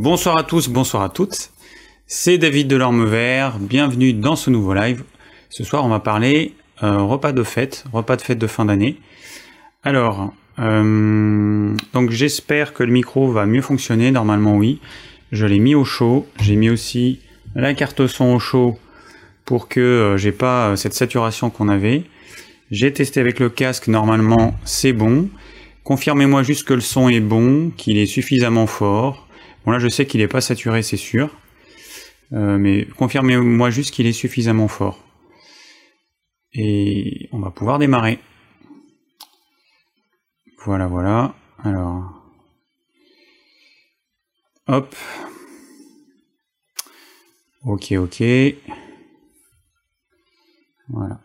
Bonsoir à tous, bonsoir à toutes. C'est David Delorme-Vert, bienvenue dans ce nouveau live. Ce soir, on va parler repas de fête de fin d'année. Alors, donc j'espère que le micro va mieux fonctionner, normalement oui. Je l'ai mis au chaud, j'ai mis aussi la carte son au chaud pour que j'ai pas cette saturation qu'on avait. J'ai testé avec le casque, normalement c'est bon. Confirmez-moi juste que le son est bon, qu'il est suffisamment fort. Bon là je sais qu'il n'est pas saturé, c'est sûr. Mais confirmez-moi juste qu'il est suffisamment fort. Et on va pouvoir démarrer. Voilà, voilà. Alors. Hop. Ok, ok. Voilà.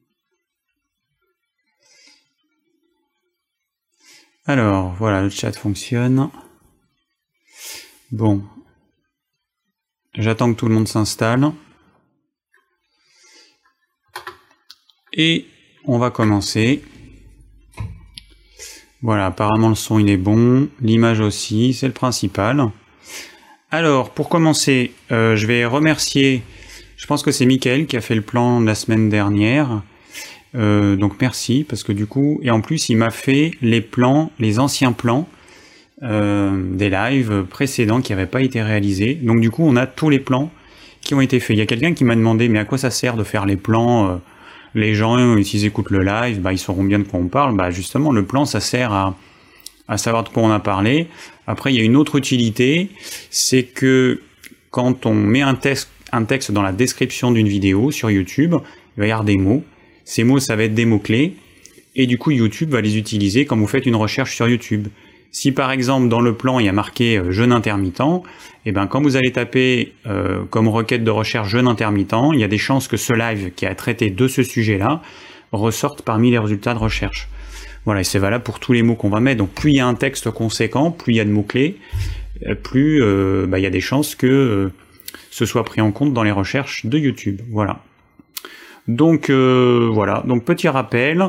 Alors, voilà, le chat fonctionne. Bon. J'attends que tout le monde s'installe. Et on va commencer. Voilà, apparemment le son il est bon, l'image aussi, c'est le principal. Alors, pour commencer, je vais remercier, je pense que c'est Mickaël qui a fait le plan de la semaine dernière. Donc merci, parce que du coup, et en plus il m'a fait les plans, les anciens plans des lives précédents qui n'avaient pas été réalisés. Donc du coup, on a tous les plans qui ont été faits. Il y a quelqu'un qui m'a demandé, mais à quoi ça sert de faire les plans les gens, s'ils écoutent le live, bah, ils sauront bien de quoi on parle. Bah, justement, le plan, ça sert à savoir de quoi on a parlé. Après, il y a une autre utilité, c'est que quand on met un texte dans la description d'une vidéo sur YouTube, il va y avoir des mots. Ces mots, ça va être des mots-clés. Et du coup, YouTube va les utiliser quand vous faites une recherche sur YouTube. Si par exemple, dans le plan, il y a marqué « jeûne intermittent », et ben quand vous allez taper comme requête de recherche « jeûne intermittent », il y a des chances que ce live qui a traité de ce sujet-là ressorte parmi les résultats de recherche. Voilà, et c'est valable pour tous les mots qu'on va mettre. Donc plus il y a un texte conséquent, plus il y a de mots-clés, plus il y a des chances que ce soit pris en compte dans les recherches de YouTube. Voilà. Donc voilà, donc petit rappel.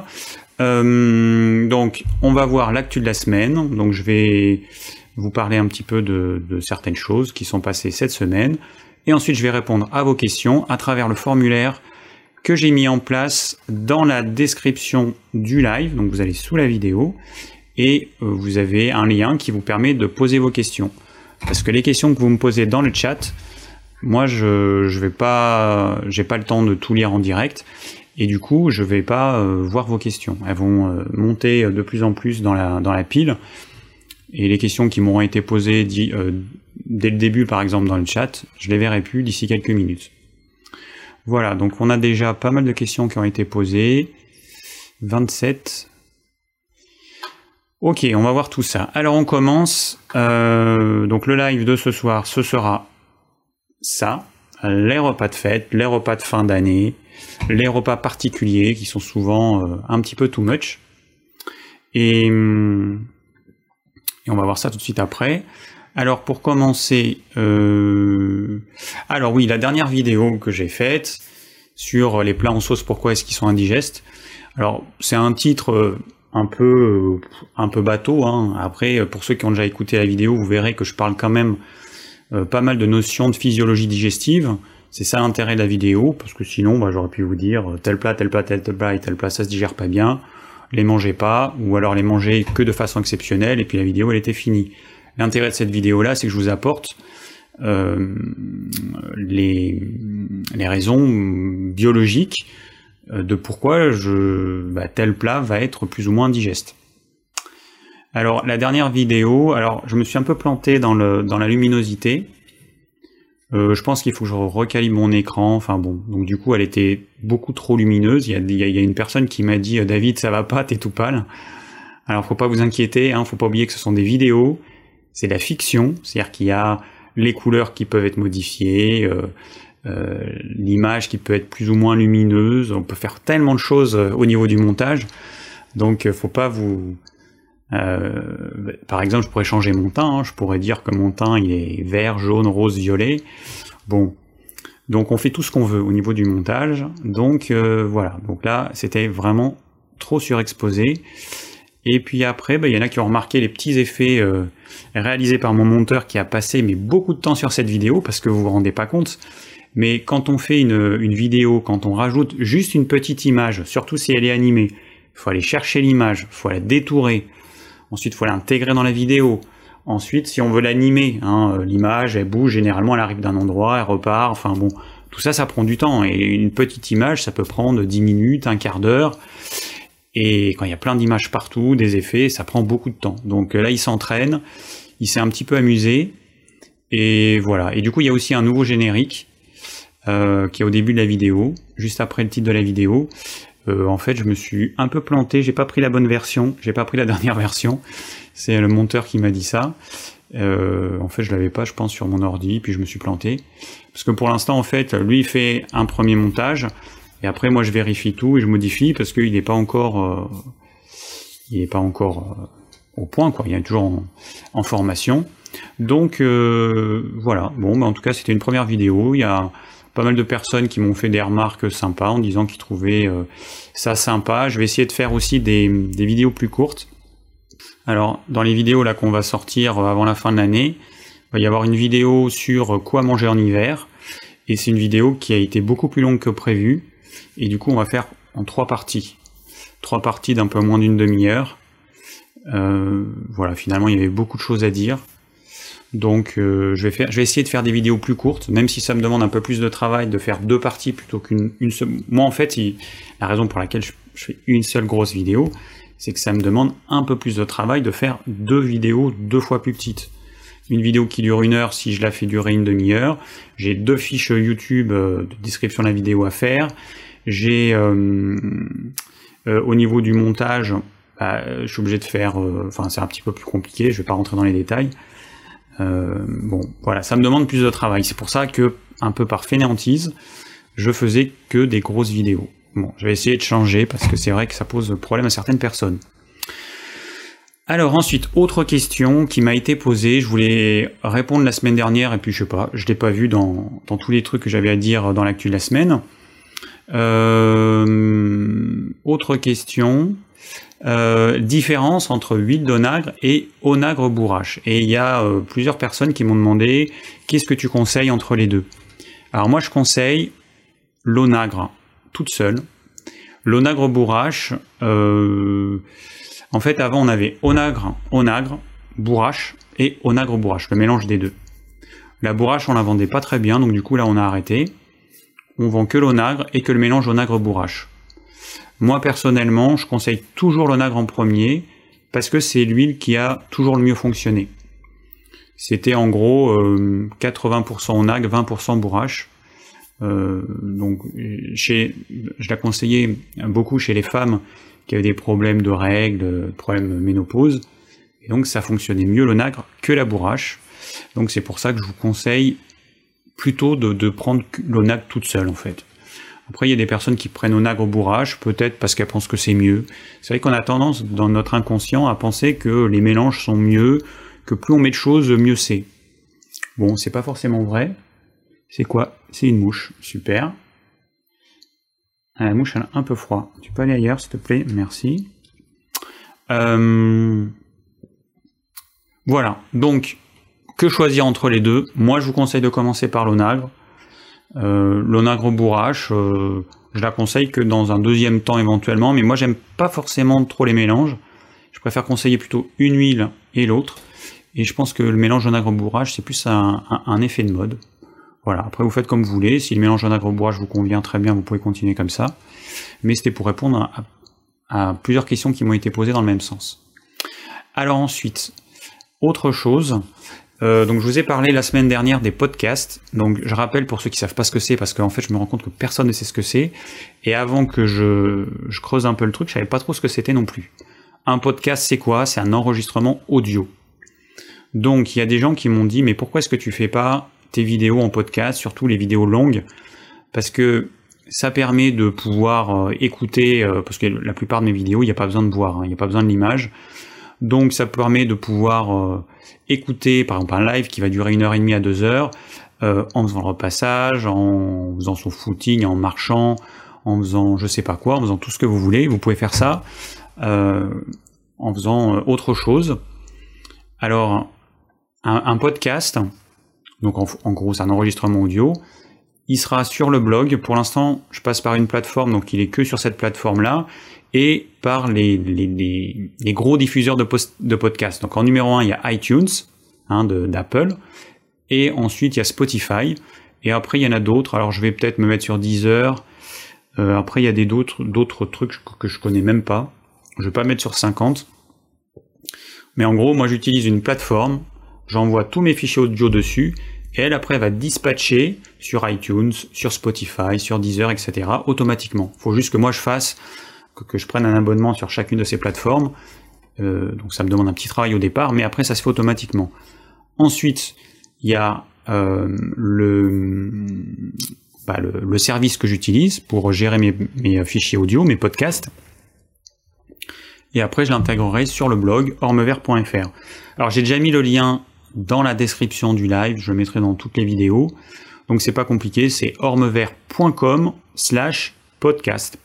Donc on va voir l'actu de la semaine. Donc je vais vous parler un petit peu de certaines choses qui sont passées cette semaine. Et ensuite je vais répondre à vos questions à travers le formulaire que j'ai mis en place dans la description du live. Donc vous allez sous la vidéo et vous avez un lien qui vous permet de poser vos questions. Parce que les questions que vous me posez dans le chat, moi j'ai pas le temps de tout lire en direct. Et du coup, je vais pas voir vos questions. Elles vont monter de plus en plus dans la pile. Et les questions qui m'auront été posées dès le début, par exemple, dans le chat, je les verrai plus d'ici quelques minutes. Voilà, donc on a déjà pas mal de questions qui ont été posées. 27. Ok, on va voir tout ça. Alors on commence. Donc le live de ce soir, ce sera ça. Les repas de fête, les repas de fin d'année, les repas particuliers qui sont souvent un petit peu too much. Et on va voir ça tout de suite après. Alors pour commencer, alors oui, la dernière vidéo que j'ai faite sur les plats en sauce, pourquoi est-ce qu'ils sont indigestes. Alors c'est un titre un peu bateau, hein. Après, pour ceux qui ont déjà écouté la vidéo, vous verrez que je parle quand même pas mal de notions de physiologie digestive. C'est ça l'intérêt de la vidéo, parce que sinon j'aurais pu vous dire tel plat, tel plat, tel plat et tel plat ça se digère pas bien, les mangez pas, ou alors les mangez que de façon exceptionnelle et puis la vidéo elle était finie. L'intérêt de cette vidéo là, c'est que je vous apporte les raisons biologiques de pourquoi tel plat va être plus ou moins digeste. Alors la dernière vidéo, alors je me suis un peu planté dans la luminosité. Je pense qu'il faut que je recalibre mon écran, enfin bon, donc du coup elle était beaucoup trop lumineuse. Il y a une personne qui m'a dit David ça va pas, t'es tout pâle. Alors faut pas vous inquiéter, hein, faut pas oublier que ce sont des vidéos, c'est de la fiction, c'est-à-dire qu'il y a les couleurs qui peuvent être modifiées, l'image qui peut être plus ou moins lumineuse, on peut faire tellement de choses au niveau du montage, donc faut pas vous... par exemple, je pourrais changer mon teint, hein, je pourrais dire que mon teint il est vert, jaune, rose, violet. Bon, donc on fait tout ce qu'on veut au niveau du montage. Donc voilà, donc là c'était vraiment trop surexposé. Et puis après, il y en a qui ont remarqué les petits effets réalisés par mon monteur qui a passé mais beaucoup de temps sur cette vidéo, parce que vous vous rendez pas compte. Mais quand on fait une vidéo, quand on rajoute juste une petite image, surtout si elle est animée, il faut aller chercher l'image, il faut la détourer. Ensuite, il faut l'intégrer dans la vidéo. Ensuite, si on veut l'animer, l'image, elle bouge, généralement elle arrive d'un endroit, elle repart, enfin bon, tout ça, ça prend du temps. Et une petite image, ça peut prendre 10 minutes, un quart d'heure. Et quand il y a plein d'images partout, des effets, ça prend beaucoup de temps. Donc là, il s'entraîne, il s'est un petit peu amusé, et voilà. Et du coup, il y a aussi un nouveau générique qui est au début de la vidéo, juste après le titre de la vidéo. En fait, je me suis un peu planté, j'ai pas pris la bonne version, j'ai pas pris la dernière version. C'est le monteur qui m'a dit ça. En fait, je l'avais pas, je pense, sur mon ordi, puis je me suis planté. Parce que pour l'instant, en fait, lui, il fait un premier montage, et après, moi, je vérifie tout et je modifie parce qu'il n'est pas encore, au point, quoi. Il est toujours en formation. Donc voilà. Bon, en tout cas, c'était une première vidéo. Il y a pas mal de personnes qui m'ont fait des remarques sympas en disant qu'ils trouvaient ça sympa. Je vais essayer de faire aussi des vidéos plus courtes. Alors, dans les vidéos là qu'on va sortir avant la fin de l'année, il va y avoir une vidéo sur quoi manger en hiver. Et c'est une vidéo qui a été beaucoup plus longue que prévu. Et du coup, on va faire en 3 parties. 3 parties d'un peu moins d'une demi-heure. Voilà, finalement, il y avait beaucoup de choses à dire. Donc, je vais essayer de faire des vidéos plus courtes, même si ça me demande un peu plus de travail de faire 2 parties plutôt qu'une seule. Moi, en fait, la raison pour laquelle je fais une seule grosse vidéo, c'est que ça me demande un peu plus de travail de faire 2 vidéos 2 fois plus petites. Une vidéo qui dure 1 heure, si je la fais durer une demi-heure. J'ai 2 fiches YouTube de description de la vidéo à faire. J'ai au niveau du montage, je suis obligé de faire, c'est un petit peu plus compliqué, je vais pas rentrer dans les détails. Bon, voilà, ça me demande plus de travail. C'est pour ça que, un peu par fainéantise, je faisais que des grosses vidéos. Bon, je vais essayer de changer parce que c'est vrai que ça pose problème à certaines personnes. Alors ensuite, autre question qui m'a été posée, je voulais répondre la semaine dernière et puis je sais pas, je l'ai pas vu dans tous les trucs que j'avais à dire dans l'actu de la semaine. Autre question, différence entre huile d'onagre et onagre bourrache. Et il y a plusieurs personnes qui m'ont demandé qu'est-ce que tu conseilles entre les deux. Alors moi je conseille l'onagre toute seule. L'onagre bourrache, en fait avant on avait onagre, bourrache et onagre bourrache, le mélange des deux. La bourrache on la vendait pas très bien, donc du coup là on a arrêté. On vend que l'onagre et que le mélange onagre bourrache. Moi personnellement, je conseille toujours l'onagre en premier parce que c'est l'huile qui a toujours le mieux fonctionné. C'était en gros 80% onagre, 20% bourrache. Donc je la conseillais beaucoup chez les femmes qui avaient des problèmes de règles, problèmes de ménopause. Et donc ça fonctionnait mieux l'onagre que la bourrache. Donc c'est pour ça que je vous conseille plutôt de prendre l'onagre toute seule en fait. Après il y a des personnes qui prennent onagre bourrache, peut-être parce qu'elles pensent que c'est mieux. C'est vrai qu'on a tendance dans notre inconscient à penser que les mélanges sont mieux, que plus on met de choses, mieux c'est. Bon, c'est pas forcément vrai. C'est quoi? C'est une mouche, super. La mouche elle a un peu froid. Tu peux aller ailleurs s'il te plaît, merci. Voilà, donc que choisir entre les deux? Moi je vous conseille de commencer par l'onagre. L'onagre bourrache, je la conseille que dans un deuxième temps éventuellement, mais moi j'aime pas forcément trop les mélanges. Je préfère conseiller plutôt une huile et l'autre. Et je pense que le mélange onagre bourrache c'est plus un effet de mode. Voilà, après vous faites comme vous voulez, si le mélange onagre bourrache vous convient très bien, vous pouvez continuer comme ça. Mais c'était pour répondre à plusieurs questions qui m'ont été posées dans le même sens. Alors ensuite, autre chose, donc je vous ai parlé la semaine dernière des podcasts, donc je rappelle pour ceux qui savent pas ce que c'est, parce qu'en fait je me rends compte que personne ne sait ce que c'est, et avant que je creuse un peu le truc, je savais pas trop ce que c'était non plus. Un podcast c'est quoi? C'est un enregistrement audio. Donc il y a des gens qui m'ont dit mais pourquoi est-ce que tu fais pas tes vidéos en podcast, surtout les vidéos longues, parce que ça permet de pouvoir écouter, parce que la plupart de mes vidéos, il n'y a pas besoin de voir, il n'y a pas besoin de l'image, donc ça permet de pouvoir écouter, par exemple un live qui va durer 1h30 à 2h, en faisant le repassage, en faisant son footing, en marchant, en faisant je sais pas quoi, en faisant tout ce que vous voulez, vous pouvez faire ça. en faisant autre chose. Alors, un podcast, donc en gros c'est un enregistrement audio, il sera sur le blog. Pour l'instant, je passe par une plateforme, donc il est que sur cette plateforme-là, et par les gros diffuseurs de podcasts. Donc en numéro 1, il y a iTunes, d'Apple, et ensuite il y a Spotify, et après il y en a d'autres. Alors je vais peut-être me mettre sur Deezer, après il y a d'autres trucs que je connais même pas. Je vais pas mettre sur 50. Mais en gros, moi j'utilise une plateforme, j'envoie tous mes fichiers audio dessus, et elle après va dispatcher sur iTunes, sur Spotify, sur Deezer, etc. automatiquement. Il faut juste que moi que je prenne un abonnement sur chacune de ces plateformes. Donc ça me demande un petit travail au départ, mais après ça se fait automatiquement. Ensuite, il y a le service que j'utilise pour gérer mes fichiers audio, mes podcasts. Et après, je l'intégrerai sur le blog ormevert.fr. Alors, j'ai déjà mis le lien dans la description du live, je le mettrai dans toutes les vidéos. Donc, c'est pas compliqué, c'est ormevert.com/podcast,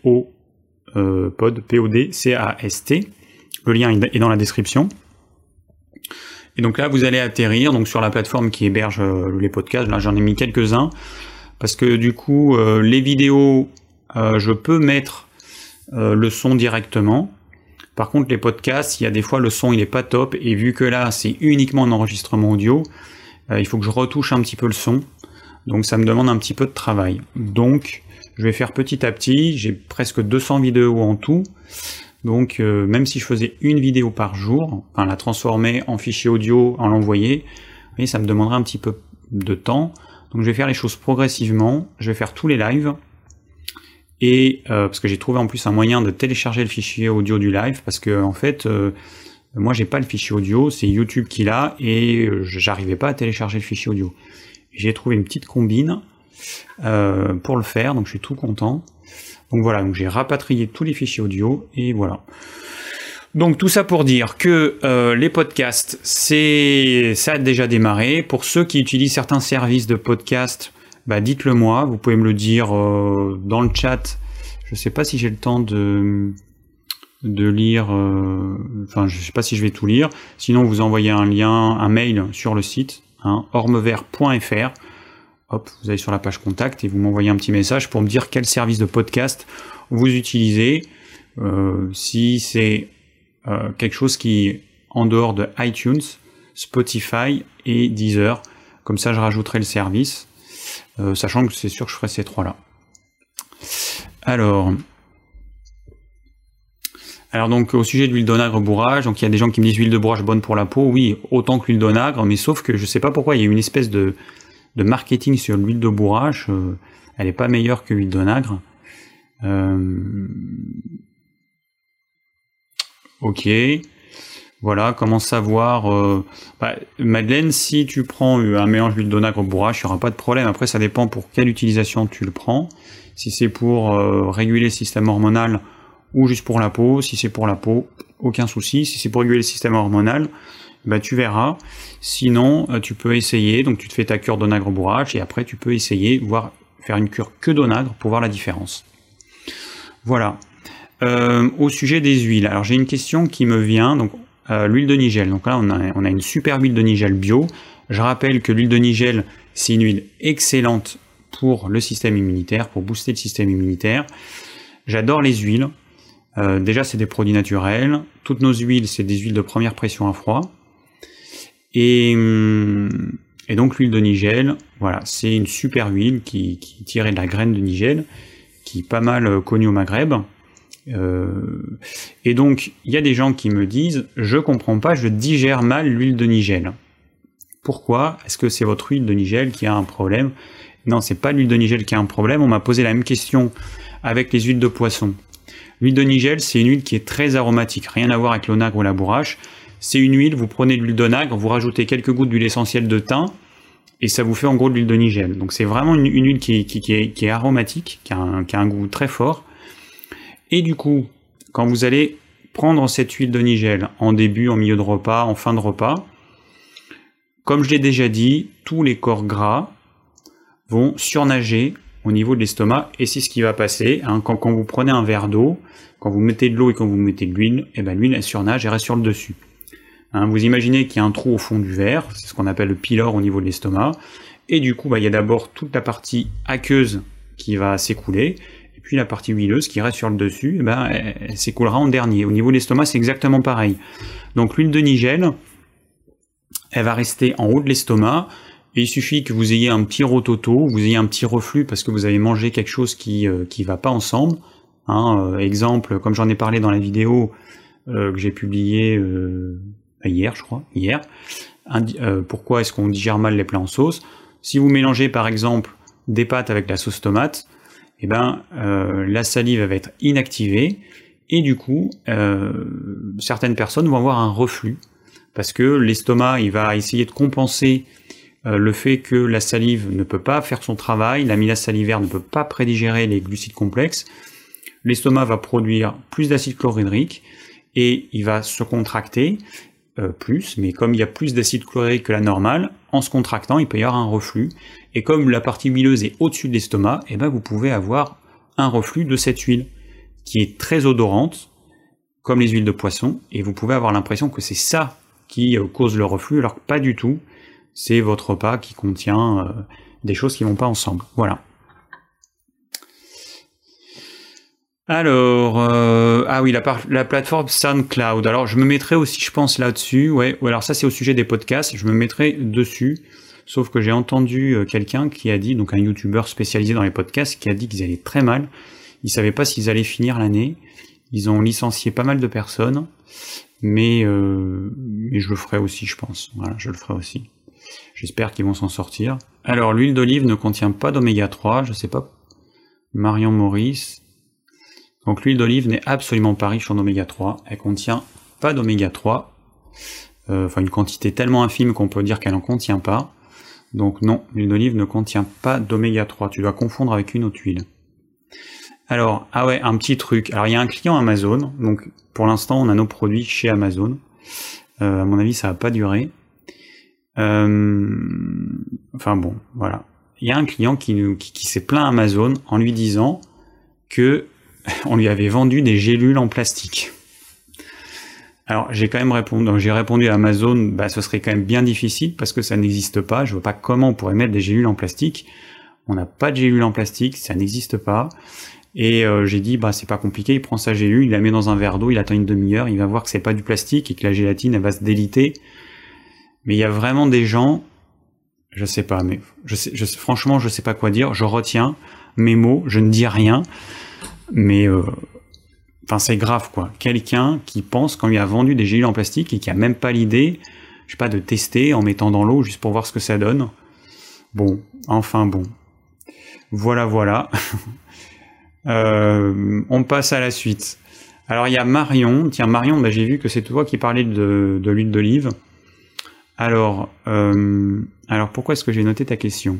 P-O-D-C-A-S-T. Le lien est dans la description. Et donc là, vous allez atterrir donc sur la plateforme qui héberge les podcasts. Là, j'en ai mis quelques-uns parce que du coup, les vidéos, je peux mettre le son directement. Par contre, les podcasts, il y a des fois le son il est pas top, et vu que là c'est uniquement un enregistrement audio, il faut que je retouche un petit peu le son. Donc ça me demande un petit peu de travail. Donc je vais faire petit à petit. J'ai presque 200 vidéos en tout. Donc même si je faisais une vidéo par jour, enfin la transformer en fichier audio, en l'envoyer, ça me demanderait un petit peu de temps. Donc je vais faire les choses progressivement. Je vais faire tous les lives. Et parce que j'ai trouvé en plus un moyen de télécharger le fichier audio du live, parce que en fait moi j'ai pas le fichier audio, c'est YouTube qui l'a, et j'arrivais pas à télécharger le fichier audio. J'ai trouvé une petite combine pour le faire, donc je suis tout content. Donc voilà, donc j'ai rapatrié tous les fichiers audio, et voilà. Donc tout ça pour dire que les podcasts, ça a déjà démarré. Pour ceux qui utilisent certains services de podcast, dites-le moi, vous pouvez me le dire dans le chat. Je sais pas si j'ai le temps de lire, enfin je sais pas si je vais tout lire. Sinon vous envoyez un mail sur le site, ormevert.fr. Hop, vous allez sur la page contact et vous m'envoyez un petit message pour me dire quel service de podcast vous utilisez. Si c'est quelque chose qui est en dehors de iTunes, Spotify et Deezer, comme ça je rajouterai le service. Sachant que c'est sûr que je ferai ces trois-là. Alors donc au sujet de l'huile d'onagre bourrage, donc il y a des gens qui me disent l'huile de bourrage bonne pour la peau, oui, autant que l'huile d'onagre, mais sauf que je sais pas pourquoi il y a une espèce de marketing sur l'huile de bourrage, elle est pas meilleure que l'huile d'onagre. Ok. Voilà, comment savoir... Madeleine, si tu prends un mélange d'huile d'onagre bourrage, il n'y aura pas de problème. Après, ça dépend pour quelle utilisation tu le prends. Si c'est pour réguler le système hormonal ou juste pour la peau. Si c'est pour la peau, aucun souci. Si c'est pour réguler le système hormonal, tu verras. Sinon, tu peux essayer. Donc, tu te fais ta cure d'onagre bourrage et après, tu peux essayer, voire faire une cure que d'onagre pour voir la différence. Voilà. Au sujet des huiles. Alors, j'ai une question qui me vient. Donc, l'huile de nigel. Donc là, on a une super huile de nigel bio. Je rappelle que l'huile de nigel, c'est une huile excellente pour le système immunitaire, pour booster le système immunitaire. J'adore les huiles. Déjà, c'est des produits naturels. Toutes nos huiles, c'est des huiles de première pression à froid. Et donc, l'huile de nigel, voilà, c'est une super huile qui est tirée de la graine de nigel, qui est pas mal connue au Maghreb. Et donc, il y a des gens qui me disent « Je comprends pas, je digère mal l'huile de nigel. » Pourquoi? Est-ce que c'est votre huile de nigel qui a un problème? Non, c'est pas l'huile de nigel qui a un problème. On m'a posé la même question avec les huiles de poisson. L'huile de nigel, c'est une huile qui est très aromatique. Rien à voir avec l'onagre ou la bourrache. C'est une huile, vous prenez de l'huile d'onagre, vous rajoutez quelques gouttes d'huile essentielle de thym, et ça vous fait en gros de l'huile de nigel. Donc c'est vraiment une huile qui est aromatique, qui a un goût très fort. Et du coup, quand vous allez prendre cette huile de nigel en début, en milieu de repas, en fin de repas, comme je l'ai déjà dit, tous les corps gras vont surnager au niveau de l'estomac, et c'est ce qui va passer. Quand vous prenez un verre d'eau, quand vous mettez de l'eau et quand vous mettez de l'huile, et ben l'huile elle surnage et reste sur le dessus. Hein, vous imaginez qu'il y a un trou au fond du verre, c'est ce qu'on appelle le pylore au niveau de l'estomac, et du coup il y a d'abord toute la partie aqueuse qui va s'écouler, et puis la partie huileuse qui reste sur le dessus, elle s'écoulera en dernier. Au niveau de l'estomac c'est exactement pareil. Donc l'huile de nigelle, elle va rester en haut de l'estomac, et il suffit que vous ayez un petit rototo, vous ayez un petit reflux parce que vous avez mangé quelque chose qui va pas ensemble. Hein, exemple, comme j'en ai parlé dans la vidéo que j'ai publiée hier, je crois, pourquoi est-ce qu'on digère mal les plats en sauce? Si vous mélangez par exemple des pâtes avec la sauce tomate, la salive va être inactivée, et du coup, certaines personnes vont avoir un reflux, parce que l'estomac il va essayer de compenser le fait que la salive ne peut pas faire son travail, l'amylase salivaire ne peut pas prédigérer les glucides complexes, l'estomac va produire plus d'acide chlorhydrique, et il va se contracter plus, mais comme il y a plus d'acide chlorhydrique que la normale, en se contractant, il peut y avoir un reflux, et comme la partie huileuse est au-dessus de l'estomac, vous pouvez avoir un reflux de cette huile, qui est très odorante, comme les huiles de poisson, et vous pouvez avoir l'impression que c'est ça qui cause le reflux, alors que pas du tout, c'est votre repas qui contient des choses qui vont pas ensemble. Voilà. Alors, ah oui, la plateforme SoundCloud. Alors, je me mettrai aussi, je pense, là-dessus. Ouais, alors ça, c'est au sujet des podcasts. Je me mettrai dessus. Sauf que j'ai entendu quelqu'un qui a dit, donc un YouTuber spécialisé dans les podcasts, qui a dit qu'ils allaient très mal. Ils savaient pas s'ils allaient finir l'année. Ils ont licencié pas mal de personnes. Mais je le ferai aussi, je pense. Voilà, je le ferai aussi. J'espère qu'ils vont s'en sortir. Alors, l'huile d'olive ne contient pas d'oméga 3, je sais pas. Marion Maurice. Donc, l'huile d'olive n'est absolument pas riche en oméga 3. Elle contient pas d'oméga 3. Enfin, une quantité tellement infime qu'on peut dire qu'elle n'en contient pas. Donc non, l'huile d'olive ne contient pas d'oméga 3. Tu dois confondre avec une autre huile. Alors, ah ouais, un petit truc. Alors, il y a un client Amazon. Donc, pour l'instant, on a nos produits chez Amazon. À mon avis, ça va pas durer. Enfin bon, voilà. Il y a un client qui s'est plaint à Amazon en lui disant que on lui avait vendu des gélules en plastique. Alors j'ai quand même répondu à Amazon, ce serait quand même bien difficile parce que ça n'existe pas. Je vois pas comment on pourrait mettre des gélules en plastique. On n'a pas de gélules en plastique, ça n'existe pas. Et j'ai dit c'est pas compliqué. Il prend sa gélule, il la met dans un verre d'eau, il attend une demi-heure, il va voir que c'est pas du plastique et que la gélatine elle va se déliter. Mais il y a vraiment des gens, je sais pas, mais franchement, je sais pas quoi dire. Je retiens mes mots, je ne dis rien, mais c'est grave quoi. Quelqu'un qui pense qu'on lui a vendu des gélules en plastique et qui a même pas l'idée, je sais pas, de tester en mettant dans l'eau juste pour voir ce que ça donne. Bon, enfin bon. Voilà. On passe à la suite. Alors il y a Marion. Tiens Marion, j'ai vu que c'est toi qui parlais de l'huile d'olive. Alors pourquoi est-ce que j'ai noté ta question?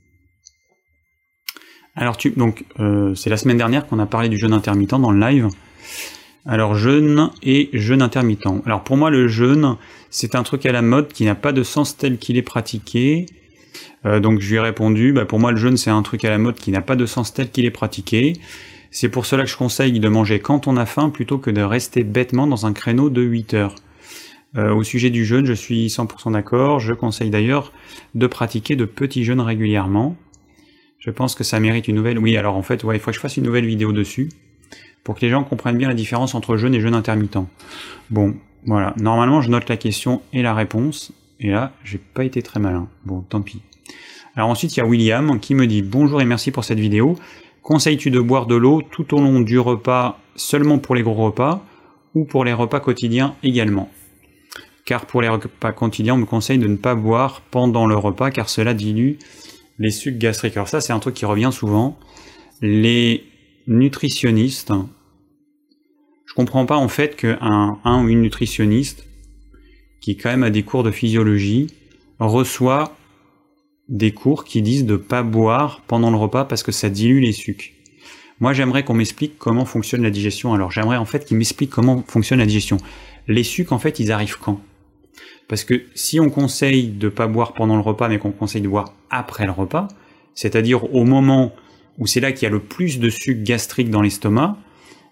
Alors c'est la semaine dernière qu'on a parlé du jeûne intermittent dans le live. Alors jeûne et jeûne intermittent. Alors pour moi le jeûne c'est un truc à la mode qui n'a pas de sens tel qu'il est pratiqué. Donc je lui ai répondu, pour moi le jeûne c'est un truc à la mode qui n'a pas de sens tel qu'il est pratiqué. C'est pour cela que je conseille de manger quand on a faim plutôt que de rester bêtement dans un créneau de 8 heures. Au sujet du jeûne, je suis 100% d'accord. Je conseille d'ailleurs de pratiquer de petits jeûnes régulièrement. Je pense que ça mérite une nouvelle... Oui, alors en fait, il faut que je fasse une nouvelle vidéo dessus pour que les gens comprennent bien la différence entre jeûne et jeûne intermittent. Bon, voilà. Normalement, je note la question et la réponse. Et là, j'ai pas été très malin. Bon, tant pis. Alors ensuite, il y a William qui me dit « Bonjour et merci pour cette vidéo. Conseilles-tu de boire de l'eau tout au long du repas seulement pour les gros repas ou pour les repas quotidiens également ?» Car pour les repas quotidiens, on me conseille de ne pas boire pendant le repas car cela dilue les sucs gastriques. Alors ça, c'est un truc qui revient souvent. Les nutritionnistes, je comprends pas en fait qu'un ou une nutritionniste qui quand même a des cours de physiologie reçoit des cours qui disent de ne pas boire pendant le repas parce que ça dilue les sucs. Moi, j'aimerais qu'on m'explique comment fonctionne la digestion. Alors, j'aimerais en fait qu'ils m'expliquent comment fonctionne la digestion. Les sucs, en fait, ils arrivent quand ? Parce que si on conseille de ne pas boire pendant le repas, mais qu'on conseille de boire après le repas, c'est-à-dire au moment où c'est là qu'il y a le plus de sucre gastrique dans l'estomac,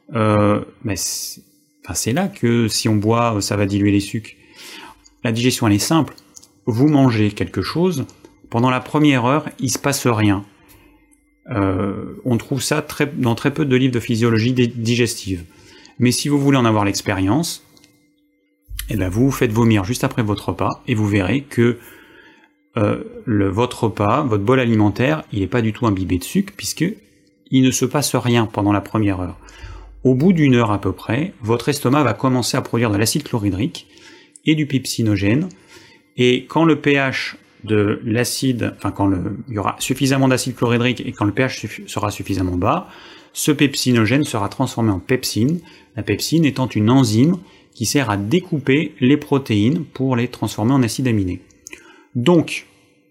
c'est là que si on boit, ça va diluer les sucres. La digestion, elle est simple. Vous mangez quelque chose, pendant la première heure, il se passe rien. On trouve ça dans très peu de livres de physiologie digestive. Mais si vous voulez en avoir l'expérience, eh ben vous faites vomir juste après votre repas, et vous verrez que votre repas, votre bol alimentaire, il n'est pas du tout imbibé de sucre, puisque il ne se passe rien pendant la première heure. Au bout d'une heure à peu près, votre estomac va commencer à produire de l'acide chlorhydrique et du pepsinogène, et quand le pH de l'acide, il y aura suffisamment d'acide chlorhydrique et quand le pH sera suffisamment bas, ce pepsinogène sera transformé en pepsine, la pepsine étant une enzyme qui sert à découper les protéines pour les transformer en acides aminés. Donc,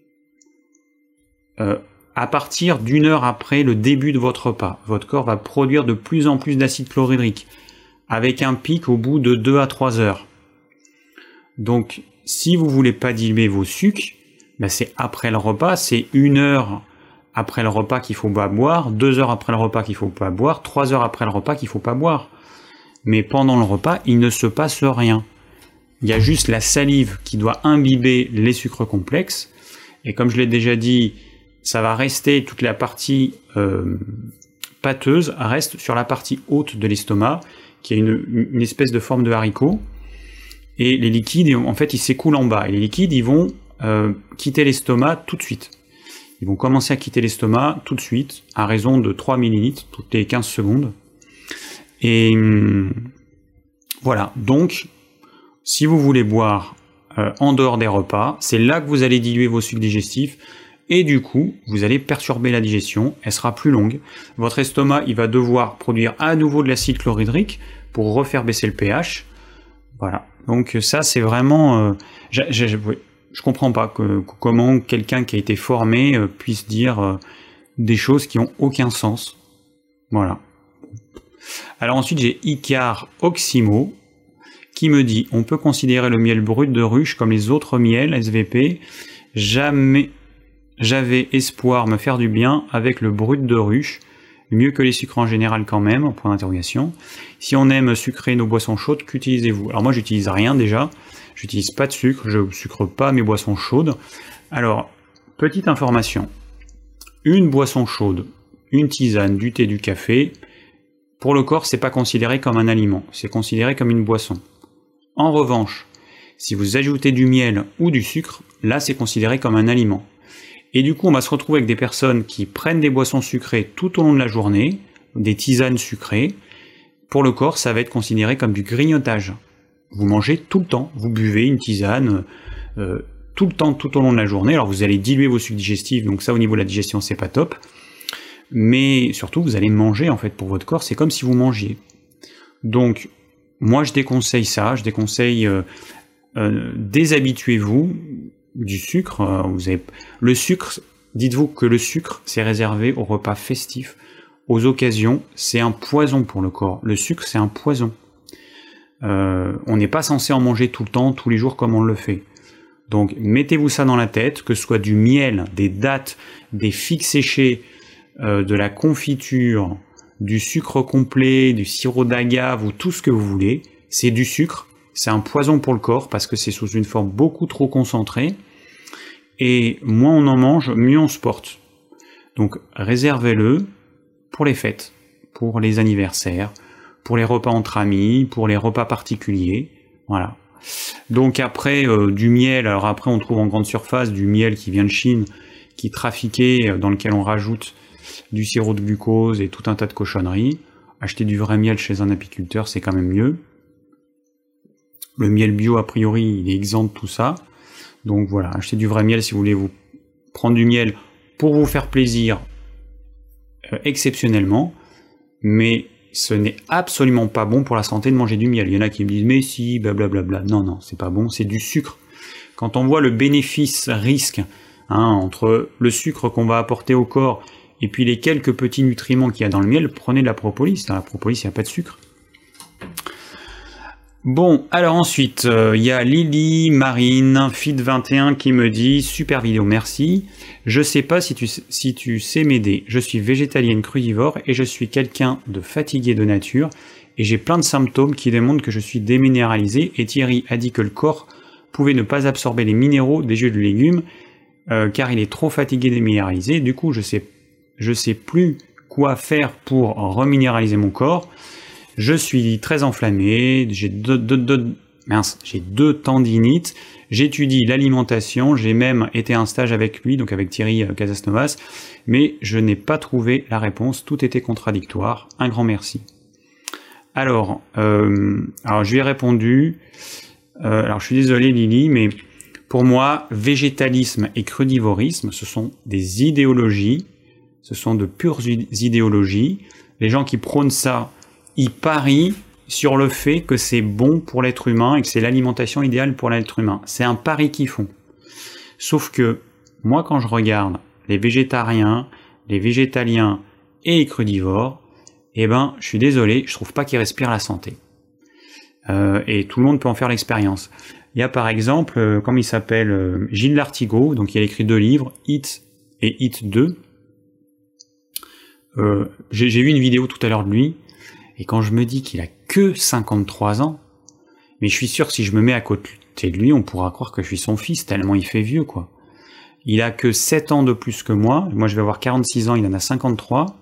à partir d'une heure après le début de votre repas, votre corps va produire de plus en plus d'acide chlorhydrique, avec un pic au bout de 2 à 3 heures. Donc, si vous ne voulez pas diluer vos sucres, c'est après le repas, c'est 1 heure après le repas qu'il ne faut pas boire, 2 heures après le repas qu'il ne faut pas boire, 3 heures après le repas qu'il ne faut pas boire. Mais pendant le repas, il ne se passe rien. Il y a juste la salive qui doit imbiber les sucres complexes, et comme je l'ai déjà dit, ça va rester, toute la partie pâteuse reste sur la partie haute de l'estomac, qui est une espèce de forme de haricot, et les liquides, en fait, ils s'écoulent en bas, et les liquides, ils vont quitter l'estomac tout de suite. Ils vont commencer à quitter l'estomac tout de suite, à raison de 3 ml toutes les 15 secondes. Et voilà, donc, si vous voulez boire en dehors des repas, c'est là que vous allez diluer vos sucs digestifs, et du coup, vous allez perturber la digestion, elle sera plus longue. Votre estomac, il va devoir produire à nouveau de l'acide chlorhydrique pour refaire baisser le pH. Voilà, donc ça c'est vraiment... je comprends pas comment quelqu'un qui a été formé puisse dire des choses qui n'ont aucun sens. Voilà. Alors ensuite j'ai Icar Oximo qui me dit « On peut considérer le miel brut de ruche comme les autres miels SVP. J'avais espoir me faire du bien avec le brut de ruche. Mieux que les sucres en général quand même, point d'interrogation. Si on aime sucrer nos boissons chaudes, qu'utilisez-vous » Alors moi j'utilise rien déjà, j'utilise pas de sucre, je sucre pas mes boissons chaudes. Alors, petite information, une boisson chaude, une tisane, du thé, du café, pour le corps c'est pas considéré comme un aliment, c'est considéré comme une boisson. En revanche, si vous ajoutez du miel ou du sucre, là c'est considéré comme un aliment. Et du coup, on va se retrouver avec des personnes qui prennent des boissons sucrées tout au long de la journée, des tisanes sucrées. Pour le corps, ça va être considéré comme du grignotage. Vous mangez tout le temps, vous buvez une tisane tout le temps, tout au long de la journée. Alors vous allez diluer vos sucs digestifs, donc ça au niveau de la digestion, c'est pas top. Mais surtout, vous allez manger en fait pour votre corps, c'est comme si vous mangiez. Donc, moi je déconseille ça, je déconseille déshabituez-vous du sucre. Le sucre, dites-vous que le sucre, c'est réservé aux repas festifs, aux occasions, c'est un poison pour le corps. Le sucre, c'est un poison. On n'est pas censé en manger tout le temps, tous les jours comme on le fait. Donc, mettez-vous ça dans la tête, que ce soit du miel, des dattes, des figues séchées, de la confiture, du sucre complet, du sirop d'agave ou tout ce que vous voulez, c'est du sucre. C'est un poison pour le corps parce que c'est sous une forme beaucoup trop concentrée. Et moins on en mange, mieux on se porte. Donc réservez-le pour les fêtes, pour les anniversaires, pour les repas entre amis, pour les repas particuliers. Voilà. Donc après du miel, alors après on trouve en grande surface du miel qui vient de Chine, qui est trafiqué, dans lequel on rajoute du sirop de glucose et tout un tas de cochonneries. Acheter du vrai miel chez un apiculteur, c'est quand même mieux. Le miel bio, a priori, il est exempt de tout ça. Donc voilà, achetez du vrai miel si vous voulez vous prendre du miel pour vous faire plaisir exceptionnellement. Mais ce n'est absolument pas bon pour la santé de manger du miel. Il y en a qui me disent « mais si, blablabla ». Non, non, c'est pas bon, c'est du sucre. Quand on voit le bénéfice-risque entre le sucre qu'on va apporter au corps et puis les quelques petits nutriments qu'il y a dans le miel, prenez de la propolis. Dans la propolis, il n'y a pas de sucre. Bon, alors ensuite, il y a Lily Marine Fit21 qui me dit « Super vidéo, merci. Je sais pas si tu sais m'aider. Je suis végétalienne crudivore et je suis quelqu'un de fatigué de nature et j'ai plein de symptômes qui démontrent que je suis déminéralisé et Thierry a dit que le corps pouvait ne pas absorber les minéraux des jus de légumes car il est trop fatigué déminéralisé. Du coup, je sais plus quoi faire pour reminéraliser mon corps. Je suis très enflammé, j'ai deux tendinites, j'étudie l'alimentation, j'ai même été à un stage avec lui, donc avec Thierry Casasnovas, mais je n'ai pas trouvé la réponse, tout était contradictoire, un grand merci. Alors je lui ai répondu, alors je suis désolé Lily, mais pour moi, végétalisme et crudivorisme, ce sont des idéologies, ce sont de pures idéologies, les gens qui prônent ça, ils parient sur le fait que c'est bon pour l'être humain et que c'est l'alimentation idéale pour l'être humain. C'est un pari qu'ils font. Sauf que moi, quand je regarde les végétariens, les végétaliens et les crudivores, eh ben, je suis désolé, je trouve pas qu'ils respirent la santé. Et tout le monde peut en faire l'expérience. Il y a par exemple, comme il s'appelle, Gilles Lartigot, donc il a écrit 2 livres, Eat et Eat 2. J'ai vu une vidéo tout à l'heure de lui, et quand je me dis qu'il a que 53 ans, mais je suis sûr que si je me mets à côté de lui, on pourra croire que je suis son fils, tellement il fait vieux, quoi. Il a que 7 ans de plus que moi je vais avoir 46 ans, il en a 53.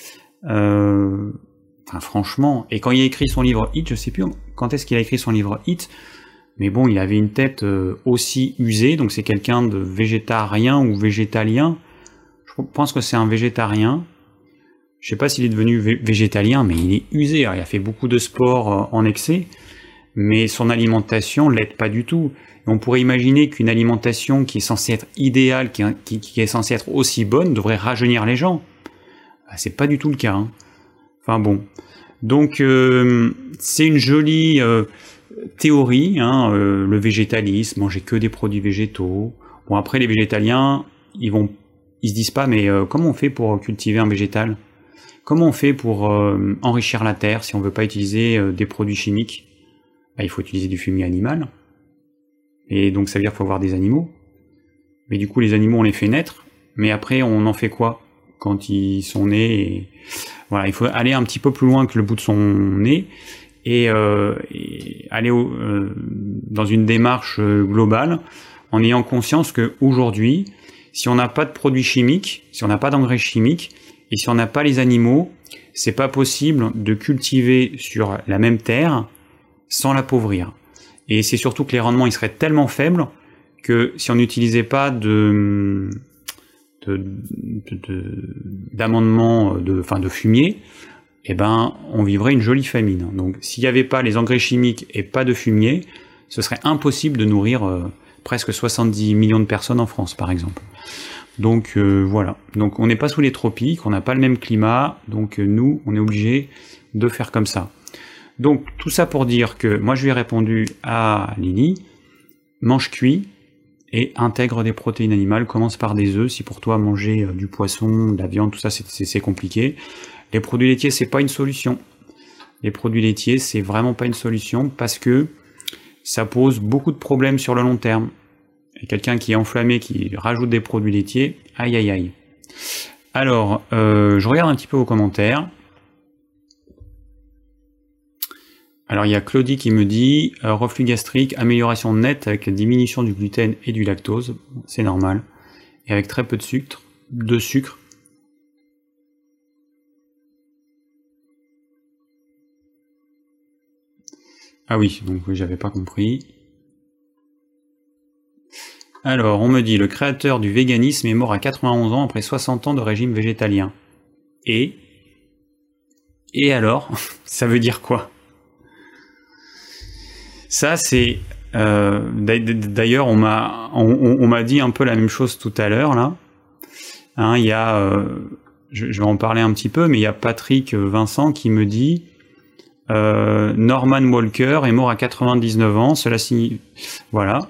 Enfin, franchement, et quand il a écrit son livre Hit, je sais plus quand est-ce qu'il a écrit son livre Hit, mais bon, il avait une tête aussi usée, donc c'est quelqu'un de végétarien ou végétalien. Je pense que c'est un végétarien. Je sais pas s'il est devenu végétalien, mais il est usé. Alors, il a fait beaucoup de sport en excès, mais son alimentation l'aide pas du tout. Et on pourrait imaginer qu'une alimentation qui est censée être idéale, qui est censée être aussi bonne, devrait rajeunir les gens. C'est pas du tout le cas. Hein. Enfin bon. Donc c'est une jolie théorie, hein, le végétalisme, manger que des produits végétaux. Bon, après les végétaliens, ils se disent pas, mais comment on fait pour cultiver un végétal ? Comment on fait pour enrichir la terre si on veut pas utiliser des produits chimiques ? Il faut utiliser du fumier animal. Et donc ça veut dire qu'il faut avoir des animaux. Mais du coup les animaux on les fait naître, mais après on en fait quoi quand ils sont nés et... Voilà, il faut aller un petit peu plus loin que le bout de son nez et aller dans une démarche globale en ayant conscience qu'aujourd'hui, si on n'a pas de produits chimiques, si on n'a pas d'engrais chimiques, et si on n'a pas les animaux, c'est pas possible de cultiver sur la même terre sans l'appauvrir. Et c'est surtout que les rendements ils seraient tellement faibles que si on n'utilisait pas d'amendement de fumier, eh ben on vivrait une jolie famine. Donc s'il n'y avait pas les engrais chimiques et pas de fumier, ce serait impossible de nourrir presque 70 millions de personnes en France par exemple. Donc voilà, donc on n'est pas sous les tropiques, on n'a pas le même climat, donc nous on est obligé de faire comme ça. Donc tout ça pour dire que moi je lui ai répondu à Lily, mange cuit et intègre des protéines animales, commence par des œufs, si pour toi manger du poisson, de la viande, tout ça c'est compliqué. Les produits laitiers c'est pas une solution. Les produits laitiers c'est vraiment pas une solution parce que ça pose beaucoup de problèmes sur le long terme. Et quelqu'un qui est enflammé, qui rajoute des produits laitiers, aïe aïe aïe. Alors, je regarde un petit peu vos commentaires. Alors il y a Claudie qui me dit reflux gastrique, amélioration nette avec la diminution du gluten et du lactose, c'est normal, et avec très peu de sucre. Ah oui, donc oui, j'avais pas compris. Alors, on me dit, le créateur du véganisme est mort à 91 ans après 60 ans de régime végétalien. Et alors, ça veut dire quoi? Ça, c'est... D'ailleurs, on m'a dit un peu la même chose tout à l'heure, là. Hein, il y a... je vais en parler un petit peu, mais il y a Patrick Vincent qui me dit... Norman Walker est mort à 99 ans, cela signifie... Voilà.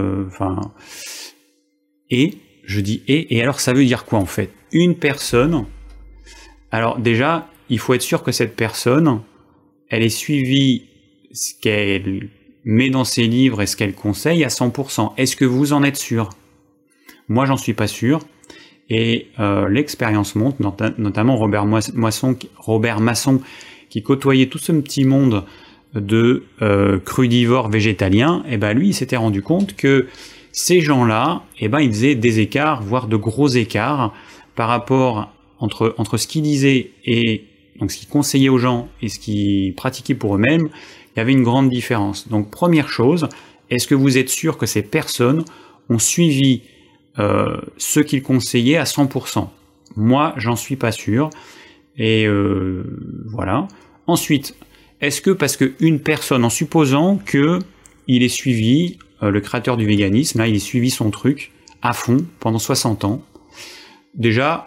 Et je dis et alors ça veut dire quoi en fait? Une personne, alors déjà il faut être sûr que cette personne elle est suivie ce qu'elle met dans ses livres et ce qu'elle conseille à 100%. Est-ce que vous en êtes sûr? Moi, j'en suis pas sûr. Et l'expérience montre, notamment Robert Masson, qui côtoyait tout ce petit monde de crudivores végétaliens, et ben lui, il s'était rendu compte que ces gens-là, et ben ils faisaient des écarts, voire de gros écarts, par rapport entre ce qu'ils disaient et donc ce qu'ils conseillaient aux gens et ce qu'ils pratiquaient pour eux-mêmes. Il y avait une grande différence. Donc première chose, est-ce que vous êtes sûr que ces personnes ont suivi ce qu'ils conseillaient à 100%? Moi, j'en suis pas sûr. Et voilà. Ensuite, est-ce que parce qu'une personne, en supposant que il ait suivi, le créateur du véganisme, là, il ait suivi son truc à fond pendant 60 ans, déjà,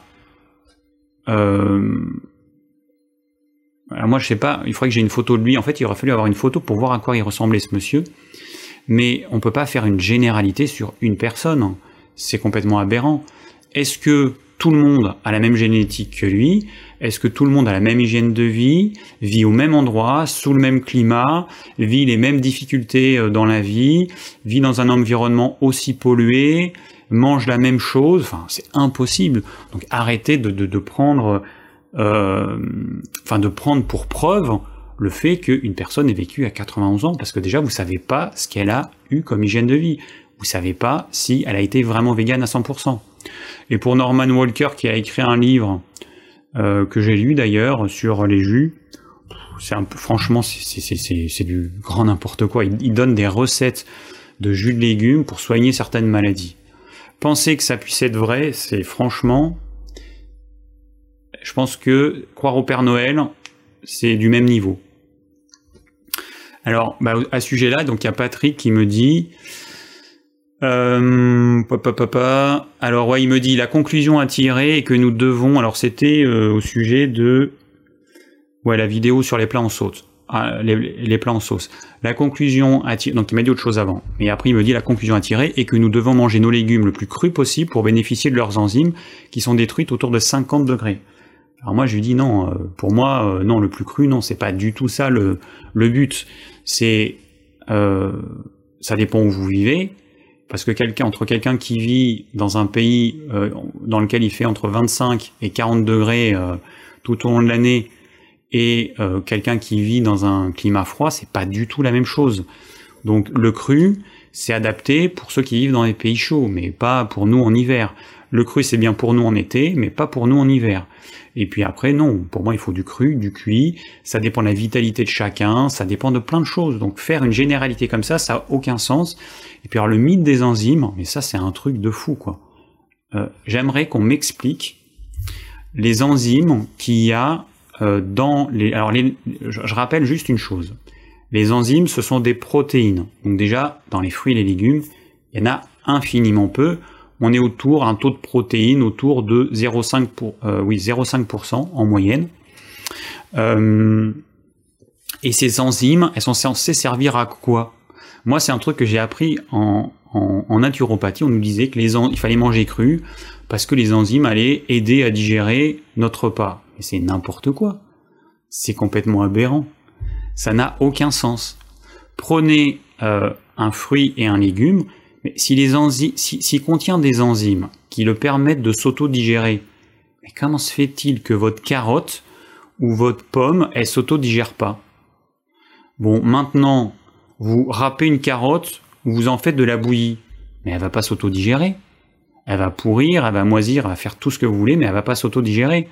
alors moi je sais pas, il faudrait que j'ai une photo de lui. En fait, il aurait fallu avoir une photo pour voir à quoi il ressemblait ce monsieur. Mais on peut pas faire une généralité sur une personne. C'est complètement aberrant. Est-ce que tout le monde a la même génétique que lui? Est-ce que tout le monde a la même hygiène de vie, vit au même endroit, sous le même climat, vit les mêmes difficultés dans la vie, vit dans un environnement aussi pollué, mange la même chose? Enfin, c'est impossible. Donc arrêtez de prendre de prendre pour preuve le fait qu'une personne ait vécu à 91 ans, parce que déjà vous savez pas ce qu'elle a eu comme hygiène de vie, vous savez pas si elle a été vraiment végane à 100%. Et pour Norman Walker, qui a écrit un livre que j'ai lu d'ailleurs sur les jus, franchement c'est du grand n'importe quoi. Il donne des recettes de jus de légumes pour soigner certaines maladies. Penser que ça puisse être vrai, c'est franchement... Je pense que croire au Père Noël, c'est du même niveau. Alors, à ce sujet-là, donc il y a Patrick qui me dit... Alors ouais, il me dit la conclusion à tirer est que nous devons... Alors c'était au sujet de... Ouais, la vidéo sur les plats en sauce. Les plats en sauce. La conclusion à tirer... Donc il m'a dit autre chose avant. Mais après il me dit la conclusion à tirer est que nous devons manger nos légumes le plus cru possible pour bénéficier de leurs enzymes qui sont détruites autour de 50 degrés. Alors moi je lui dis non, pour moi non, le plus cru non, c'est pas du tout ça le but. C'est ça dépend où vous vivez, parce que quelqu'un qui vit dans un pays dans lequel il fait entre 25 et 40 degrés tout au long de l'année et quelqu'un qui vit dans un climat froid, c'est pas du tout la même chose. Donc le cru, c'est adapté pour ceux qui vivent dans les pays chauds, mais pas pour nous en hiver. Le cru, c'est bien pour nous en été, mais pas pour nous en hiver. Et puis après, non, pour moi, il faut du cru, du cuit, ça dépend de la vitalité de chacun, ça dépend de plein de choses. Donc faire une généralité comme ça n'a aucun sens. Et puis alors le mythe des enzymes, mais ça c'est un truc de fou, quoi. J'aimerais qu'on m'explique les enzymes qu'il y a dans les... Alors je rappelle juste une chose. Les enzymes, ce sont des protéines. Donc déjà, dans les fruits et les légumes, il y en a infiniment peu. On est un taux de protéines autour de 0,5% en moyenne. Et ces enzymes, elles sont censées servir à quoi? Moi, c'est un truc que j'ai appris en naturopathie. On nous disait que il fallait manger cru parce que les enzymes allaient aider à digérer notre repas. Mais c'est n'importe quoi. C'est complètement aberrant. Ça n'a aucun sens. Prenez un fruit et un légume, mais s'il contient des enzymes qui le permettent de s'auto-digérer, mais comment se fait-il que votre carotte ou votre pomme, elle s'auto-digère pas? Bon, maintenant, vous râpez une carotte ou vous en faites de la bouillie, mais elle va pas s'auto-digérer. Elle va pourrir, elle va moisir, elle va faire tout ce que vous voulez, mais elle va pas s'auto-digérer.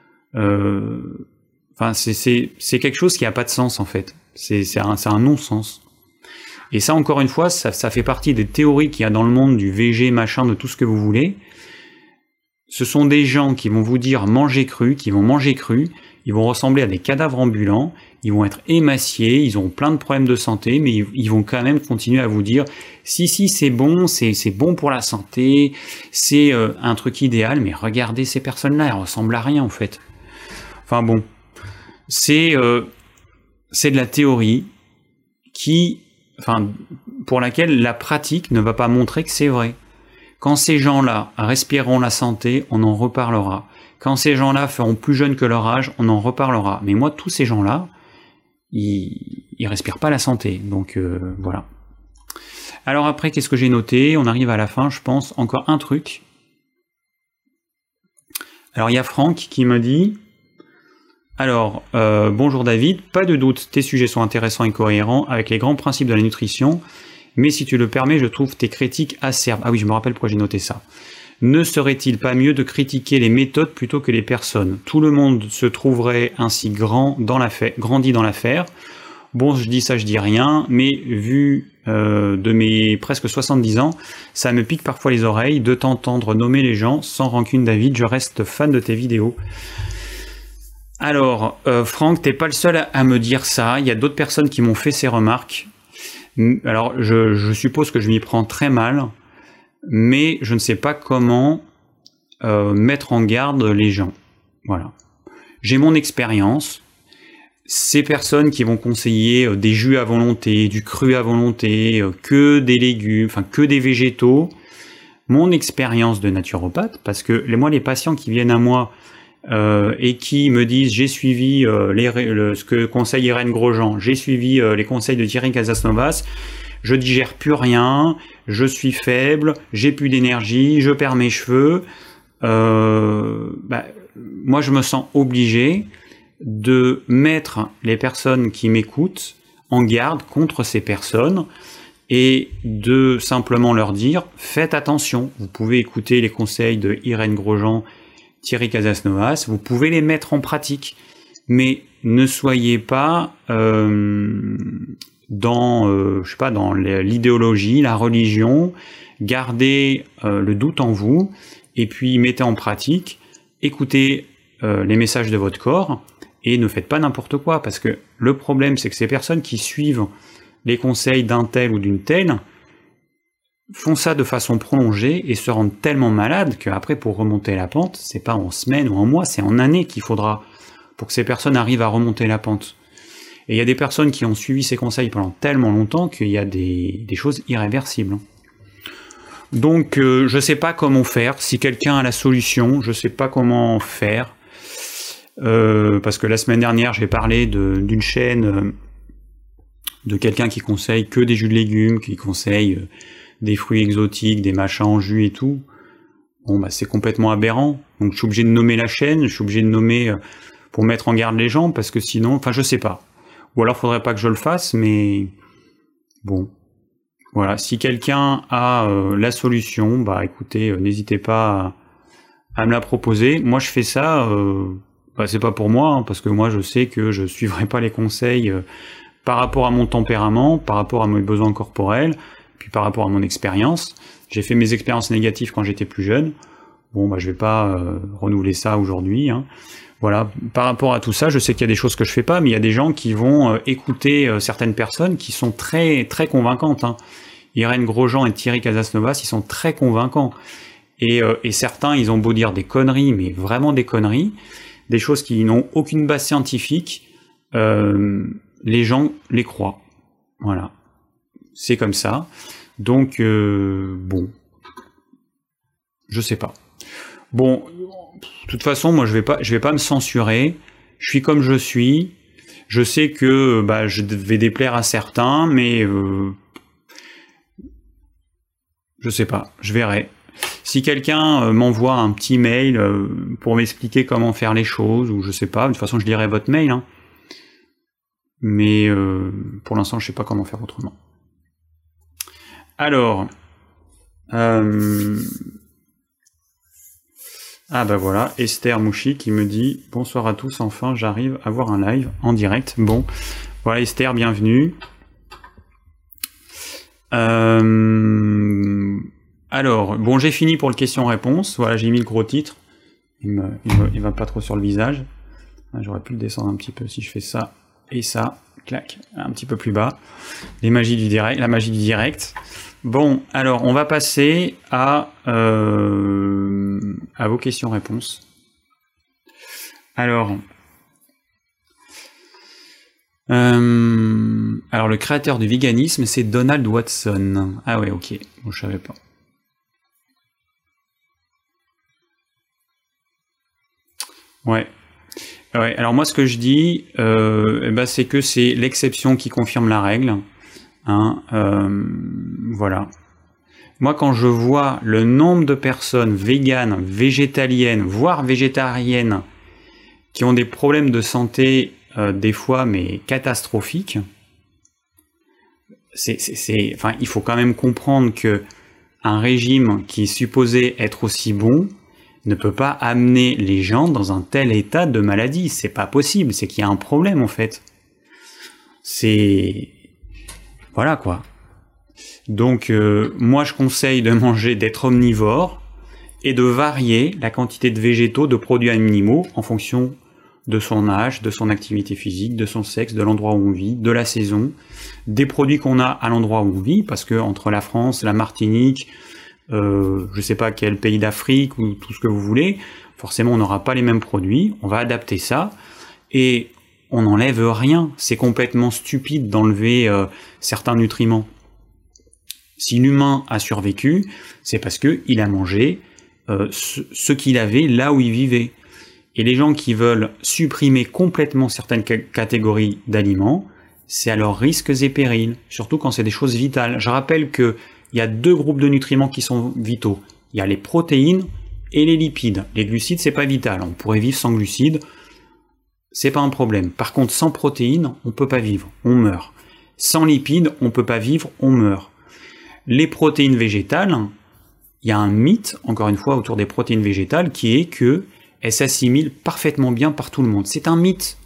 Enfin, c'est quelque chose qui a pas de sens en fait. C'est un non-sens. Et ça, encore une fois, ça fait partie des théories qu'il y a dans le monde du VG, machin, de tout ce que vous voulez. Ce sont des gens qui vont vous dire manger cru, qui vont manger cru, ils vont ressembler à des cadavres ambulants, ils vont être émaciés, ils ont plein de problèmes de santé, mais ils vont quand même continuer à vous dire si c'est bon, c'est bon pour la santé, c'est un truc idéal, mais regardez ces personnes-là, elles ressemblent à rien en fait. Enfin bon, c'est de la théorie pour laquelle la pratique ne va pas montrer que c'est vrai. Quand ces gens-là respireront la santé, on en reparlera. Quand ces gens-là feront plus jeunes que leur âge, on en reparlera. Mais moi, tous ces gens-là, il respire pas la santé. Donc voilà. Alors après, qu'est-ce que j'ai noté? On arrive à la fin, je pense. Encore un truc. Alors il y a Franck qui me dit... Alors, bonjour David, pas de doute, tes sujets sont intéressants et cohérents avec les grands principes de la nutrition, mais si tu le permets, je trouve tes critiques acerbes. Ah oui, je me rappelle pourquoi j'ai noté ça. Ne serait-il pas mieux de critiquer les méthodes plutôt que les personnes? Tout le monde se trouverait ainsi grandi dans l'affaire. Bon, je dis ça, je dis rien, mais vu de mes presque 70 ans, ça me pique parfois les oreilles de t'entendre nommer les gens sans rancune David, je reste fan de tes vidéos. Alors, Franck, t'es pas le seul à me dire ça, il y a d'autres personnes qui m'ont fait ces remarques. Alors, je suppose que je m'y prends très mal, mais je ne sais pas comment mettre en garde les gens. Voilà. J'ai mon expérience. Ces personnes qui vont conseiller des jus à volonté, du cru à volonté, que des légumes, enfin que des végétaux, mon expérience de naturopathe, parce que moi, les patients qui viennent à moi et qui me disent j'ai suivi ce que conseille Irène Grosjean, j'ai suivi les conseils de Thierry Casasnovas, je digère plus rien, je suis faible, j'ai plus d'énergie, je perds mes cheveux. Moi, je me sens obligé de mettre les personnes qui m'écoutent en garde contre ces personnes et de simplement leur dire faites attention. Vous pouvez écouter les conseils de Irène Grosjean, Thierry Casasnovas, vous pouvez les mettre en pratique, mais ne soyez pas dans l'idéologie, la religion, gardez le doute en vous, et puis mettez en pratique, écoutez les messages de votre corps, et ne faites pas n'importe quoi, parce que le problème, c'est que ces personnes qui suivent les conseils d'un tel ou d'une telle font ça de façon prolongée et se rendent tellement malades qu'après, pour remonter la pente, c'est pas en semaines ou en mois, c'est en années qu'il faudra pour que ces personnes arrivent à remonter la pente. Et il y a des personnes qui ont suivi ces conseils pendant tellement longtemps qu'il y a des choses irréversibles. Donc, je sais pas comment faire. Si quelqu'un a la solution, je sais pas comment faire. Parce que la semaine dernière, j'ai parlé d'une chaîne de quelqu'un qui conseille que des jus de légumes, qui conseille des fruits exotiques, des machins en jus et tout. Bon, bah c'est complètement aberrant. Donc, je suis obligé de nommer la chaîne, je suis obligé de nommer pour mettre en garde les gens, parce que sinon, enfin, je sais pas. Ou alors, faudrait pas que je le fasse, mais bon. Voilà, si quelqu'un a la solution, bah écoutez, n'hésitez pas à me la proposer. Moi, je fais ça, c'est pas pour moi, hein, parce que moi, je sais que je suivrai pas les conseils par rapport à mon tempérament, par rapport à mes besoins corporels, puis par rapport à mon expérience. J'ai fait mes expériences négatives quand j'étais plus jeune. Bon, bah je vais pas renouveler ça aujourd'hui, hein. Voilà, par rapport à tout ça, je sais qu'il y a des choses que je fais pas, mais il y a des gens qui vont écouter certaines personnes qui sont très très convaincantes, hein. Irène Grosjean et Thierry Casasnovas, ils sont très convaincants. Et certains, ils ont beau dire des conneries, mais vraiment des conneries, des choses qui n'ont aucune base scientifique, les gens les croient. Voilà. C'est comme ça. Donc, bon. Je sais pas. Bon, de toute façon, moi, je vais pas me censurer. Je suis comme je suis. Je sais que je vais déplaire à certains, mais je sais pas. Je verrai. Si quelqu'un m'envoie un petit mail pour m'expliquer comment faire les choses, ou je sais pas, de toute façon, je lirai votre mail, hein. Mais pour l'instant, je sais pas comment faire autrement. Alors, ah bah voilà, Esther Mouchi qui me dit « Bonsoir à tous, enfin j'arrive à voir un live en direct. » Bon, voilà Esther, bienvenue. Alors, bon, j'ai fini pour le question-réponse. Voilà, j'ai mis le gros titre. Il va pas trop sur le visage. J'aurais pu le descendre un petit peu si je fais ça et ça. Clac, un petit peu plus bas. La magie du direct. Bon, alors, on va passer à vos questions-réponses. Alors, le créateur du véganisme, c'est Donald Watson. Ah ouais, ok. Bon, je savais pas. Ouais. Ouais, alors moi ce que je dis, c'est que c'est l'exception qui confirme la règle. Hein, voilà. Moi quand je vois le nombre de personnes véganes, végétaliennes, voire végétariennes, qui ont des problèmes de santé des fois mais catastrophiques, enfin, il faut quand même comprendre que un régime qui est supposé être aussi bon ne peut pas amener les gens dans un tel état de maladie. C'est pas possible, c'est qu'il y a un problème en fait. C'est... Voilà quoi. Donc moi je conseille de manger, d'être omnivore et de varier la quantité de végétaux, de produits animaux en fonction de son âge, de son activité physique, de son sexe, de l'endroit où on vit, de la saison, des produits qu'on a à l'endroit où on vit, parce que entre la France, la Martinique, je sais pas quel pays d'Afrique ou tout ce que vous voulez, forcément on n'aura pas les mêmes produits, on va adapter ça, et on n'enlève rien, c'est complètement stupide d'enlever certains nutriments. Si l'humain a survécu, c'est parce qu'il a mangé ce qu'il avait là où il vivait. Et les gens qui veulent supprimer complètement certaines catégories d'aliments, c'est à leurs risques et périls, surtout quand c'est des choses vitales. Je rappelle qu'il y a deux groupes de nutriments qui sont vitaux. Il y a les protéines et les lipides. Les glucides, c'est pas vital. On pourrait vivre sans glucides, c'est pas un problème. Par contre, sans protéines, on peut pas vivre, on meurt. Sans lipides, on peut pas vivre, on meurt. Les protéines végétales, il y a un mythe, encore une fois, autour des protéines végétales, qui est que elles s'assimilent parfaitement bien par tout le monde. C'est un mythe,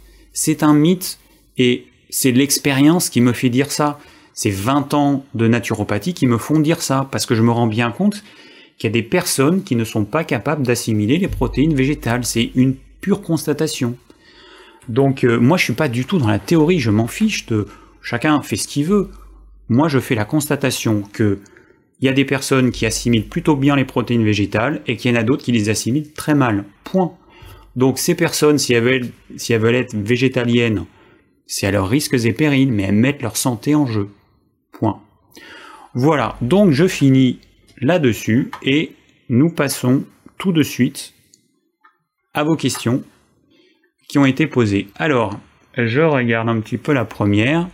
et c'est l'expérience qui me fait dire ça. C'est 20 ans de naturopathie qui me font dire ça, parce que je me rends bien compte qu'il y a des personnes qui ne sont pas capables d'assimiler les protéines végétales. C'est une pure constatation. Donc moi je suis pas du tout dans la théorie, je m'en fiche de chacun fait ce qu'il veut. Moi je fais la constatation que il y a des personnes qui assimilent plutôt bien les protéines végétales et qu'il y en a d'autres qui les assimilent très mal. Point. Donc ces personnes, si elles veulent être végétaliennes, c'est à leurs risques et périls, mais elles mettent leur santé en jeu. Point. Voilà, donc je finis là-dessus et nous passons tout de suite à vos questions qui ont été posées. Alors, je regarde un petit peu la première.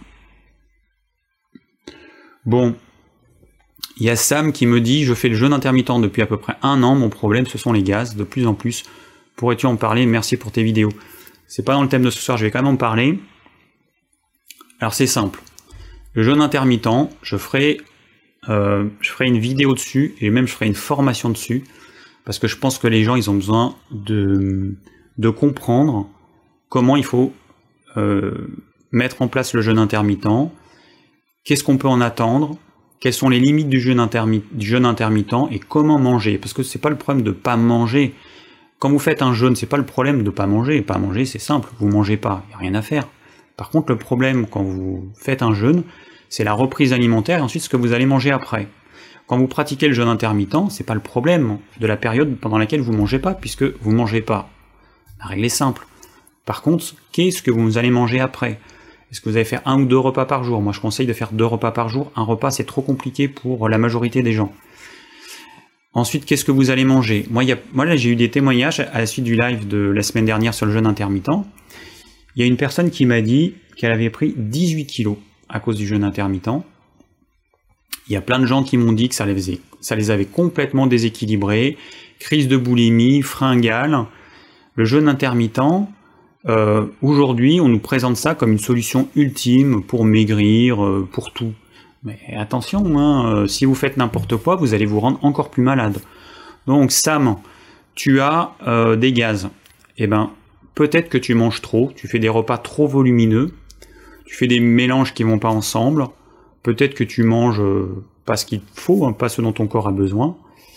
Bon, il y a Sam qui me dit « Je fais le jeûne intermittent depuis à peu près 1 an, mon problème ce sont les gaz, de plus en plus. Pourrais-tu en parler? Merci pour tes vidéos. » C'est pas dans le thème de ce soir, je vais quand même en parler. Alors c'est simple. Le jeûne intermittent, je ferai une vidéo dessus, et même je ferai une formation dessus, parce que je pense que les gens ils ont besoin de comprendre comment il faut mettre en place le jeûne intermittent, qu'est-ce qu'on peut en attendre, quelles sont les limites du jeûne intermittent et comment manger. Parce que c'est pas le problème de pas manger. Quand vous faites un jeûne, c'est pas le problème de pas manger. Pas manger, c'est simple, vous mangez pas, il n'y a rien à faire. Par contre, le problème quand vous faites un jeûne, c'est la reprise alimentaire et ensuite ce que vous allez manger après. Quand vous pratiquez le jeûne intermittent, c'est pas le problème de la période pendant laquelle vous mangez pas, puisque vous mangez pas. La règle est simple. Par contre, qu'est-ce que vous allez manger après? Est-ce que vous allez faire 1 ou 2 repas par jour? Moi, je conseille de faire 2 repas par jour. Un repas, c'est trop compliqué pour la majorité des gens. Ensuite, qu'est-ce que vous allez manger? Moi, là, j'ai eu des témoignages à la suite du live de la semaine dernière sur le jeûne intermittent. Il y a une personne qui m'a dit qu'elle avait pris 18 kilos à cause du jeûne intermittent. Il y a plein de gens qui m'ont dit que ça les avait complètement déséquilibrés. Crise de boulimie, fringales. Le jeûne intermittent... aujourd'hui, on nous présente ça comme une solution ultime pour maigrir, pour tout. Mais attention, hein, si vous faites n'importe quoi, vous allez vous rendre encore plus malade. Donc Sam, tu as des gaz. Eh ben, peut-être que tu manges trop, tu fais des repas trop volumineux, tu fais des mélanges qui vont pas ensemble, peut-être que tu manges pas ce qu'il faut, hein, pas ce dont ton corps a besoin.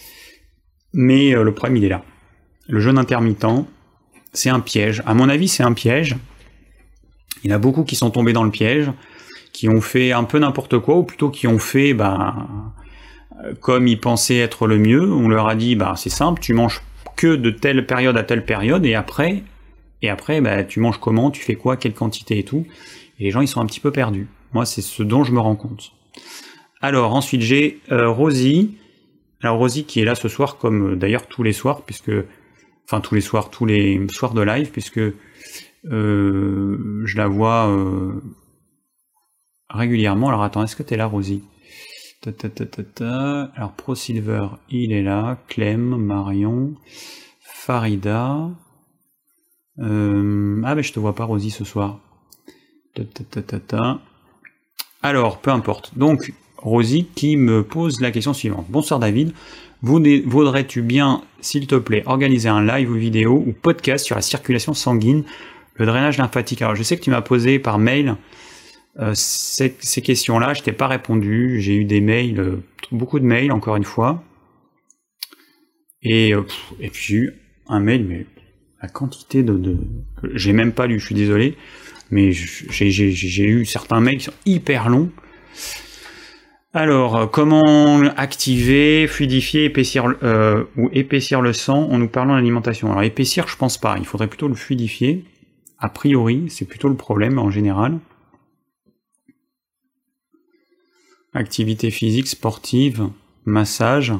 Mais le problème, il est là. Le jeûne intermittent, c'est un piège. À mon avis, c'est un piège. Il y en a beaucoup qui sont tombés dans le piège, qui ont fait un peu n'importe quoi, ou plutôt qui ont fait comme ils pensaient être le mieux. On leur a dit, c'est simple, tu manges que de telle période à telle période, et après tu manges comment, tu fais quoi, quelle quantité et tout. Et les gens, ils sont un petit peu perdus. Moi, c'est ce dont je me rends compte. Alors, ensuite, j'ai Rosie. Alors, Rosie qui est là ce soir, comme d'ailleurs tous les soirs, puisque... enfin tous les soirs de live, puisque je la vois régulièrement. Alors attends, est-ce que t'es là, Rosie? Alors ProSilver, il est là. Clem, Marion, Farida. Ah mais je te vois pas, Rosie, ce soir. Alors, peu importe. Donc, Rosie qui me pose la question suivante. Bonsoir David, voudrais-tu bien, s'il te plaît, organiser un live ou vidéo ou podcast sur la circulation sanguine, le drainage lymphatique? Alors, je sais que tu m'as posé par mail ces questions-là, je t'ai pas répondu. J'ai eu des mails, beaucoup de mails, encore une fois. Et puis j'ai eu un mail, mais la quantité j'ai même pas lu, je suis désolé, mais j'ai eu certains mails qui sont hyper longs. Alors, comment activer, fluidifier, épaissir ou épaissir le sang en nous parlant d'alimentation? Alors épaissir, je pense pas, il faudrait plutôt le fluidifier. A priori, c'est plutôt le problème en général. Activité physique, sportive, massage.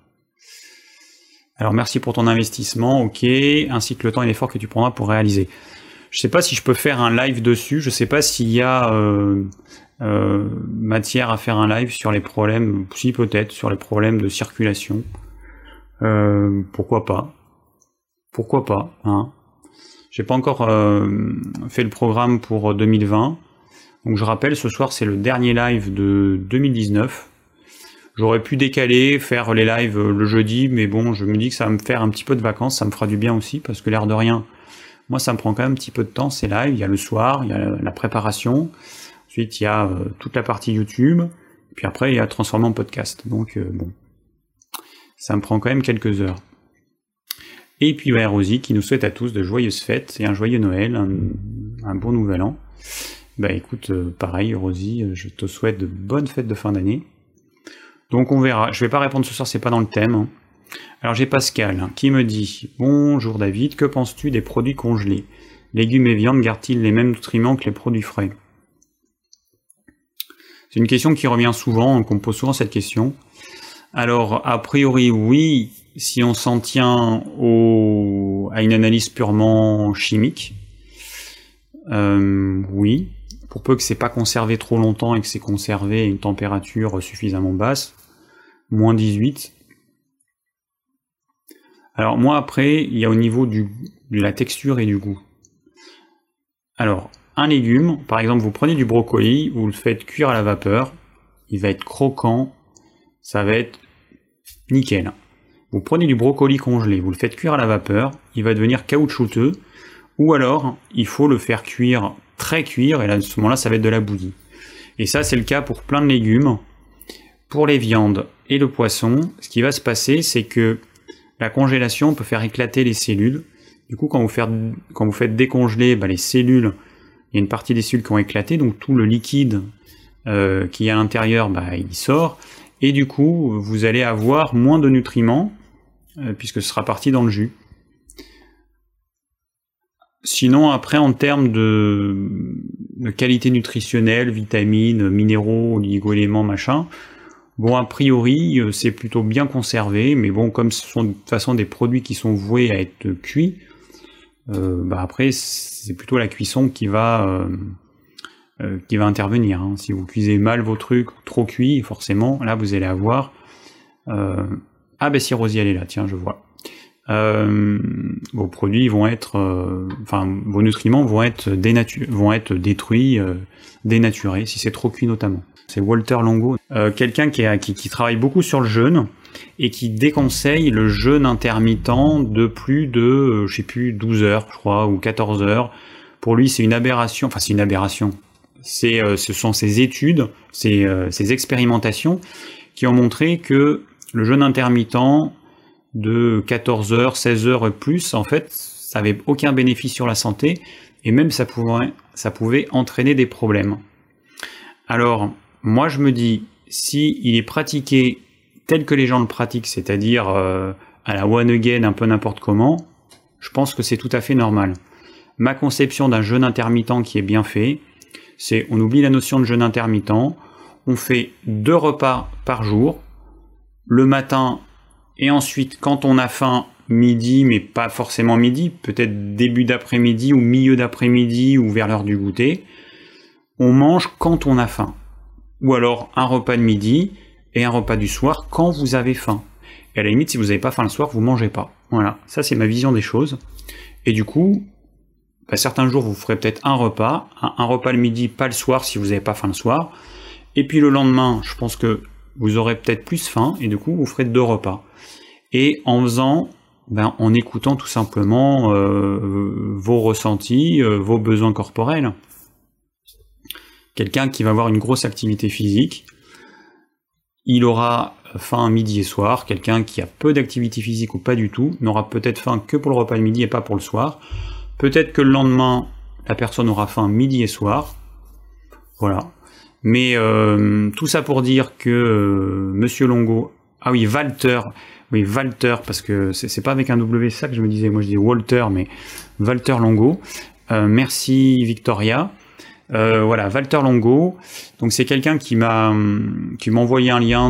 Alors merci pour ton investissement, ok, ainsi que le temps et l'effort que tu prendras pour réaliser. Je sais pas si je peux faire un live dessus, je sais pas s'il y a matière à faire un live sur les problèmes, si peut-être, sur les problèmes de circulation. Pourquoi pas? Pourquoi pas, hein? J'ai pas encore fait le programme pour 2020. Donc je rappelle, ce soir c'est le dernier live de 2019. J'aurais pu décaler, faire les lives le jeudi, mais bon, je me dis que ça va me faire un petit peu de vacances, ça me fera du bien aussi, parce que l'air de rien, moi ça me prend quand même un petit peu de temps, ces lives. Il y a le soir, il y a la préparation, ensuite il y a toute la partie YouTube, et puis après il y a transformé en podcast. Donc bon, ça me prend quand même quelques heures. Et puis Rosie qui nous souhaite à tous de joyeuses fêtes et un joyeux Noël, un bon nouvel an. Bah écoute, pareil Rosie, je te souhaite de bonnes fêtes de fin d'année. Donc on verra, je vais pas répondre ce soir, c'est pas dans le thème. Alors j'ai Pascal qui me dit « Bonjour David, que penses-tu des produits congelés? Légumes et viande gardent-ils les mêmes nutriments que les produits frais ?» C'est une question qui revient souvent, qu'on me pose souvent cette question. Alors a priori oui, si on s'en tient à une analyse purement chimique, oui. Pour peu que c'est pas conservé trop longtemps et que c'est conservé à une température suffisamment basse, moins 18. Alors moi après, il y a au niveau de la texture et du goût. Alors, un légume, par exemple vous prenez du brocoli, vous le faites cuire à la vapeur, il va être croquant, ça va être nickel. Vous prenez du brocoli congelé, vous le faites cuire à la vapeur, il va devenir caoutchouteux, ou alors il faut le faire cuire, très cuire, et là, à ce moment-là, ça va être de la bouillie. Et ça, c'est le cas pour plein de légumes. Pour les viandes et le poisson, ce qui va se passer, c'est que la congélation peut faire éclater les cellules. Du coup, quand vous faites décongeler les cellules, il y a une partie des cellules qui ont éclaté, donc tout le liquide qui est à l'intérieur, il sort, et du coup, vous allez avoir moins de nutriments, puisque ce sera parti dans le jus. Sinon, après, en termes de qualité nutritionnelle, vitamines, minéraux, oligo-éléments, machin, bon, a priori, c'est plutôt bien conservé, mais bon, comme ce sont de toute façon des produits qui sont voués à être cuits, après, c'est plutôt la cuisson qui va intervenir. Hein. Si vous cuisez mal vos trucs, trop cuits, forcément, là, vous allez avoir... Ah, ben si Rosie, elle est là, tiens, je vois. Vos produits vont être, vos nutriments vont être détruits, dénaturés, si c'est trop cuit notamment. C'est Walter Longo, quelqu'un qui travaille beaucoup sur le jeûne et qui déconseille le jeûne intermittent de plus de, 12 heures, je crois, ou 14 heures. Pour lui, c'est une aberration. Enfin, c'est une aberration. Ce sont ces études, ces expérimentations qui ont montré que le jeûne intermittent de 14 heures, 16 heures et plus, en fait, ça n'avait aucun bénéfice sur la santé, et même ça pouvait entraîner des problèmes. Alors, moi je me dis, si il est pratiqué tel que les gens le pratiquent, c'est-à-dire à la one again, un peu n'importe comment, je pense que c'est tout à fait normal. Ma conception d'un jeûne intermittent qui est bien fait, c'est on oublie la notion de jeûne intermittent, on fait 2 repas par jour, le matin, et ensuite, quand on a faim, midi, mais pas forcément midi, peut-être début d'après-midi ou milieu d'après-midi ou vers l'heure du goûter. On mange quand on a faim. Ou alors un repas de midi et un repas du soir quand vous avez faim. Et à la limite, si vous n'avez pas faim le soir, vous mangez pas. Voilà, ça c'est ma vision des choses. Et du coup, certains jours, vous ferez peut-être un repas le midi, pas le soir si vous n'avez pas faim le soir. Et puis le lendemain, je pense que vous aurez peut-être plus faim, et du coup, vous ferez 2 repas. Et en faisant, en écoutant tout simplement vos ressentis, vos besoins corporels. Quelqu'un qui va avoir une grosse activité physique, il aura faim midi et soir. Quelqu'un qui a peu d'activité physique ou pas du tout, n'aura peut-être faim que pour le repas de midi et pas pour le soir. Peut-être que le lendemain, la personne aura faim midi et soir. Voilà. Mais tout ça pour dire que Monsieur Longo... Ah oui, Walter, parce que c'est pas avec un W ça que je me disais, moi je dis Walter, mais Walter Longo. Merci Victoria. Voilà, Walter Longo. Donc c'est quelqu'un qui m'a envoyé un lien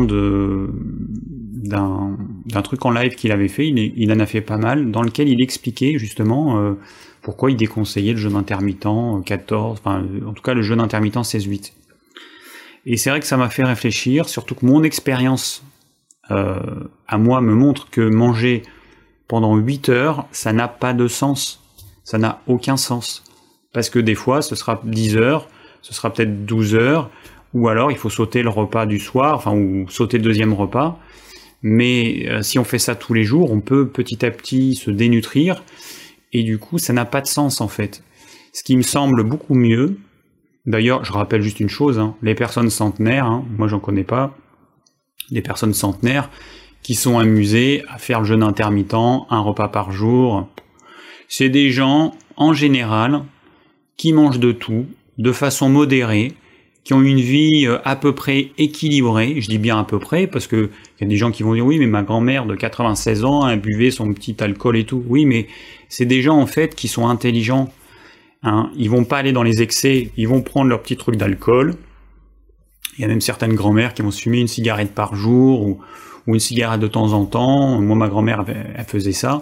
d'un truc en live qu'il avait fait. Il en a fait pas mal, dans lequel il expliquait justement pourquoi il déconseillait le jeûne intermittent 14, enfin en tout cas le jeûne intermittent 16-8. Et c'est vrai que ça m'a fait réfléchir, surtout que mon expérience à moi me montre que manger pendant 8 heures, ça n'a pas de sens. Ça n'a aucun sens. Parce que des fois, ce sera 10 heures, ce sera peut-être 12 heures, ou alors il faut sauter le repas du soir, enfin, ou sauter le deuxième repas. Mais si on fait ça tous les jours, on peut petit à petit se dénutrir, et du coup, ça n'a pas de sens en fait. Ce qui me semble beaucoup mieux, d'ailleurs, je rappelle juste une chose, les personnes centenaires, moi j'en connais pas, les personnes centenaires qui sont amusées à faire le jeûne intermittent, un repas par jour, c'est des gens, en général, qui mangent de tout, de façon modérée, qui ont une vie à peu près équilibrée, je dis bien à peu près, parce que il y a des gens qui vont dire oui, mais ma grand-mère de 96 ans, elle buvait son petit alcool et tout. Oui, mais c'est des gens en fait qui sont intelligents. Ils vont pas aller dans les excès, ils vont prendre leur petit truc d'alcool. Il y a même certaines grand-mères qui vont se fumer une cigarette par jour ou une cigarette de temps en temps. Moi, ma grand-mère, elle faisait ça.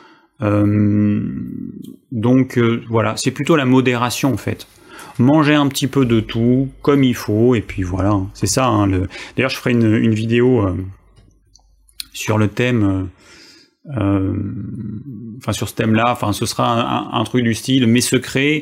Donc voilà, c'est plutôt la modération en fait. Manger un petit peu de tout, comme il faut, et puis voilà, c'est ça. D'ailleurs, je ferai une vidéo sur le thème, sur ce thème-là, ce sera un truc du style mes secrets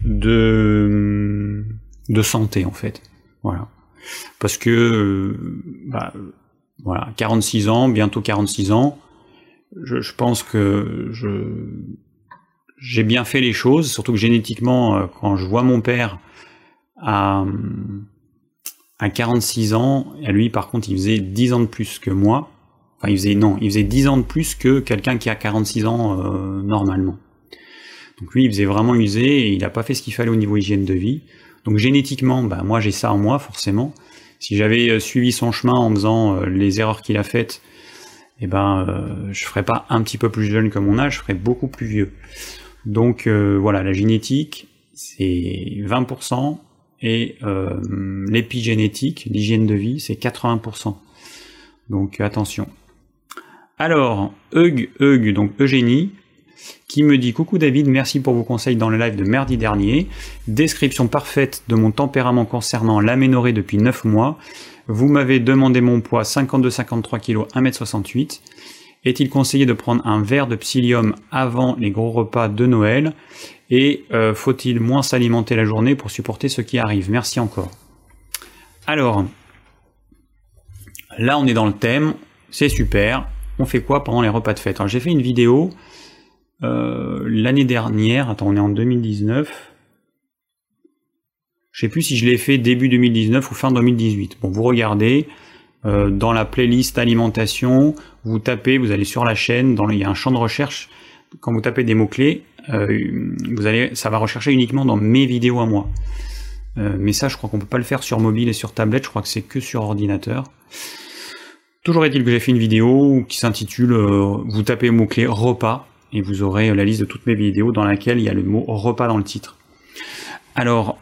de santé en fait. Voilà. Parce que, voilà, 46 ans, bientôt 46 ans, je pense que j'ai bien fait les choses, surtout que génétiquement, quand je vois mon père à 46 ans, et lui par contre il faisait 10 ans de plus que moi, il faisait 10 ans de plus que quelqu'un qui a 46 ans normalement. Donc lui il faisait vraiment user et il n'a pas fait ce qu'il fallait au niveau hygiène de vie. Donc génétiquement, moi j'ai ça en moi forcément. Si j'avais suivi son chemin en faisant les erreurs qu'il a faites, je ferais pas un petit peu plus jeune que mon âge, je ferais beaucoup plus vieux. Donc voilà, la génétique, c'est 20%, et l'épigénétique, l'hygiène de vie, c'est 80%. Donc attention. Alors, donc Eugénie, qui me dit « Coucou David, merci pour vos conseils dans le live de mardi dernier. Description parfaite de mon tempérament concernant l'aménorrhée depuis 9 mois. Vous m'avez demandé mon poids, 52-53 kg, 1m68. Est-il conseillé de prendre un verre de psyllium avant les gros repas de Noël? Et faut-il moins s'alimenter la journée pour supporter ce qui arrive? Merci encore. » Alors, là on est dans le thème, c'est super. On fait quoi pendant les repas de fête? Alors j'ai fait une vidéo l'année dernière, on est en 2019. Je sais plus si je l'ai fait début 2019 ou fin 2018. Bon, vous regardez, dans la playlist alimentation, vous tapez, vous allez sur la chaîne, il y a un champ de recherche, quand vous tapez des mots-clés, ça va rechercher uniquement dans mes vidéos à moi. Mais ça, je crois qu'on peut pas le faire sur mobile et sur tablette, je crois que c'est que sur ordinateur. Toujours est-il que j'ai fait une vidéo qui s'intitule vous tapez le mot-clé repas, et vous aurez la liste de toutes mes vidéos dans laquelle il y a le mot repas dans le titre. Alors,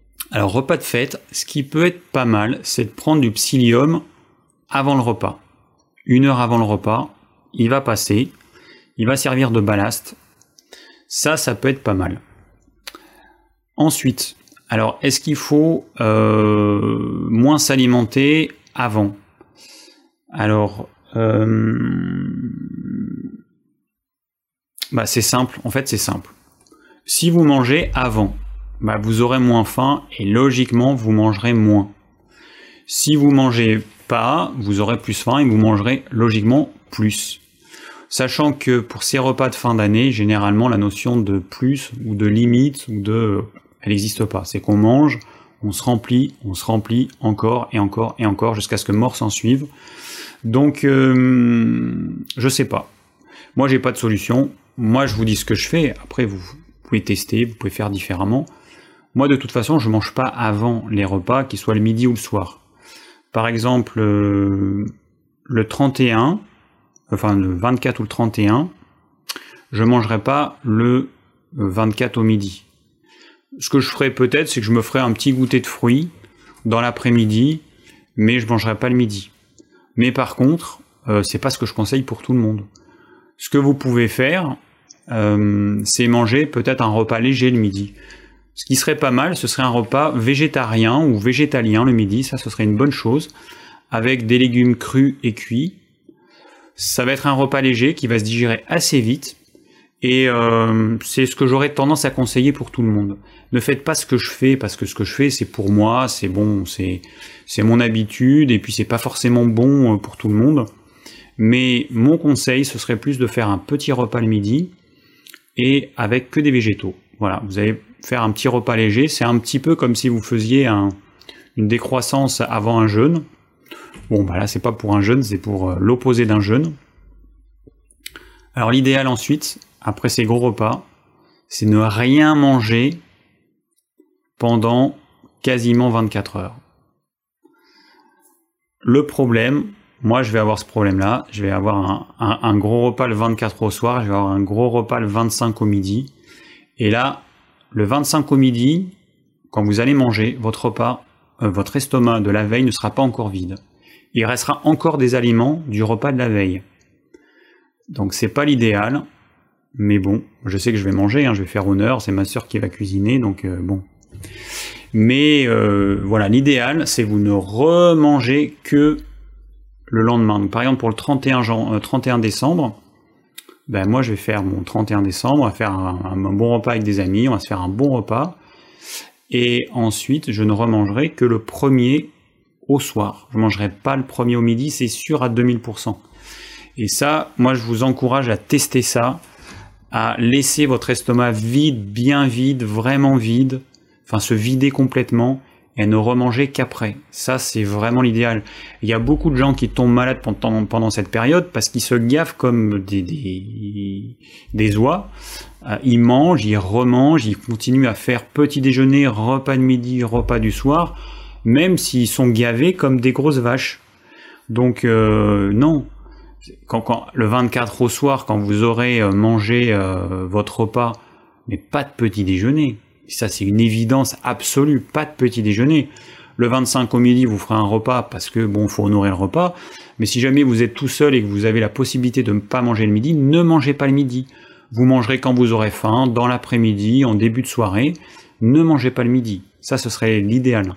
repas de fête, ce qui peut être pas mal, c'est de prendre du psyllium avant le repas. 1 heure avant le repas, il va passer, il va servir de ballast. Ça peut être pas mal. Ensuite, alors est-ce qu'il faut moins s'alimenter avant? Alors, c'est simple, en fait c'est simple. Si vous mangez avant, vous aurez moins faim et logiquement vous mangerez moins. Si vous mangez pas, vous aurez plus faim et vous mangerez logiquement plus. Sachant que pour ces repas de fin d'année, généralement la notion de plus ou de limite ou de... elle n'existe pas. C'est qu'on mange, on se remplit encore et encore et encore jusqu'à ce que mort s'en suive. Donc, je sais pas. Moi, j'ai pas de solution. Moi, je vous dis ce que je fais. Après, vous pouvez tester, vous pouvez faire différemment. Moi, de toute façon, je mange pas avant les repas, qu'ils soient le midi ou le soir. Par exemple, le 31, enfin le 24 ou le 31, je mangerai pas le 24 au midi. Ce que je ferai peut-être, c'est que je me ferai un petit goûter de fruits dans l'après-midi, mais je mangerai pas le midi. Mais par contre, c'est pas ce que je conseille pour tout le monde. Ce que vous pouvez faire, c'est manger peut-être un repas léger le midi. Ce qui serait pas mal, ce serait un repas végétarien ou végétalien le midi, ça ce serait une bonne chose, avec des légumes crus et cuits. Ça va être un repas léger qui va se digérer assez vite, et c'est ce que j'aurais tendance à conseiller pour tout le monde. Ne faites pas ce que je fais, parce que ce que je fais c'est pour moi, c'est bon, c'est mon habitude, et puis c'est pas forcément bon pour tout le monde. Mais mon conseil, ce serait plus de faire un petit repas le midi, et avec que des végétaux. Voilà, vous allez faire un petit repas léger, c'est un petit peu comme si vous faisiez une décroissance avant un jeûne. Bon, là c'est pas pour un jeûne, c'est pour l'opposé d'un jeûne. Alors l'idéal ensuite, après ces gros repas, c'est ne rien manger pendant quasiment 24 heures. Le problème, moi je vais avoir ce problème-là, je vais avoir un gros repas le 24 au soir, je vais avoir un gros repas le 25 au midi, et là, le 25 au midi, quand vous allez manger, votre repas, votre estomac de la veille ne sera pas encore vide. Il restera encore des aliments du repas de la veille. Donc c'est pas l'idéal, mais bon, je sais que je vais manger, je vais faire honneur, c'est ma sœur qui va cuisiner, donc bon. Mais voilà, l'idéal, c'est vous ne remangez que le lendemain. Donc, par exemple, pour le 31 décembre, moi je vais faire mon 31 décembre, on va faire un bon repas avec des amis, on va se faire un bon repas, et ensuite je ne remangerai que le 1er au soir. Je ne mangerai pas le 1er au midi, c'est sûr à 2000%. Et ça, moi je vous encourage à tester ça, à laisser votre estomac vide, bien vide, vraiment vide, enfin se vider complètement, et à ne remanger qu'après. Ça, c'est vraiment l'idéal. Il y a beaucoup de gens qui tombent malades pendant cette période parce qu'ils se gavent comme des oies. Ils mangent, ils remangent, ils continuent à faire petit déjeuner, repas de midi, repas du soir, même s'ils sont gavés comme des grosses vaches. Donc non. Quand le 24 au soir, quand vous aurez mangé votre repas, mais pas de petit déjeuner. Ça, c'est une évidence absolue, pas de petit déjeuner. Le 25 au midi, vous ferez un repas parce que, bon, faut honorer le repas. Mais si jamais vous êtes tout seul et que vous avez la possibilité de ne pas manger le midi, ne mangez pas le midi. Vous mangerez quand vous aurez faim, dans l'après-midi, en début de soirée. Ne mangez pas le midi. Ça, ce serait l'idéal.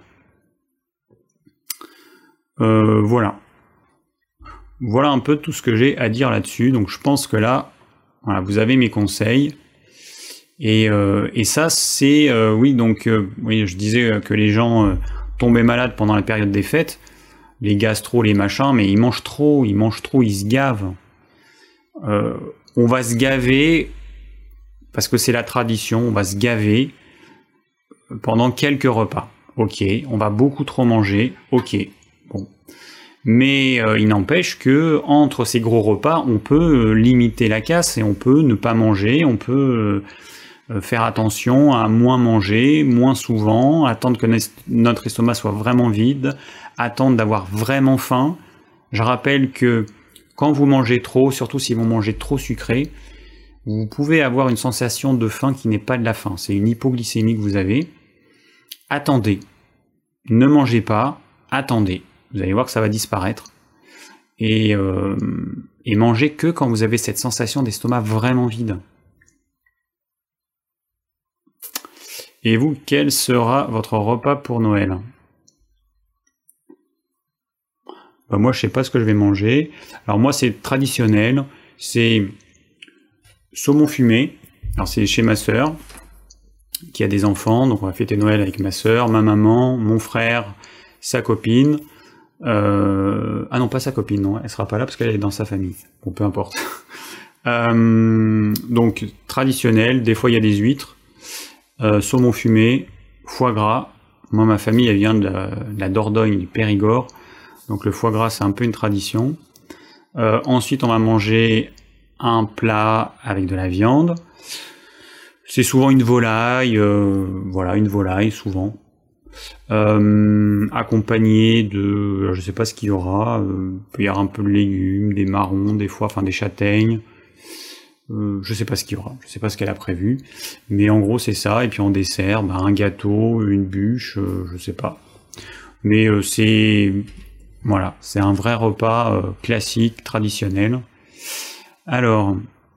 Voilà. Voilà un peu tout ce que j'ai à dire là-dessus. Donc, je pense que là, voilà, vous avez mes conseils. Et ça, c'est... oui, donc, oui, je disais que les gens tombaient malades pendant la période des fêtes, les gastro, les machins, mais ils mangent trop, ils se gavent. On va se gaver, parce que c'est la tradition, on va se gaver pendant quelques repas. Ok, on va beaucoup trop manger, ok, bon. Mais il n'empêche que entre ces gros repas, on peut limiter la casse et on peut ne pas manger, on peut... faire attention à moins manger, moins souvent, attendre que notre estomac soit vraiment vide, attendre d'avoir vraiment faim. Je rappelle que quand vous mangez trop, surtout si vous mangez trop sucré, vous pouvez avoir une sensation de faim qui n'est pas de la faim, c'est une hypoglycémie que vous avez. Attendez, ne mangez pas, attendez, vous allez voir que ça va disparaître. et mangez que quand vous avez cette sensation d'estomac vraiment vide. Et vous, quel sera votre repas pour Noël? Moi, je sais pas ce que je vais manger. Alors moi, c'est traditionnel. C'est saumon fumé. Alors c'est chez ma sœur qui a des enfants. Donc on va fêter Noël avec ma sœur, ma maman, mon frère, sa copine. Ah non, pas sa copine, non. Elle sera pas là parce qu'elle est dans sa famille. Bon, peu importe. Donc traditionnel. Des fois, il y a des huîtres. Saumon fumé, foie gras. Moi, ma famille, elle vient de la Dordogne, du Périgord. Donc le foie gras, c'est un peu une tradition. Ensuite, on va manger un plat avec de la viande. C'est souvent une volaille, voilà, une volaille, souvent. Accompagné de, je sais pas ce qu'il y aura, il peut y avoir un peu de légumes, des marrons, des fois, enfin des châtaignes. Je sais pas ce qu'il y aura, je sais pas ce qu'elle a prévu. Mais en gros, c'est ça. Et puis en dessert, un gâteau, une bûche, je sais pas. Mais c'est... Voilà, c'est un vrai repas classique, traditionnel. Alors...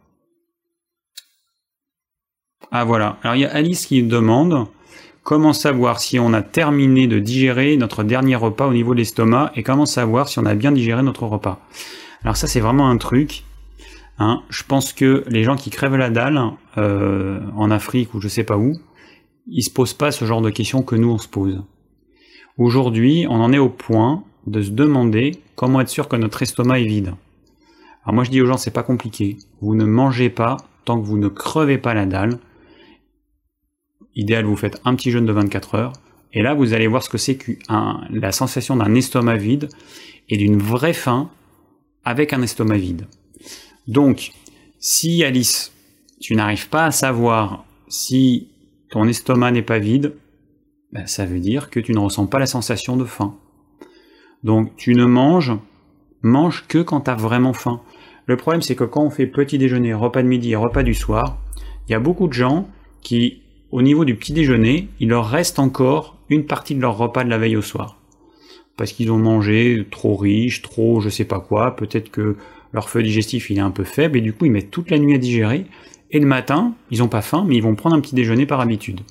Ah voilà, alors il y a Alice qui demande comment savoir si on a terminé de digérer notre dernier repas au niveau de l'estomac et comment savoir si on a bien digéré notre repas. Alors ça c'est vraiment un truc, hein. Je pense que les gens qui crèvent la dalle en Afrique ou je sais pas où, ils se posent pas ce genre de questions que nous on se pose. Aujourd'hui, on en est au point de se demander comment être sûr que notre estomac est vide. Alors moi je dis aux gens, c'est pas compliqué. Vous ne mangez pas tant que vous ne crevez pas la dalle. Idéal, vous faites un petit jeûne de 24 heures. Et là, vous allez voir ce que c'est que la sensation d'un estomac vide et d'une vraie faim avec un estomac vide. Donc, si Alice, tu n'arrives pas à savoir si ton estomac n'est pas vide, ça veut dire que tu ne ressens pas la sensation de faim. Donc tu ne mange que quand tu as vraiment faim. Le problème c'est que quand on fait petit déjeuner, repas de midi et repas du soir, il y a beaucoup de gens qui, au niveau du petit déjeuner, il leur reste encore une partie de leur repas de la veille au soir. Parce qu'ils ont mangé trop riche, trop je sais pas quoi, peut-être que leur feu digestif il est un peu faible et du coup ils mettent toute la nuit à digérer et le matin, ils n'ont pas faim mais ils vont prendre un petit déjeuner par habitude.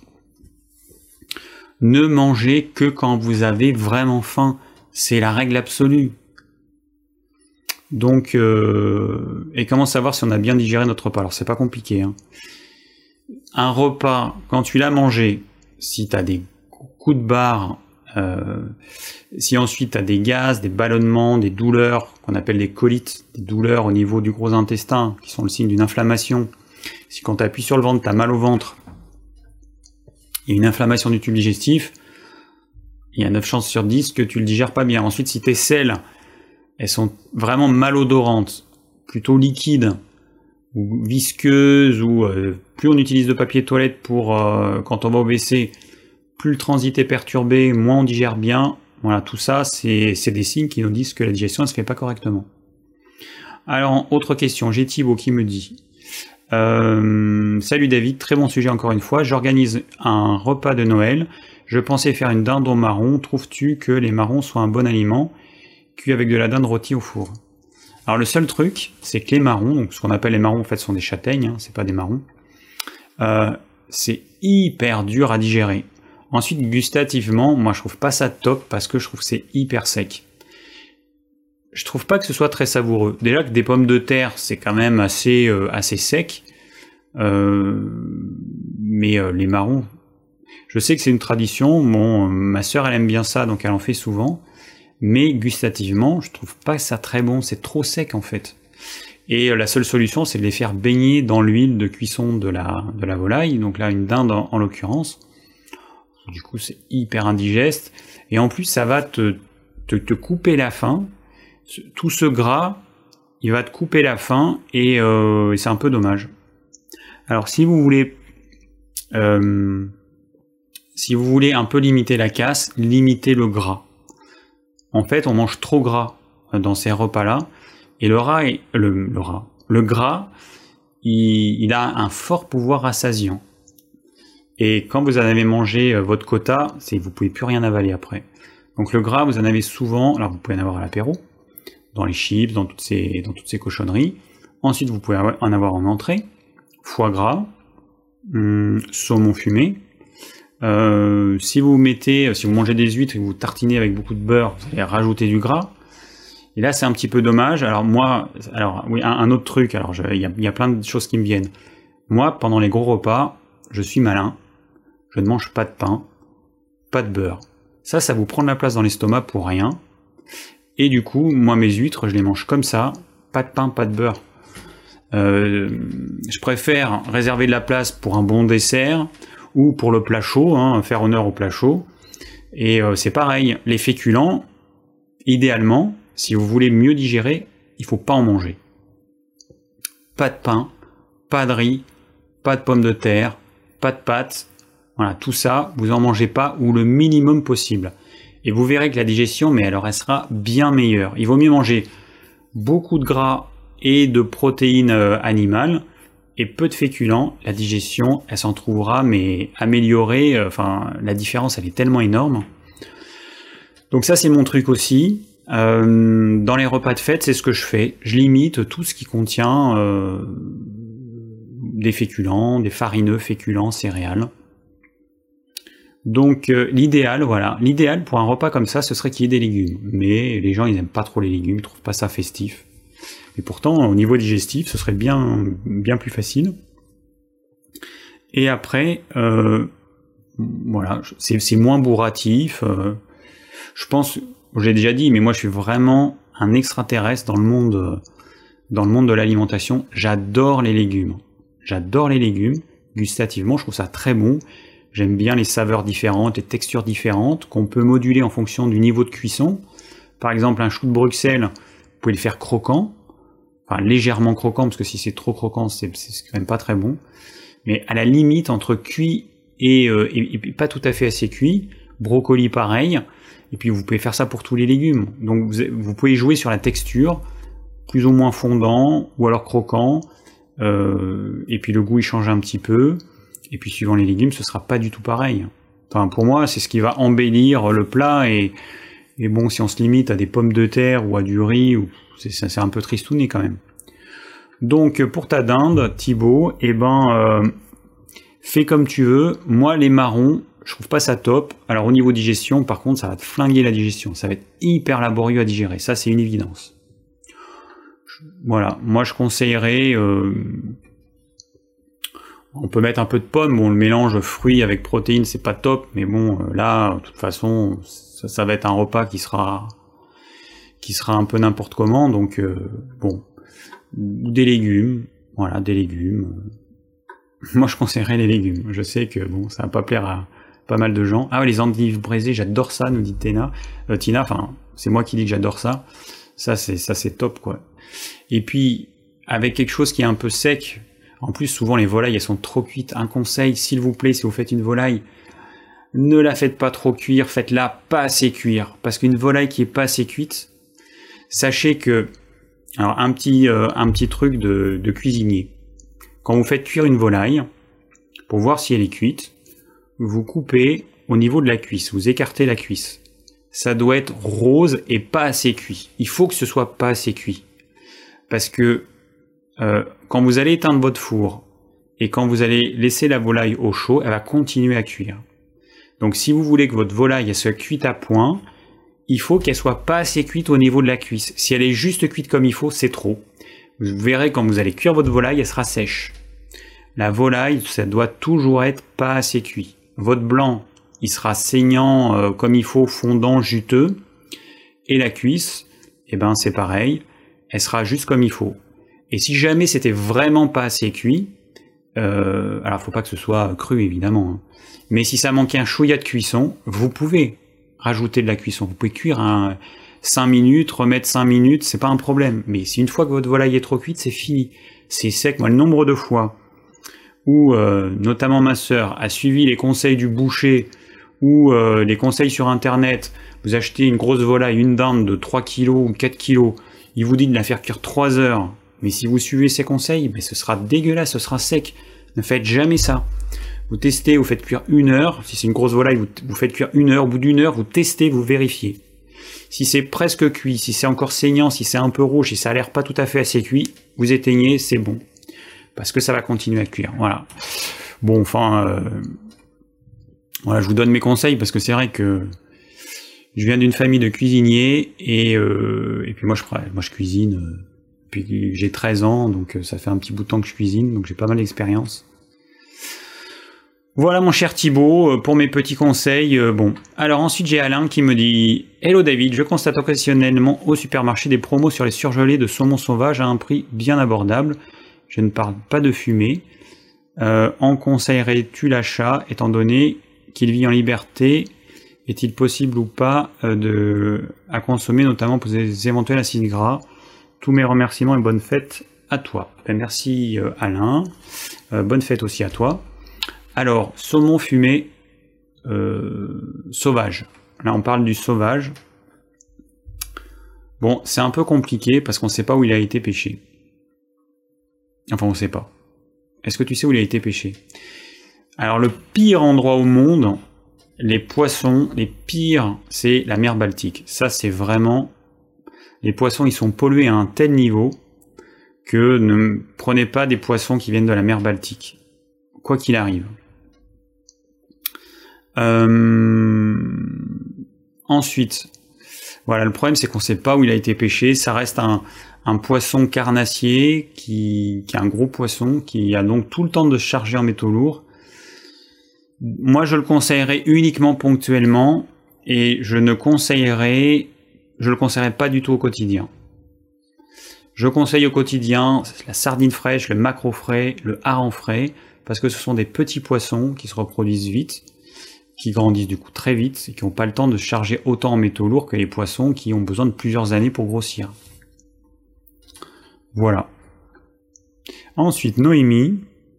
Ne mangez que quand vous avez vraiment faim. C'est la règle absolue. Donc, et comment savoir si on a bien digéré notre repas? Alors c'est pas compliqué, hein. Un repas, quand tu l'as mangé, si tu as des coups de barre, si ensuite tu as des gaz, des ballonnements, des douleurs, qu'on appelle des colites, des douleurs au niveau du gros intestin, qui sont le signe d'une inflammation, si quand tu appuies sur le ventre, tu as mal au ventre, il y a une inflammation du tube digestif, il y a 9 chances sur 10 que tu le digères pas bien. Ensuite, si tes selles, elles sont vraiment malodorantes, plutôt liquides, ou visqueuses, ou plus on utilise de papier toilette pour quand on va au WC, plus le transit est perturbé, moins on digère bien. Voilà, tout ça, c'est des signes qui nous disent que la digestion ne se fait pas correctement. Alors, autre question, j'ai Thibaut qui me dit salut David, très bon sujet encore une fois, j'organise un repas de Noël. Je pensais faire une dinde au marron. Trouves-tu que les marrons soient un bon aliment, cuit avec de la dinde rôtie au four? Alors le seul truc, c'est que les marrons, donc ce qu'on appelle les marrons en fait sont des châtaignes, hein, c'est pas des marrons, c'est hyper dur à digérer. Ensuite, gustativement, moi je trouve pas ça top parce que je trouve que c'est hyper sec. Je trouve pas que ce soit très savoureux. Déjà que des pommes de terre, c'est quand même assez sec, mais les marrons... Je sais que c'est une tradition, ma sœur elle aime bien ça, donc elle en fait souvent, mais gustativement, je trouve pas ça très bon, c'est trop sec en fait. Et la seule solution, c'est de les faire baigner dans l'huile de cuisson de la volaille, donc là une dinde en l'occurrence. Du coup c'est hyper indigeste, et en plus ça va te couper la faim, tout ce gras, il va te couper la faim, et c'est un peu dommage. Alors si vous voulez un peu limiter la casse, limitez le gras. En fait, on mange trop gras dans ces repas-là, et le gras, il a un fort pouvoir rassasiant. Et quand vous en avez mangé votre quota, vous pouvez plus rien avaler après. Donc le gras, vous en avez souvent, alors vous pouvez en avoir à l'apéro, dans les chips, dans toutes ces cochonneries. Ensuite, vous pouvez en avoir en entrée. Foie gras, saumon fumé. Si vous mangez des huîtres et que vous tartinez avec beaucoup de beurre, vous allez rajouter du gras. Et là, c'est un petit peu dommage. Alors oui, un autre truc. Alors, il y a plein de choses qui me viennent. Moi, pendant les gros repas, je suis malin. Je ne mange pas de pain, pas de beurre. Ça vous prend de la place dans l'estomac pour rien. Et du coup, moi, mes huîtres, je les mange comme ça. Pas de pain, pas de beurre. Je préfère réserver de la place pour un bon dessert ou pour le plat chaud, faire honneur au plat chaud. Et c'est pareil, les féculents, idéalement, si vous voulez mieux digérer, il faut pas en manger. Pas de pain, pas de riz, pas de pommes de terre, pas de pâtes. Voilà, tout ça, vous en mangez pas ou le minimum possible. Et vous verrez que la digestion, elle sera bien meilleure. Il vaut mieux manger beaucoup de gras et de protéines animales et peu de féculents. La digestion, elle s'en trouvera, mais améliorée. La différence, elle est tellement énorme. Donc ça, c'est mon truc aussi. Dans les repas de fête, c'est ce que je fais. Je limite tout ce qui contient des féculents, des farineux, féculents, céréales. Donc l'idéal pour un repas comme ça, ce serait qu'il y ait des légumes. Mais les gens, ils n'aiment pas trop les légumes, ils trouvent pas ça festif. Et pourtant, au niveau digestif, ce serait bien plus facile. Et après, c'est moins bourratif. Je pense, j'ai déjà dit, mais moi je suis vraiment un extraterrestre dans le monde de l'alimentation. J'adore les légumes. Gustativement, je trouve ça très bon. J'aime bien les saveurs différentes, les textures différentes, qu'on peut moduler en fonction du niveau de cuisson. Par exemple, un chou de Bruxelles, vous pouvez le faire croquant. Enfin, légèrement croquant, parce que si c'est trop croquant, c'est quand même pas très bon. Mais à la limite, entre cuit et pas tout à fait assez cuit. Brocoli, pareil. Et puis, vous pouvez faire ça pour tous les légumes. Donc, vous pouvez jouer sur la texture, plus ou moins fondant, ou alors croquant. Et puis, le goût, il change un petit peu. Et puis, suivant les légumes, ce sera pas du tout pareil. Enfin, pour moi, c'est ce qui va embellir le plat. Et bon, si on se limite à des pommes de terre ou à du riz, c'est un peu tristouné quand même. Donc, pour ta dinde, Thibaut, fais comme tu veux. Moi, les marrons, je trouve pas ça top. Alors, au niveau digestion, par contre, ça va te flinguer la digestion. Ça va être hyper laborieux à digérer. Ça, c'est une évidence. Voilà. Moi, je conseillerais... on peut mettre un peu de pommes. Bon, le mélange fruits avec protéines, c'est pas top. Mais bon, là, de toute façon, ça va être un repas qui sera un peu n'importe comment. Donc, des légumes. Voilà, des légumes. Moi, je conseillerais les légumes. Je sais que, ça va pas plaire à pas mal de gens. Ah ouais, les endives braisées, j'adore ça, nous dit Tina. Tina, c'est moi qui dis que j'adore ça. Ça, c'est top, quoi. Et puis, avec quelque chose qui est un peu sec. En plus, souvent, les volailles, elles sont trop cuites. Un conseil, s'il vous plaît, si vous faites une volaille, ne la faites pas trop cuire, faites-la pas assez cuire. Parce qu'une volaille qui est pas assez cuite, sachez que... Alors, un petit truc de cuisinier. Quand vous faites cuire une volaille, pour voir si elle est cuite, vous coupez au niveau de la cuisse, vous écartez la cuisse. Ça doit être rose et pas assez cuit. Il faut que ce soit pas assez cuit. Parce que quand vous allez éteindre votre four et quand vous allez laisser la volaille au chaud, elle va continuer à cuire. Donc si vous voulez que votre volaille elle soit cuite à point, il faut qu'elle soit pas assez cuite au niveau de la cuisse. Si elle est juste cuite comme il faut, c'est trop. Vous verrez quand vous allez cuire votre volaille, elle sera sèche. La volaille, ça doit toujours être pas assez cuit. Votre blanc, il sera saignant comme il faut, fondant, juteux. Et la cuisse, c'est pareil, elle sera juste comme il faut. Et si jamais c'était vraiment pas assez cuit, alors faut pas que ce soit cru évidemment, mais si ça manquait un chouïa de cuisson, vous pouvez rajouter de la cuisson. Vous pouvez cuire 5 minutes, remettre 5 minutes, c'est pas un problème. Mais si une fois que votre volaille est trop cuite, c'est fini. C'est sec. Moi, le nombre de fois où, notamment ma sœur, a suivi les conseils du boucher ou les conseils sur Internet, vous achetez une grosse volaille, une dinde de 3 kg ou 4 kg, il vous dit de la faire cuire 3 heures. Mais si vous suivez ces conseils, ce sera dégueulasse, ce sera sec. Ne faites jamais ça. Vous testez, vous faites cuire 1 heure. Si c'est une grosse volaille, vous faites cuire 1 heure. Au bout d'1 heure, vous testez, vous vérifiez. Si c'est presque cuit, si c'est encore saignant, si c'est un peu rouge, si ça a l'air pas tout à fait assez cuit, vous éteignez, c'est bon. Parce que ça va continuer à cuire, voilà. Bon, enfin, voilà, je vous donne mes conseils parce que c'est vrai que je viens d'une famille de cuisiniers et puis moi je cuisine depuis j'ai 13 ans, donc ça fait un petit bout de temps que je cuisine, donc j'ai pas mal d'expérience. Voilà mon cher Thibaut, pour mes petits conseils. Bon, alors ensuite j'ai Alain qui me dit « Hello David, je constate occasionnellement au supermarché des promos sur les surgelés de saumon sauvage à un prix bien abordable. Je ne parle pas de fumée. En conseillerais-tu l'achat étant donné qu'il vit en liberté? Est-il possible ou pas à consommer, notamment pour des éventuels acides gras? Tous mes remerciements et bonne fête à toi. » Ben, merci Alain, bonne fête aussi à toi. Alors, saumon fumé sauvage. Là, on parle du sauvage. Bon, c'est un peu compliqué parce qu'on ne sait pas où il a été pêché. Enfin, on ne sait pas. Est-ce que tu sais où il a été pêché? Alors, le pire endroit au monde, les poissons, les pires, c'est la mer Baltique. Ça, c'est vraiment... Les poissons, ils sont pollués à un tel niveau que ne prenez pas des poissons qui viennent de la mer Baltique. Quoi qu'il arrive. Ensuite, voilà, le problème c'est qu'on ne sait pas où il a été pêché. Ça reste un poisson carnassier qui est un gros poisson qui a donc tout le temps de se charger en métaux lourds. Moi, je le conseillerais uniquement ponctuellement et je le conseillerais pas du tout au quotidien. Je conseille au quotidien la sardine fraîche, le maquereau frais, le hareng frais, parce que ce sont des petits poissons qui se reproduisent vite, qui grandissent du coup très vite et qui n'ont pas le temps de se charger autant en métaux lourds que les poissons qui ont besoin de plusieurs années pour grossir. Voilà. Ensuite, Noémie.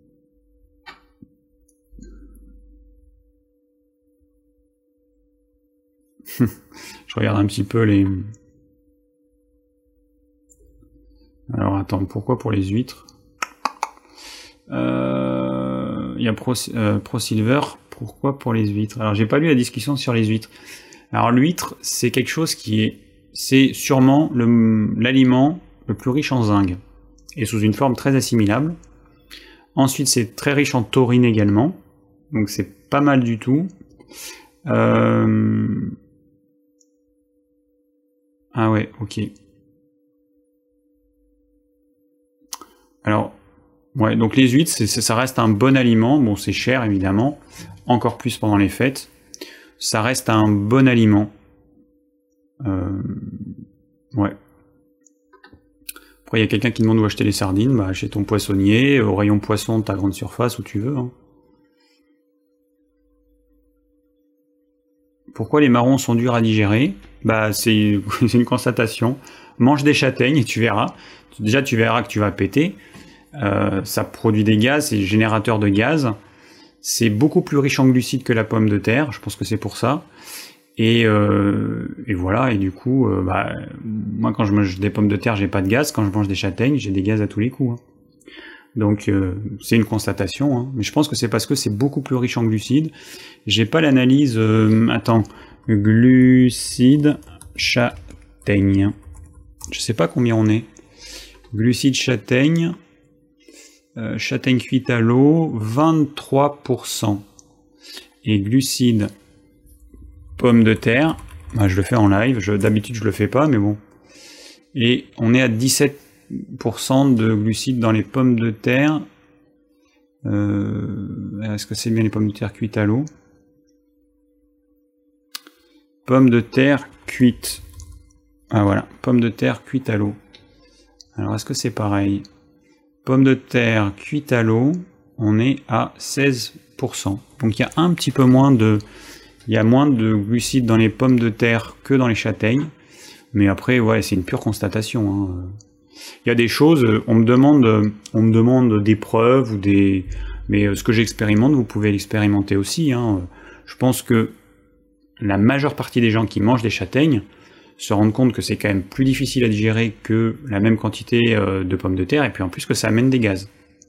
Je regarde un petit peu les... Alors attends, pourquoi pour les huîtres? Il y a ProSilver, pourquoi pour les huîtres? Alors j'ai pas lu la discussion sur les huîtres. Alors l'huître, c'est quelque chose c'est sûrement l'aliment le plus riche en zinc, et sous une forme très assimilable. Ensuite c'est très riche en taurine également, donc c'est pas mal du tout. Ah ouais, ok. Alors, ouais, donc les huîtres, ça reste un bon aliment. Bon, c'est cher évidemment, encore plus pendant les fêtes. Ça reste un bon aliment. Ouais. Après, il y a quelqu'un qui demande où acheter les sardines. Bah, chez ton poissonnier, au rayon poisson de ta grande surface, où tu veux. Hein. Pourquoi les marrons sont durs à digérer? Bah, c'est une constatation. Mange des châtaignes et tu verras. Déjà, tu verras que tu vas péter. Ça produit des gaz, c'est générateur de gaz. C'est beaucoup plus riche en glucides que la pomme de terre, je pense que c'est pour ça. Et voilà, et du coup, moi quand je mange des pommes de terre, j'ai pas de gaz. Quand je mange des châtaignes, j'ai des gaz à tous les coups. Hein. Donc c'est une constatation, hein. Mais je pense que c'est parce que c'est beaucoup plus riche en glucides. J'ai pas l'analyse. Attends, glucides châtaigne. Je sais pas combien on est. Glucides châtaigne. Châtaigne cuite à l'eau, 23%. Et glucides pommes de terre, bah, je le fais en live, d'habitude je le fais pas, mais bon. Et on est à 17% de glucides dans les pommes de terre. Est-ce que c'est bien les pommes de terre cuites à l'eau? Pommes de terre cuites. Ah voilà, pommes de terre cuites à l'eau. Alors est-ce que c'est pareil? Pommes de terre cuites à l'eau, on est à 16%. Donc il y a un petit peu moins de... Il y a moins de glucides dans les pommes de terre que dans les châtaignes. Mais après, ouais, c'est une pure constatation. Hein. Il y a des choses, on me demande des preuves ou des... Mais ce que j'expérimente, vous pouvez l'expérimenter aussi. Hein. Je pense que la majeure partie des gens qui mangent des châtaignes se rendent compte que c'est quand même plus difficile à digérer que la même quantité de pommes de terre, et puis en plus que ça amène des gaz.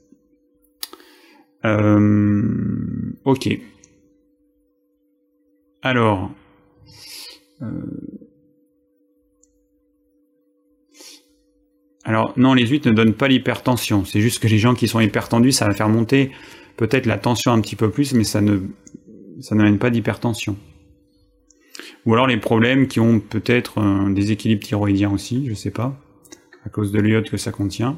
Ok. Alors, Alors non, les huîtres ne donnent pas l'hypertension. C'est juste que les gens qui sont hypertendus, ça va faire monter peut-être la tension un petit peu plus, mais ça n'amène pas d'hypertension. Ou alors les problèmes qui ont peut-être un déséquilibre thyroïdien aussi, je sais pas, à cause de l'iode que ça contient.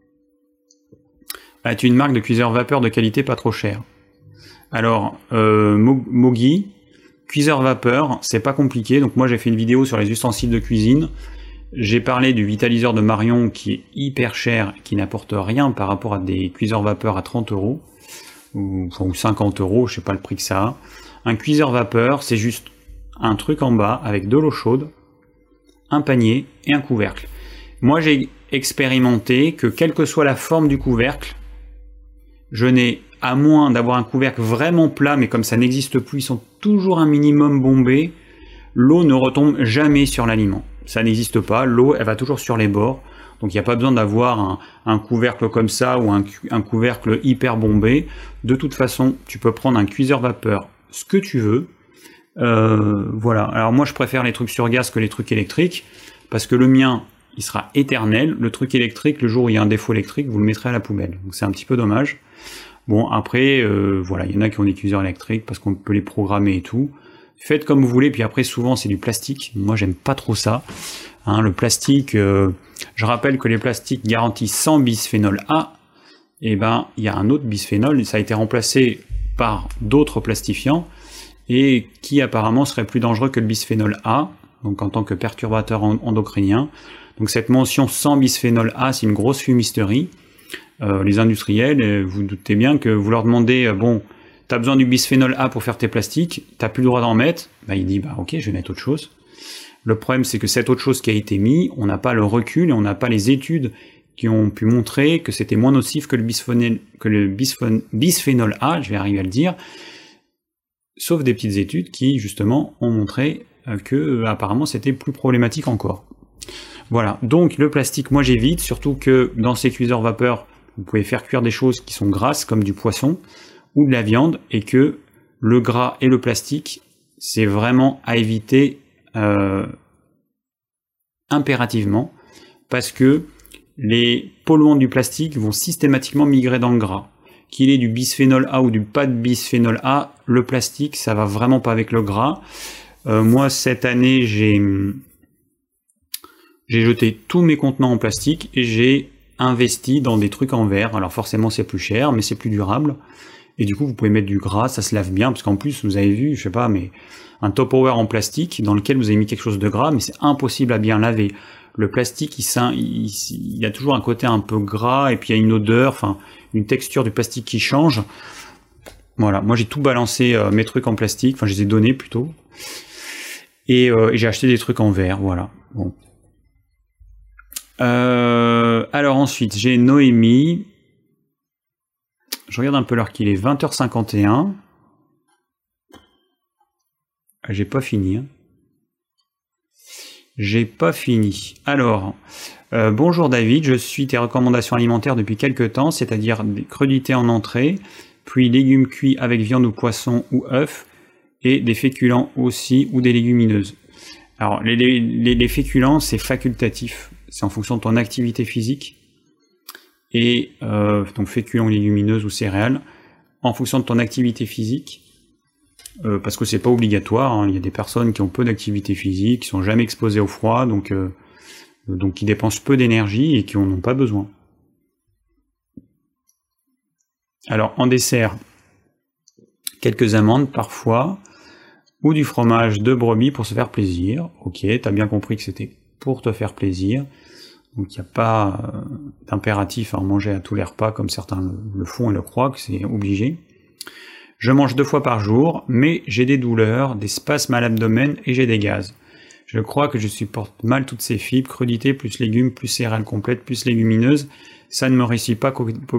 As-tu une marque de cuiseur vapeur de qualité pas trop chère? Alors, Mogi, cuiseur vapeur, c'est pas compliqué. Donc moi j'ai fait une vidéo sur les ustensiles de cuisine. J'ai parlé du vitaliseur de Marion qui est hyper cher, qui n'apporte rien par rapport à des cuiseurs vapeur à 30 €, ou 50 €, je sais pas le prix que ça a. Un cuiseur vapeur, c'est juste un truc en bas avec de l'eau chaude, un panier et un couvercle. Moi j'ai expérimenté que quelle que soit la forme du couvercle, je n'ai, à moins d'avoir un couvercle vraiment plat, mais comme ça n'existe plus, ils sont toujours un minimum bombés, l'eau ne retombe jamais sur l'aliment. Ça n'existe pas, l'eau elle va toujours sur les bords, donc il n'y a pas besoin d'avoir un couvercle comme ça ou un couvercle hyper bombé. De toute façon, tu peux prendre un cuiseur vapeur, ce que tu veux. Voilà, alors moi je préfère les trucs sur gaz que les trucs électriques, parce que le mien, il sera éternel. Le truc électrique, le jour où il y a un défaut électrique, vous le mettrez à la poubelle. Donc c'est un petit peu dommage. Bon, après, voilà, il y en a qui ont des cuiseurs électriques parce qu'on peut les programmer et tout. Faites comme vous voulez, puis après souvent c'est du plastique. Moi j'aime pas trop ça. Hein, le plastique, je rappelle que les plastiques garantissent 100 bisphénol A. Et ben, il y a un autre bisphénol, ça a été remplacé par d'autres plastifiants, et qui apparemment serait plus dangereux que le bisphénol A, donc en tant que perturbateur endocrinien. Donc cette mention 100 bisphénol A, c'est une grosse fumisterie. Les industriels, vous doutez bien que vous leur demandez, bon, t'as besoin du bisphénol A pour faire tes plastiques, t'as plus le droit d'en mettre, bah, il dit, bah ok, je vais mettre autre chose. Le problème, c'est que cette autre chose qui a été mise, on n'a pas le recul et on n'a pas les études qui ont pu montrer que c'était moins nocif que le bisphénol A, je vais arriver à le dire, sauf des petites études qui, justement, ont montré que apparemment c'était plus problématique encore. Voilà, donc le plastique, moi j'évite, surtout que dans ces cuiseurs vapeur, vous pouvez faire cuire des choses qui sont grasses, comme du poisson, ou de la viande, et que le gras et le plastique, c'est vraiment à éviter impérativement, parce que les polluants du plastique vont systématiquement migrer dans le gras. Qu'il ait du bisphénol A ou du pas de bisphénol A, le plastique, ça va vraiment pas avec le gras. Moi, cette année, j'ai jeté tous mes contenants en plastique et j'ai investi dans des trucs en verre. Alors forcément, c'est plus cher, mais c'est plus durable. Et du coup, vous pouvez mettre du gras, ça se lave bien, parce qu'en plus, vous avez vu, je sais pas, mais un Tupperware en plastique dans lequel vous avez mis quelque chose de gras, mais c'est impossible à bien laver. Le plastique, il y a toujours un côté un peu gras, et puis il y a une odeur, enfin, une texture du plastique qui change. Voilà, moi j'ai tout balancé, mes trucs en plastique, enfin je les ai donnés plutôt. Et j'ai acheté des trucs en verre, voilà. Bon. Alors ensuite, j'ai Noémie. Je regarde un peu l'heure qu'il est, 20h51. J'ai pas fini. Hein. J'ai pas fini. Alors, bonjour David, je suis tes recommandations alimentaires depuis quelques temps, c'est-à-dire des crudités en entrée, puis légumes cuits avec viande ou poisson ou œufs, et des féculents aussi, ou des légumineuses. Alors, les féculents, c'est facultatif, c'est en fonction de ton activité physique, et donc féculents, légumineuses ou céréales, en fonction de ton activité physique, parce que c'est pas obligatoire, hein. Il y a des personnes qui ont peu d'activité physique, qui sont jamais exposées au froid, donc qui dépensent peu d'énergie et qui en ont pas besoin. Alors en dessert, quelques amandes parfois, ou du fromage de brebis pour se faire plaisir. Ok, t'as bien compris que c'était pour te faire plaisir, donc il n'y a pas d'impératif à en manger à tous les repas comme certains le font et le croient, que c'est obligé. Je mange 2 fois par jour, mais j'ai des douleurs, des spasmes à l'abdomen et j'ai des gaz. Je crois que je supporte mal toutes ces fibres, crudités, plus légumes, plus céréales complètes, plus légumineuses. Ça ne me réussit pas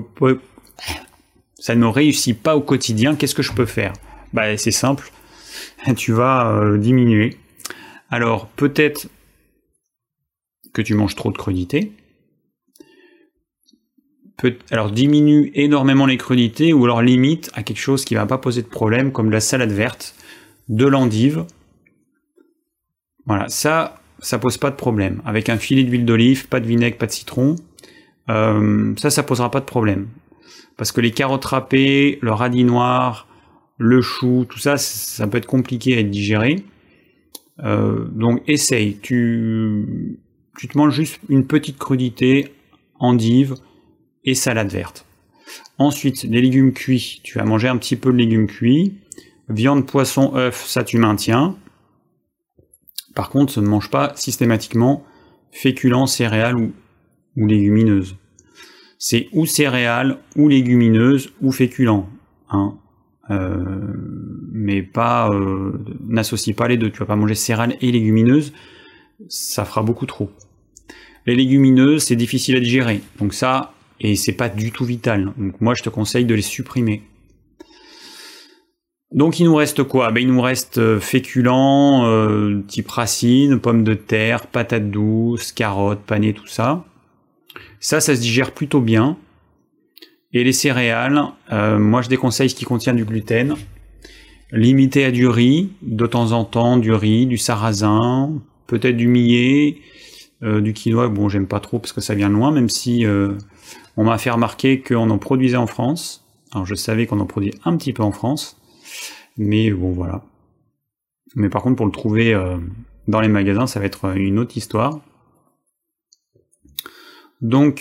au quotidien. Qu'est-ce que je peux faire? Bah, c'est simple. Tu vas diminuer. Alors, peut-être que tu manges trop de crudités. Alors diminue énormément les crudités, ou alors limite à quelque chose qui ne va pas poser de problème, comme de la salade verte, de l'endive. Voilà, ça ça pose pas de problème. Avec un filet d'huile d'olive, pas de vinaigre, pas de citron, ça posera pas de problème. Parce que les carottes râpées, le radis noir, le chou, tout ça, ça peut être compliqué à être digéré. Donc essaye, tu te manges juste une petite crudité, endive et salade verte. Ensuite, les légumes cuits, tu vas manger un petit peu de légumes cuits. Viande, poisson, œufs, ça tu maintiens. Par contre, ne mange pas systématiquement féculents, céréales ou légumineuses. C'est ou céréales, ou légumineuses, ou féculents. Hein. Mais pas, n'associe pas les deux. Tu vas pas manger céréales et légumineuses, ça fera beaucoup trop. Les légumineuses, c'est difficile à digérer. Donc ça, et c'est pas du tout vital. Donc moi, je te conseille de les supprimer. Donc il nous reste quoi? Ben, il nous reste féculents, type racines, pommes de terre, patates douces, carottes, panais, tout ça. Ça se digère plutôt bien. Et les céréales, moi je déconseille ce qui contient du gluten. Limité à du riz, de temps en temps, du riz, du sarrasin, peut-être du millet, du quinoa. Bon, j'aime pas trop parce que ça vient de loin, même si on m'a fait remarquer qu'on en produisait en France. Alors je savais qu'on en produit un petit peu en France. Mais bon, voilà. Mais par contre, pour le trouver dans les magasins, ça va être une autre histoire. Donc,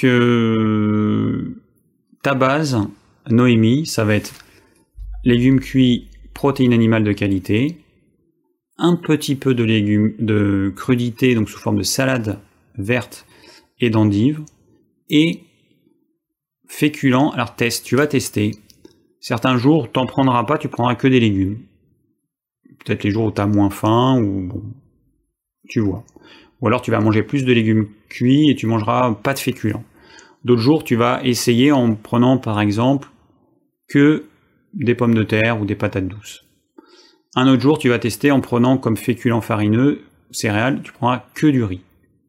ta base, Noémie, ça va être légumes cuits, protéines animales de qualité, un petit peu de légumes, de crudité, donc sous forme de salade verte et d'endive, et féculents. Alors tu vas tester. Certains jours, t'en prendras pas, tu prendras que des légumes. Peut-être les jours où tu as moins faim, ou bon, tu vois. Ou alors tu vas manger plus de légumes cuits et tu mangeras pas de féculents. D'autres jours, tu vas essayer en prenant par exemple que des pommes de terre ou des patates douces. Un autre jour, tu vas tester en prenant comme féculents farineux, céréales, tu prendras que du riz.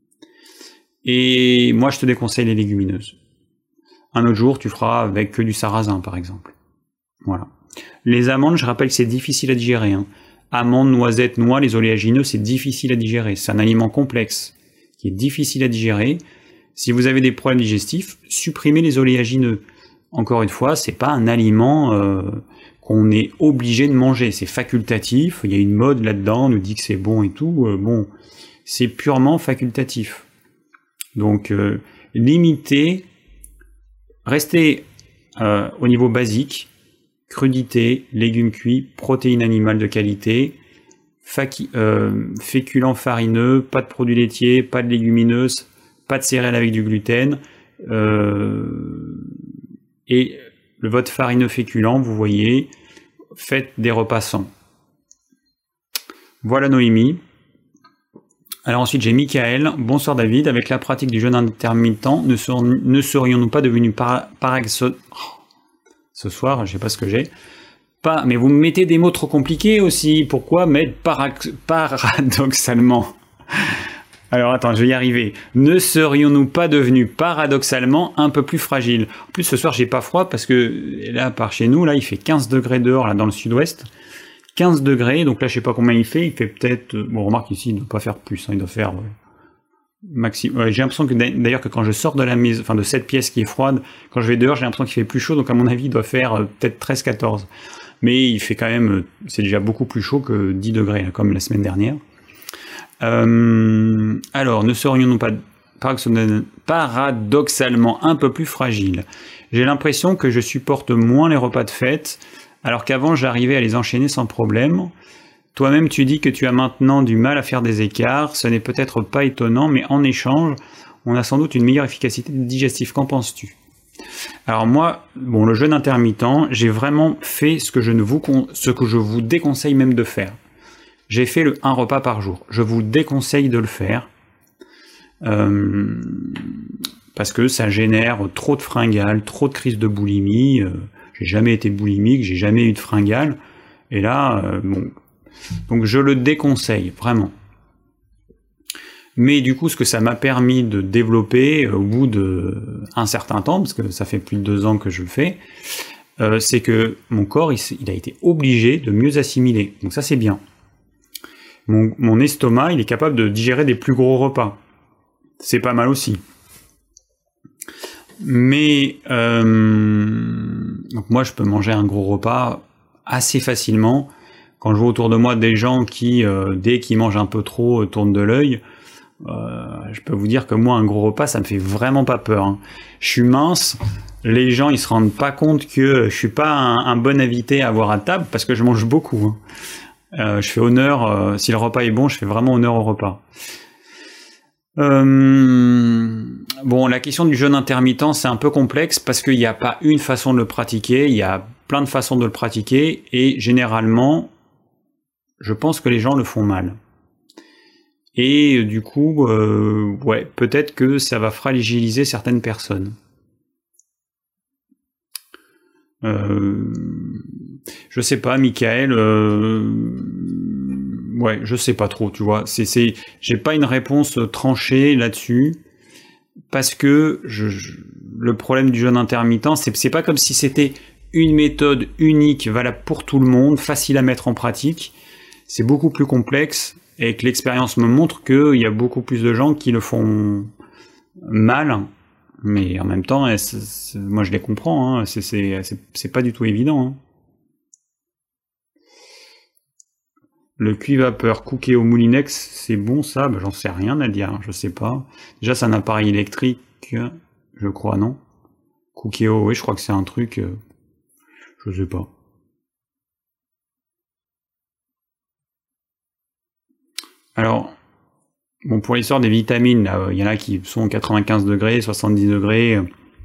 Et moi, je te déconseille les légumineuses. Un autre jour, tu feras avec que du sarrasin par exemple. Voilà. Les amandes, je rappelle que c'est difficile à digérer. Hein. Amandes, noisettes, noix, les oléagineux, c'est difficile à digérer. C'est un aliment complexe qui est difficile à digérer. Si vous avez des problèmes digestifs, supprimez les oléagineux. Encore une fois, c'est pas un aliment qu'on est obligé de manger. C'est facultatif. Il y a une mode là-dedans, on nous dit que c'est bon et tout. Bon, c'est purement facultatif. Donc, limitez, restez au niveau basique. Crudité, légumes cuits, protéines animales de qualité, féculents farineux, pas de produits laitiers, pas de légumineuses, pas de céréales avec du gluten, et votre farineux féculent, vous voyez, faites des repas sains. Voilà Noémie. Alors ensuite j'ai Michael. Bonsoir David, avec la pratique du jeûne intermittent, ne serions-nous pas devenus ce soir, je sais pas ce que j'ai. Mais vous me mettez des mots trop compliqués aussi. Pourquoi mettre paradoxalement? Alors attends, je vais y arriver. Ne serions-nous pas devenus paradoxalement un peu plus fragiles? En plus ce soir j'ai pas froid parce que là par chez nous, là il fait 15 degrés dehors, là dans le sud-ouest. 15 degrés, donc là je sais pas combien il fait peut-être... Bon remarque ici il ne doit pas faire plus, hein, il doit faire... maximum. J'ai l'impression que d'ailleurs que quand je sors de la maison, enfin de cette pièce qui est froide, quand je vais dehors, j'ai l'impression qu'il fait plus chaud, donc à mon avis, il doit faire peut-être 13-14. Mais il fait quand même, c'est déjà beaucoup plus chaud que 10 degrés, là, comme la semaine dernière. Alors, ne serions-nous pas paradoxalement un peu plus fragiles? J'ai l'impression que je supporte moins les repas de fête, alors qu'avant j'arrivais à les enchaîner sans problème. Toi-même, tu dis que tu as maintenant du mal à faire des écarts. Ce n'est peut-être pas étonnant, mais en échange, on a sans doute une meilleure efficacité digestive. Qu'en penses-tu? Alors moi, bon, le jeûne intermittent, j'ai vraiment fait ce que je vous déconseille même de faire. J'ai fait un repas par jour. Je vous déconseille de le faire parce que ça génère trop de fringales, trop de crises de boulimie. J'ai jamais été boulimique, j'ai jamais eu de fringales. Et là, bon... Donc je le déconseille, vraiment. Mais du coup, ce que ça m'a permis de développer au bout d'un certain temps, parce que ça fait plus de 2 ans que je le fais, c'est que mon corps, il a été obligé de mieux assimiler. Donc ça, c'est bien. mon estomac, il est capable de digérer des plus gros repas. C'est pas mal aussi. Mais donc moi, je peux manger un gros repas assez facilement. Quand je vois autour de moi des gens qui, dès qu'ils mangent un peu trop, tournent de l'œil, je peux vous dire que moi, un gros repas, ça me fait vraiment pas peur, hein. Je suis mince, les gens, ils se rendent pas compte que je suis pas un bon invité à avoir à table parce que je mange beaucoup, hein. Je fais honneur, si le repas est bon, je fais vraiment honneur au repas. Bon, la question du jeûne intermittent, c'est un peu complexe parce qu'il n'y a pas une façon de le pratiquer, il y a plein de façons de le pratiquer et généralement, je pense que les gens le font mal. Et du coup, ouais, peut-être que ça va fragiliser certaines personnes. Je sais pas, Michael, ouais, je sais pas trop, tu vois. J'ai pas une réponse tranchée là-dessus, parce que le problème du jeûne intermittent, c'est pas comme si c'était une méthode unique, valable pour tout le monde, facile à mettre en pratique. C'est beaucoup plus complexe, et que l'expérience me montre qu'il y a beaucoup plus de gens qui le font mal, mais en même temps, moi je les comprends, hein, c'est pas du tout évident, hein. Le cuit vapeur cooké au Moulinex, c'est bon ça? J'en sais rien à dire, je sais pas. Déjà c'est un appareil électrique, je crois, non? Cookéo, oui, je crois que c'est un truc, je sais pas. Alors, bon, pour l'histoire des vitamines, il y en a qui sont 95 degrés, 70 degrés.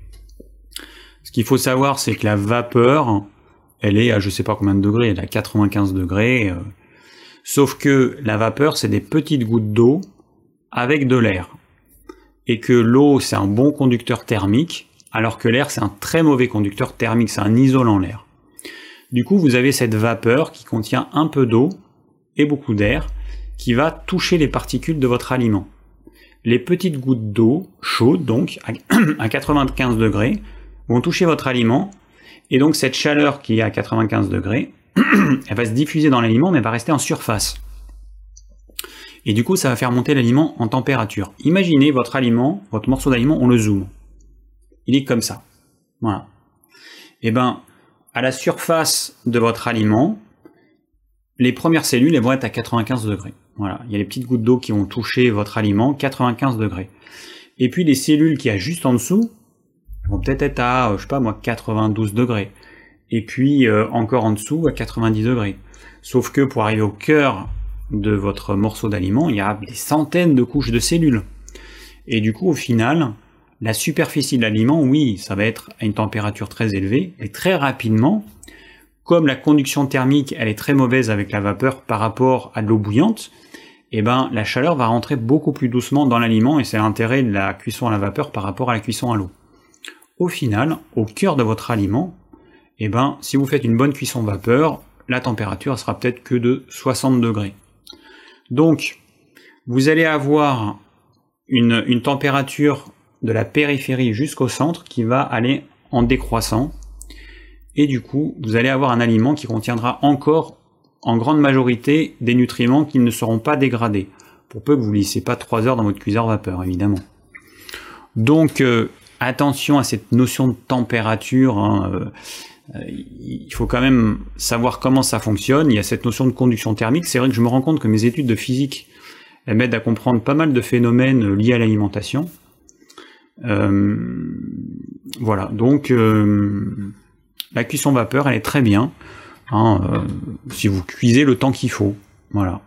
Ce qu'il faut savoir, c'est que la vapeur, elle est à je sais pas combien de degrés, elle est à 95 degrés. Sauf que la vapeur, c'est des petites gouttes d'eau avec de l'air. Et que l'eau, c'est un bon conducteur thermique, alors que l'air, c'est un très mauvais conducteur thermique, c'est un isolant, l'air. Du coup, vous avez cette vapeur qui contient un peu d'eau et beaucoup d'air, qui va toucher les particules de votre aliment. Les petites gouttes d'eau chaude, donc à 95 degrés, vont toucher votre aliment, et donc cette chaleur qui est à 95 degrés, elle va se diffuser dans l'aliment, mais elle va rester en surface. Et du coup, ça va faire monter l'aliment en température. Imaginez votre aliment, votre morceau d'aliment, on le zoome. Il est comme ça. Voilà. Et ben, à la surface de votre aliment, les premières cellules, elles vont être à 95 degrés. Voilà, il y a les petites gouttes d'eau qui vont toucher votre aliment, 95 degrés. Et puis les cellules qui y a juste en dessous, vont peut-être être à, je sais pas moi, 92 degrés. Et puis encore en dessous à 90 degrés. Sauf que pour arriver au cœur de votre morceau d'aliment, il y a des centaines de couches de cellules. Et du coup, au final, la superficie de l'aliment, oui, ça va être à une température très élevée, et très rapidement, comme la conduction thermique, elle est très mauvaise avec la vapeur par rapport à de l'eau bouillante, et ben la chaleur va rentrer beaucoup plus doucement dans l'aliment, et c'est l'intérêt de la cuisson à la vapeur par rapport à la cuisson à l'eau. Au final, au cœur de votre aliment, et ben si vous faites une bonne cuisson vapeur, la température sera peut-être que de 60 degrés. Donc, vous allez avoir une température de la périphérie jusqu'au centre qui va aller en décroissant, et du coup, vous allez avoir un aliment qui contiendra encore en grande majorité des nutriments qui ne seront pas dégradés, pour peu que vous ne laissiez pas 3 heures dans votre cuiseur vapeur, évidemment. Donc, attention à cette notion de température, hein, il faut quand même savoir comment ça fonctionne. Il y a cette notion de conduction thermique. C'est vrai que je me rends compte que mes études de physique m'aident à comprendre pas mal de phénomènes liés à l'alimentation. Voilà, donc la cuisson vapeur, elle est très bien, hein, si vous cuisez le temps qu'il faut. Voilà.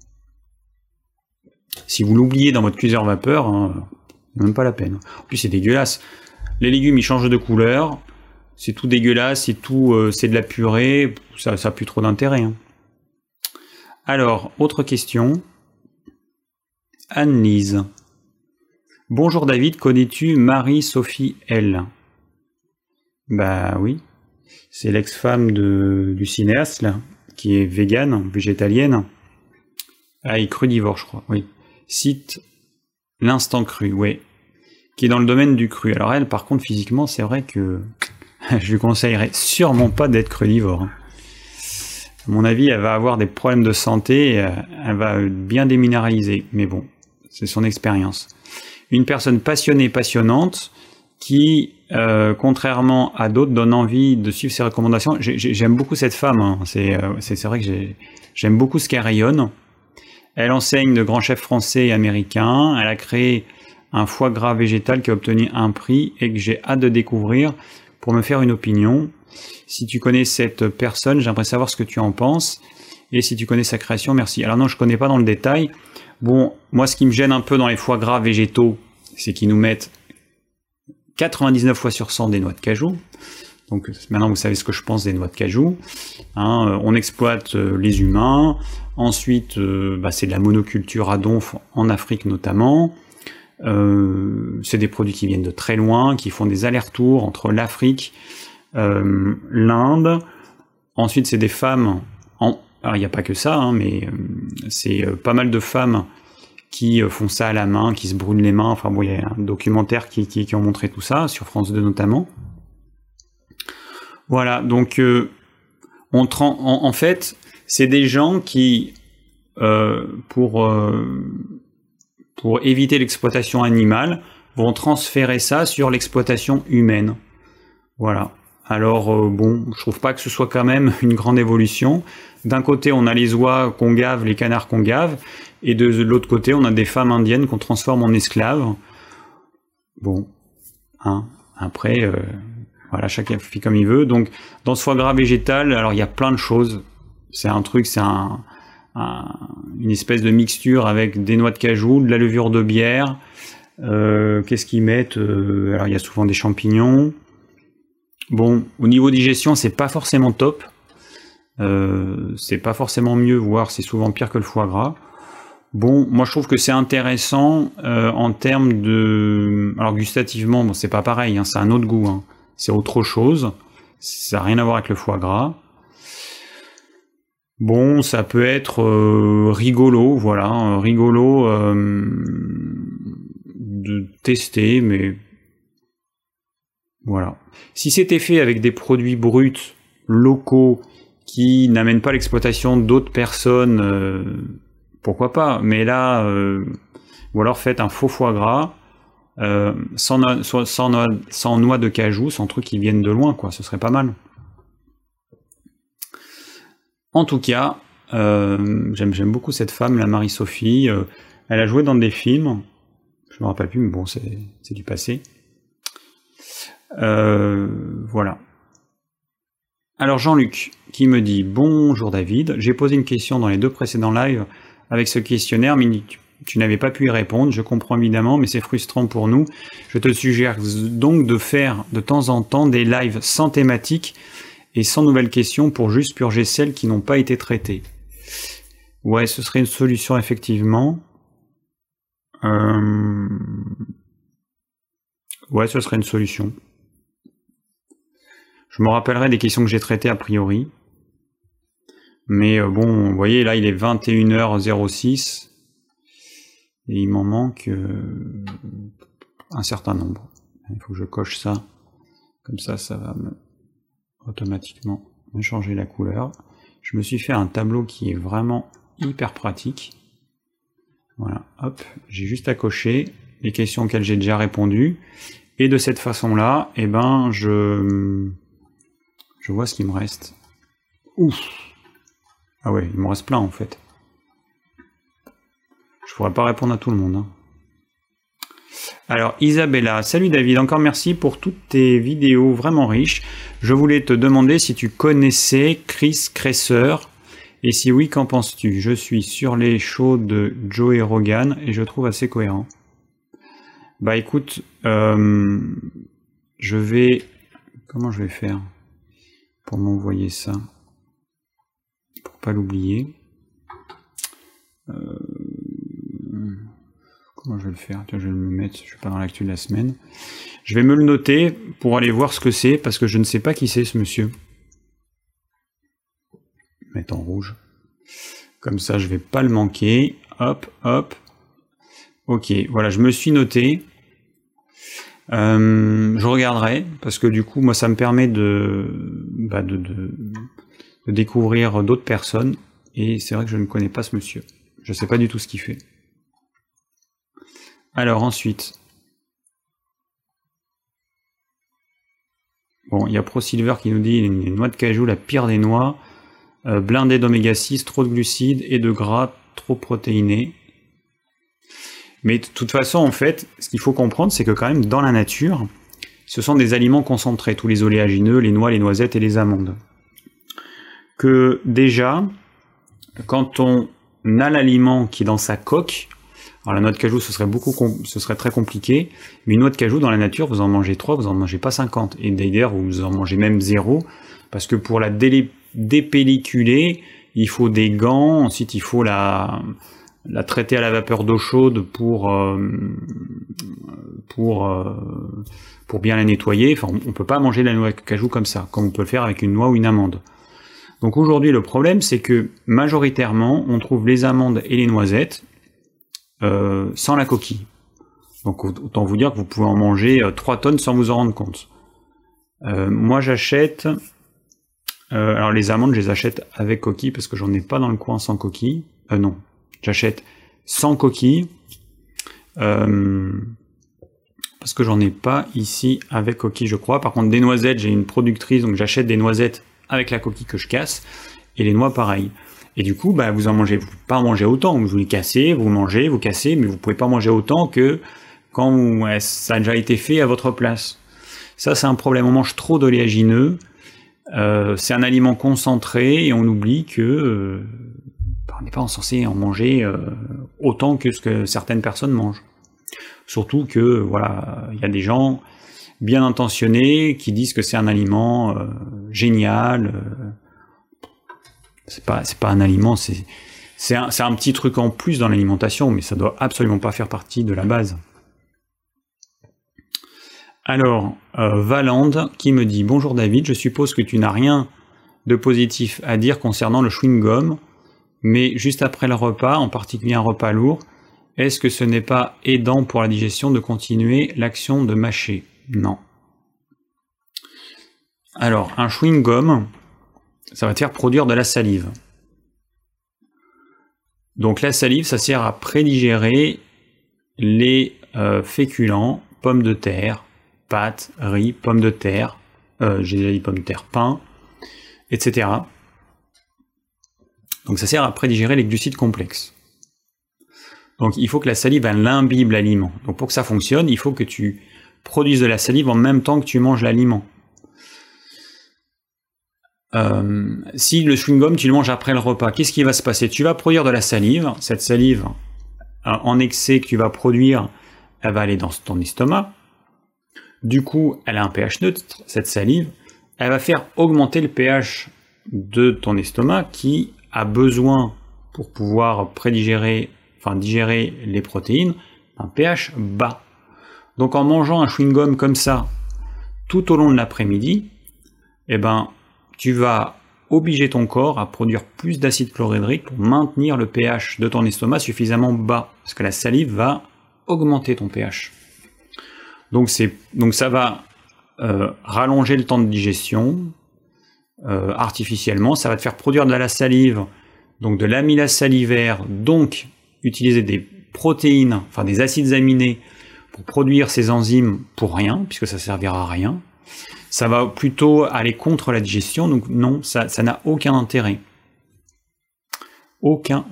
Si vous l'oubliez dans votre cuiseur vapeur, hein, même pas la peine. En plus, c'est dégueulasse. Les légumes, ils changent de couleur. C'est tout dégueulasse, c'est de la purée. Ça n'a plus trop d'intérêt, hein. Alors, autre question. Anne-Lise. Bonjour David, connais-tu Marie-Sophie L? Bah oui. C'est l'ex-femme du cinéaste, là, qui est végane, végétalienne. Ah, et crudivore, je crois, oui. Cite l'instant cru, oui. Qui est dans le domaine du cru. Alors elle, par contre, physiquement, c'est vrai que je lui conseillerais sûrement pas d'être crudivore. À mon avis, elle va avoir des problèmes de santé, et elle va bien déminéraliser. Mais bon, c'est son expérience. Une personne passionnée, passionnante, qui, contrairement à d'autres, donne envie de suivre ses recommandations. J'aime beaucoup cette femme. Hein. C'est vrai que j'aime beaucoup ce qu'elle rayonne. Elle enseigne de grands chefs français et américains. Elle a créé un foie gras végétal qui a obtenu un prix et que j'ai hâte de découvrir pour me faire une opinion. Si tu connais cette personne, j'aimerais savoir ce que tu en penses. Et si tu connais sa création, merci. Alors non, je ne connais pas dans le détail. Bon, moi, ce qui me gêne un peu dans les foie gras végétaux, c'est qu'ils nous mettent 99 fois sur 100 des noix de cajou. Donc maintenant, vous savez ce que je pense des noix de cajou. Hein, on exploite les humains. Ensuite, c'est de la monoculture à donf en Afrique notamment. C'est des produits qui viennent de très loin, qui font des allers-retours entre l'Afrique, l'Inde. Ensuite, c'est des femmes... Alors, il n'y a pas que ça, hein, mais c'est pas mal de femmes qui font ça à la main, qui se brûlent les mains. Enfin, bon, il y a un documentaire qui ont montré tout ça, sur France 2 notamment. Voilà, donc, en fait, c'est des gens qui, pour éviter l'exploitation animale, vont transférer ça sur l'exploitation humaine. Voilà. Alors, bon, je trouve pas que ce soit quand même une grande évolution. D'un côté, on a les oies qu'on gave, les canards qu'on gave, et de l'autre côté, on a des femmes indiennes qu'on transforme en esclaves. Bon, hein, après, voilà, chacun fait comme il veut. Donc, dans ce foie gras végétal, alors il y a plein de choses. C'est un truc, c'est une espèce de mixture avec des noix de cajou, de la levure de bière. Qu'est-ce qu'ils mettent? Alors, il y a souvent des champignons. Bon, au niveau digestion, c'est pas forcément top. C'est pas forcément mieux, voire c'est souvent pire que le foie gras. Bon, moi je trouve que c'est intéressant en termes de... Alors gustativement, bon, c'est pas pareil, hein, c'est un autre goût. Hein. C'est autre chose. Ça n'a rien à voir avec le foie gras. Bon, ça peut être rigolo, voilà, rigolo de tester, mais... Voilà. Si c'était fait avec des produits bruts, locaux, qui n'amènent pas l'exploitation d'autres personnes, pourquoi pas. Mais là, ou alors faites un faux foie gras, sans noix de cajou, sans trucs qui viennent de loin, quoi. Ce serait pas mal. En tout cas, j'aime beaucoup cette femme, la Marie-Sophie. Elle a joué dans des films. Je me rappelle plus, mais bon, c'est du passé. Voilà. Alors Jean-Luc qui me dit « Bonjour David, j'ai posé une question dans les 2 précédents lives avec ce questionnaire, mais tu n'avais pas pu y répondre. Je comprends évidemment, mais c'est frustrant pour nous. Je te suggère donc de faire de temps en temps des lives sans thématique et sans nouvelles questions pour juste purger celles qui n'ont pas été traitées. » Ouais, ce serait une solution effectivement. Ouais, ce serait une solution. Je me rappellerai des questions que j'ai traitées a priori. Mais bon, vous voyez, là, il est 21h06. Et il m'en manque un certain nombre. Il faut que je coche ça. Comme ça, ça va automatiquement me changer la couleur. Je me suis fait un tableau qui est vraiment hyper pratique. Voilà, hop, j'ai juste à cocher les questions auxquelles j'ai déjà répondu. Et de cette façon-là, eh ben, je vois ce qu'il me reste. Ouf! Ah ouais, il me reste plein en fait. Je pourrais pas répondre à tout le monde. Hein. Alors Isabella, salut David, encore merci pour toutes tes vidéos vraiment riches. Je voulais te demander si tu connaissais Chris Kresser, et si oui, qu'en penses-tu? Je suis sur les shows de Joe Rogan et je trouve assez cohérent. Bah écoute, comment je vais faire pour m'envoyer ça, pour pas l'oublier. Comment je vais le faire? Tiens, je vais me mettre, je suis pas dans l'actu de la semaine. Je vais me le noter pour aller voir ce que c'est, parce que je ne sais pas qui c'est ce monsieur. Mettre en rouge. Comme ça, je vais pas le manquer. Hop, hop. Ok, voilà, je me suis noté. Je regarderai, parce que du coup, moi, ça me permet de de découvrir d'autres personnes, et c'est vrai que je ne connais pas ce monsieur. Je ne sais pas du tout ce qu'il fait. Alors ensuite, bon, il y a ProSilver qui nous dit les noix de cajou, la pire des noix, blindée d'oméga 6, trop de glucides et de gras, trop protéinés. Mais de toute façon, en fait, ce qu'il faut comprendre, c'est que quand même, dans la nature, ce sont des aliments concentrés, tous les oléagineux, les noix, les noisettes et les amandes. Que déjà, quand on a l'aliment qui est dans sa coque, alors la noix de cajou, ce serait très compliqué, mais une noix de cajou dans la nature, vous en mangez 3, vous en mangez pas 50. Et d'ailleurs, vous en mangez même 0, parce que pour la dépelliculer, il faut des gants, ensuite il faut la traiter à la vapeur d'eau chaude pour bien la nettoyer. Enfin, on peut pas manger la noix de cajou comme ça, comme on peut le faire avec une noix ou une amande. Donc aujourd'hui, le problème, c'est que majoritairement, on trouve les amandes et les noisettes sans la coquille. Donc autant vous dire que vous pouvez en manger 3 tonnes sans vous en rendre compte. Moi, j'achète... alors les amandes, je les achète avec coquille, parce que j'en ai pas dans le coin sans coquille. Non, j'achète sans coquille. Parce que j'en ai pas ici avec coquille, je crois. Par contre, des noisettes, j'ai une productrice, donc j'achète des noisettes avec la coquille que je casse, et les noix pareil. Et du coup, bah, vous pouvez pas en manger autant, vous les cassez, vous mangez, vous cassez, mais vous pouvez pas manger autant que quand ça a déjà été fait à votre place. Ça, c'est un problème, on mange trop d'oléagineux, c'est un aliment concentré, et on oublie que on n'est pas censé en manger autant que ce que certaines personnes mangent. Surtout que, voilà, il y a des gens bien intentionnés qui disent que c'est un aliment génial. C'est pas un aliment, c'est un petit truc en plus dans l'alimentation, mais ça doit absolument pas faire partie de la base. Alors, Valande qui me dit « Bonjour David, je suppose que tu n'as rien de positif à dire concernant le chewing-gum, mais juste après le repas, en particulier un repas lourd, est-ce que ce n'est pas aidant pour la digestion de continuer l'action de mâcher ?» Non. Alors, un chewing-gum, ça va te faire produire de la salive. Donc la salive, ça sert à prédigérer les féculents, pommes de terre, pâtes, riz, pommes de terre, j'ai déjà dit pommes de terre, pain, etc. Donc ça sert à prédigérer les glucides complexes. Donc il faut que la salive elle imbibe l'aliment. Donc pour que ça fonctionne, il faut que tu produises de la salive en même temps que tu manges l'aliment. Si le chewing-gum tu le manges après le repas, qu'est-ce qui va se passer? Tu vas produire de la salive, cette salive en excès que tu vas produire, elle va aller dans ton estomac. Du coup, elle a un pH neutre, cette salive, elle va faire augmenter le pH de ton estomac qui a besoin, pour pouvoir digérer les protéines, un pH bas. Donc en mangeant un chewing-gum comme ça, tout au long de l'après-midi, eh ben, tu vas obliger ton corps à produire plus d'acide chlorhydrique pour maintenir le pH de ton estomac suffisamment bas, parce que la salive va augmenter ton pH. Donc ça va rallonger le temps de digestion artificiellement, ça va te faire produire de la salive, donc de l'amylase salivaire, donc utiliser des protéines, enfin des acides aminés pour produire ces enzymes pour rien, puisque ça servira à rien. Ça va plutôt aller contre la digestion, donc non, ça n'a aucun intérêt. Aucun.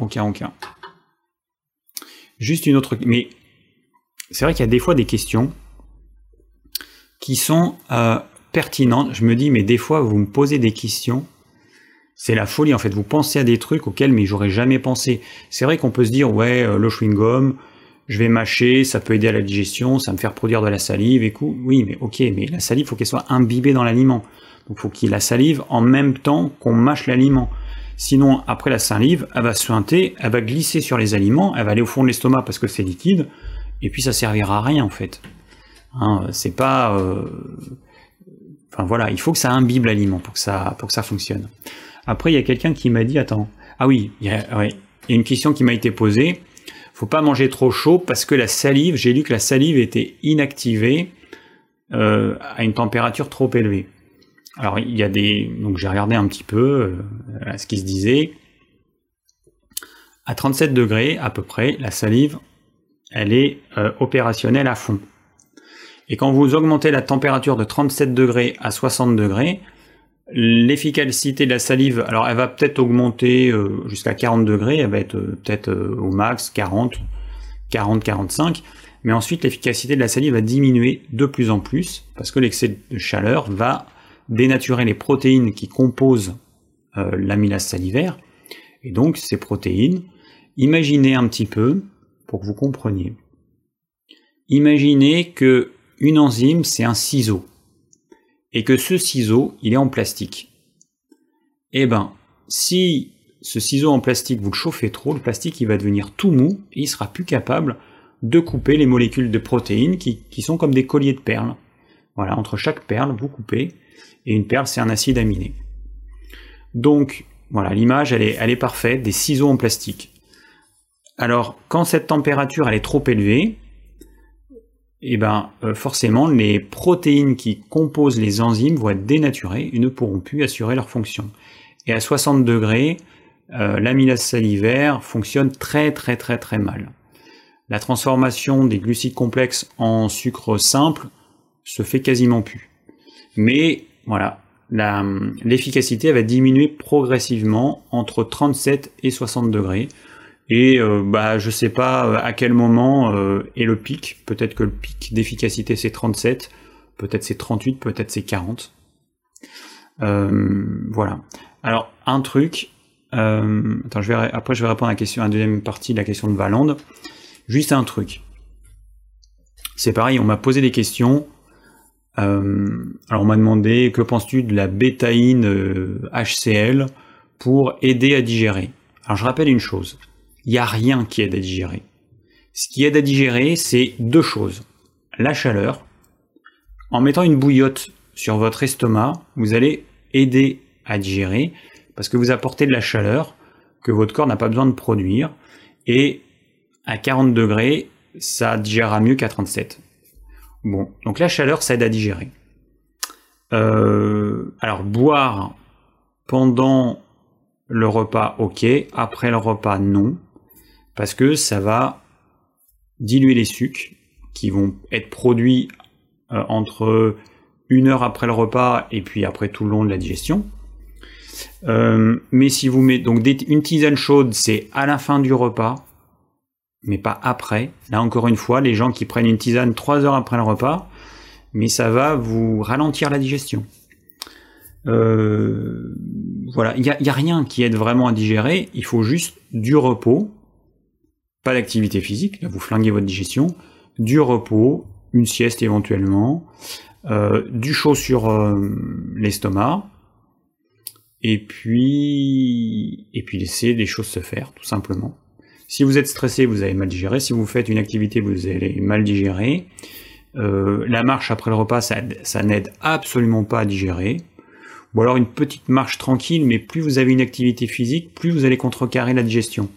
Juste une autre... Mais c'est vrai qu'il y a des fois des questions qui sont pertinentes. Je me dis, mais des fois, vous me posez des questions, c'est la folie en fait. Vous pensez à des trucs auxquels mais j'aurais jamais pensé. C'est vrai qu'on peut se dire, ouais, le chewing-gum, je vais mâcher, ça peut aider à la digestion, ça va me faire produire de la salive et tout. Oui, mais ok, mais la salive, il faut qu'elle soit imbibée dans l'aliment. Donc il faut qu'il y ait la salive en même temps qu'on mâche l'aliment. Sinon, après la salive, elle va suinter, elle va glisser sur les aliments, elle va aller au fond de l'estomac parce que c'est liquide, et puis ça servira à rien en fait. Hein, c'est pas... Enfin voilà, il faut que ça imbibe l'aliment pour que ça fonctionne. Après, il y a quelqu'un qui m'a dit, attends, ah oui, il y a une question qui m'a été posée. Faut pas manger trop chaud parce que la salive, j'ai lu que la salive était inactivée à une température trop élevée. Alors il y a donc j'ai regardé un petit peu ce qui se disait. À 37 degrés à peu près, la salive, elle est opérationnelle à fond. Et quand vous augmentez la température de 37 degrés à 60 degrés, l'efficacité de la salive, alors elle va peut-être augmenter jusqu'à 40 degrés, elle va être peut-être au max 40-45, mais ensuite l'efficacité de la salive va diminuer de plus en plus, parce que l'excès de chaleur va dénaturer les protéines qui composent l'amylase salivaire, et donc ces protéines, imaginez un petit peu, pour que vous compreniez, imaginez que une enzyme c'est un ciseau, et que ce ciseau, il est en plastique. Eh ben, si ce ciseau en plastique, vous le chauffez trop, le plastique, il va devenir tout mou, et il sera plus capable de couper les molécules de protéines qui sont comme des colliers de perles. Voilà, entre chaque perle, vous coupez, et une perle, c'est un acide aminé. Donc, voilà, l'image, elle est parfaite, des ciseaux en plastique. Alors, quand cette température, elle est trop élevée, et forcément, les protéines qui composent les enzymes vont être dénaturées et ne pourront plus assurer leur fonction. Et à 60 degrés, l'amylase salivaire fonctionne très mal. La transformation des glucides complexes en sucre simple se fait quasiment plus. Mais voilà, l'efficacité va diminuer progressivement entre 37 et 60 degrés. Et je sais pas à quel moment est le pic. Peut-être que le pic d'efficacité c'est 37, peut-être c'est 38, peut-être c'est 40. Voilà. Alors un truc. Attends, après je vais répondre à la deuxième partie de la question de Valande. Juste un truc. C'est pareil, on m'a posé des questions. Alors on m'a demandé que penses-tu de la bétaïne HCl pour aider à digérer. Alors je rappelle une chose. Il n'y a rien qui aide à digérer. Ce qui aide à digérer, c'est deux choses. La chaleur. En mettant une bouillotte sur votre estomac, vous allez aider à digérer parce que vous apportez de la chaleur que votre corps n'a pas besoin de produire. Et à 40 degrés, ça digérera mieux qu'à 37. Bon, donc la chaleur, ça aide à digérer. Alors, boire pendant le repas, ok. Après le repas, non. Parce que ça va diluer les sucres qui vont être produits entre 1 heure après le repas et puis après tout le long de la digestion. Mais si vous mettez donc une tisane chaude, c'est à la fin du repas, mais pas après. Là encore une fois, les gens qui prennent une tisane 3 heures après le repas, mais ça va vous ralentir la digestion. Voilà, il y a rien qui aide vraiment à digérer. Il faut juste du repos. Pas d'activité physique, là vous flinguez votre digestion, du repos, une sieste éventuellement, du chaud sur l'estomac, et puis laisser les choses se faire, tout simplement. Si vous êtes stressé, vous allez mal digérer, si vous faites une activité, vous allez mal digérer. La marche après le repas, ça n'aide absolument pas à digérer. Ou alors une petite marche tranquille, mais plus vous avez une activité physique, plus vous allez contrecarrer la digestion.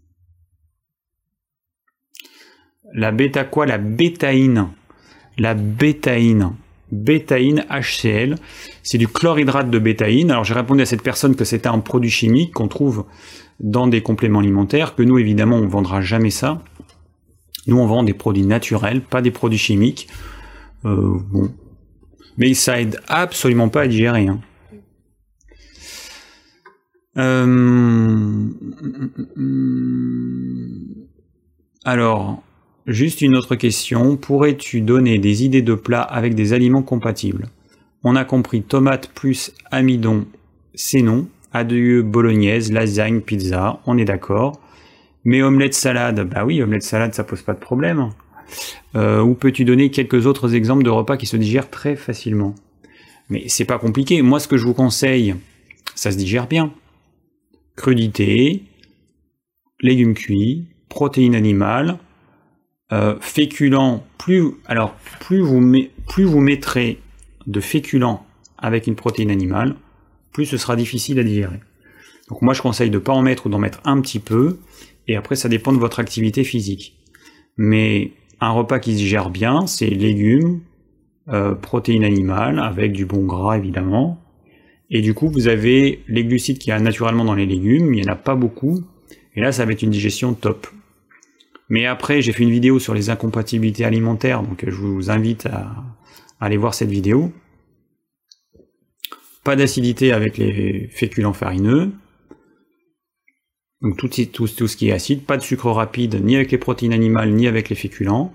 La bétaïne. La bétaïne. Bétaïne HCl. C'est du chlorhydrate de bétaïne. Alors j'ai répondu à cette personne que c'était un produit chimique qu'on trouve dans des compléments alimentaires, que nous évidemment on ne vendra jamais ça. Nous on vend des produits naturels, pas des produits chimiques. Bon. Mais ça aide absolument pas à digérer. Hein. Alors... Juste une autre question, pourrais-tu donner des idées de plats avec des aliments compatibles? On a compris tomate plus amidon, c'est non. Adieu bolognaise, lasagne, pizza, on est d'accord. Mais omelette salade, bah oui, omelette salade ça pose pas de problème. Ou peux-tu donner quelques autres exemples de repas qui se digèrent très facilement? Mais c'est pas compliqué, moi ce que je vous conseille, ça se digère bien. Crudité, légumes cuits, protéines animales, féculents, plus vous mettrez de féculents avec une protéine animale, plus ce sera difficile à digérer. Donc moi je conseille de ne pas en mettre ou d'en mettre un petit peu, et après ça dépend de votre activité physique. Mais un repas qui se digère bien, c'est légumes, protéines animales, avec du bon gras évidemment. Et du coup, vous avez les glucides qu'il y a naturellement dans les légumes, il n'y en a pas beaucoup, et là ça va être une digestion top. Mais après, j'ai fait une vidéo sur les incompatibilités alimentaires, donc je vous invite à aller voir cette vidéo. Pas d'acidité avec les féculents farineux, donc tout ce qui est acide, pas de sucre rapide ni avec les protéines animales ni avec les féculents.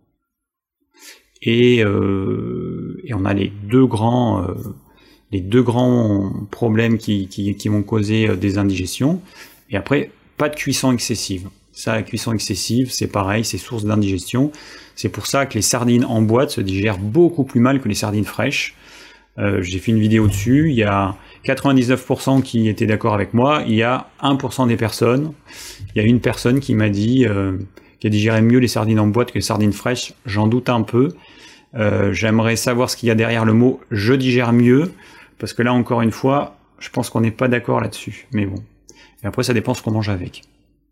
Et on a les deux grands problèmes qui vont causer des indigestions. Et après, pas de cuisson excessive. Ça, la cuisson excessive, c'est pareil, c'est source d'indigestion. C'est pour ça que les sardines en boîte se digèrent beaucoup plus mal que les sardines fraîches. J'ai fait une vidéo dessus, il y a 99% qui étaient d'accord avec moi, il y a 1% des personnes, il y a une personne qui m'a dit qu'elle digérait mieux les sardines en boîte que les sardines fraîches, j'en doute un peu. J'aimerais savoir ce qu'il y a derrière le mot « je digère mieux », parce que là, encore une fois, je pense qu'on n'est pas d'accord là-dessus, mais bon. Et après, ça dépend ce qu'on mange avec.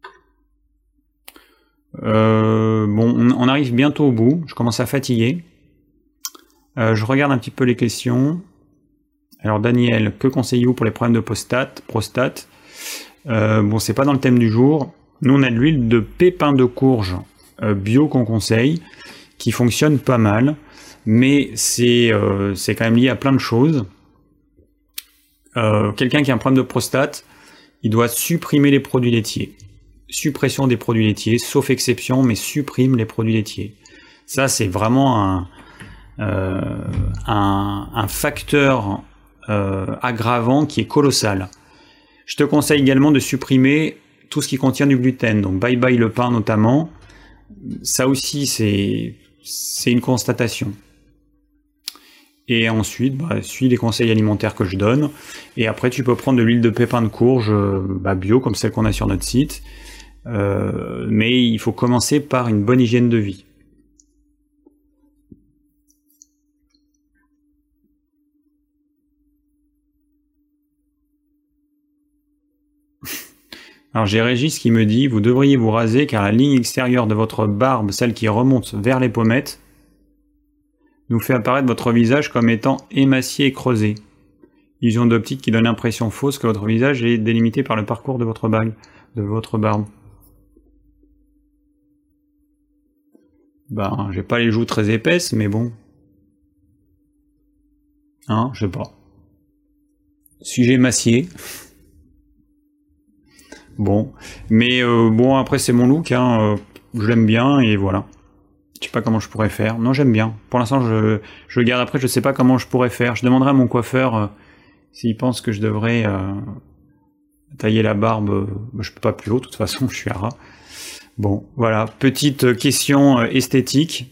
Bon, on arrive bientôt au bout, je commence à fatiguer. Je regarde un petit peu les questions. Alors Daniel, que conseillez-vous pour les problèmes de prostate? Bon, c'est pas dans le thème du jour. Nous, on a de l'huile de pépins de courge bio qu'on conseille, qui fonctionne pas mal, mais c'est quand même lié à plein de choses. Quelqu'un qui a un problème de prostate, il doit supprimer les produits laitiers. Suppression des produits laitiers, sauf exception, mais supprime les produits laitiers. Ça, c'est vraiment un facteur aggravant qui est colossal. Je te conseille également de supprimer tout ce qui contient du gluten, donc bye bye le pain notamment. Ça aussi, c'est une constatation. Et ensuite, suis les conseils alimentaires que je donne. Et après, tu peux prendre de l'huile de pépins de courge bio, comme celle qu'on a sur notre site. Mais il faut commencer par une bonne hygiène de vie. Alors j'ai Régis qui me dit « Vous devriez vous raser car la ligne extérieure de votre barbe, celle qui remonte vers les pommettes, nous fait apparaître votre visage comme étant émacié et creusé. Illusion d'optique qui donne l'impression fausse que votre visage est délimité par le parcours de votre barbe. » J'ai pas les joues très épaisses, mais bon. Hein, je sais pas. Suis-je émacié? Bon. Mais bon, après c'est mon look, hein. Je l'aime bien et voilà. Je sais pas comment je pourrais faire. Non, j'aime bien. Pour l'instant, je garde. Après, je sais pas comment je pourrais faire. Je demanderai à mon coiffeur s'il pense que je devrais tailler la barbe. Je peux pas plus haut, de toute façon, je suis à ras. Bon, voilà. Petite question esthétique.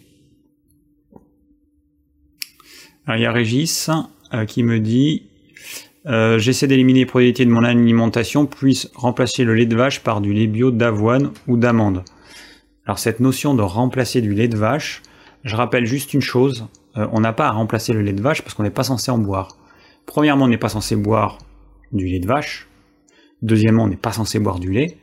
Alors, il y a Régis qui me dit j'essaie d'éliminer les produits laitiers de mon alimentation, puis remplacer le lait de vache par du lait bio d'avoine ou d'amande. Alors cette notion de remplacer du lait de vache, je rappelle juste une chose, on n'a pas à remplacer le lait de vache parce qu'on n'est pas censé en boire. Premièrement, on n'est pas censé boire du lait de vache. Deuxièmement, on n'est pas censé boire du lait.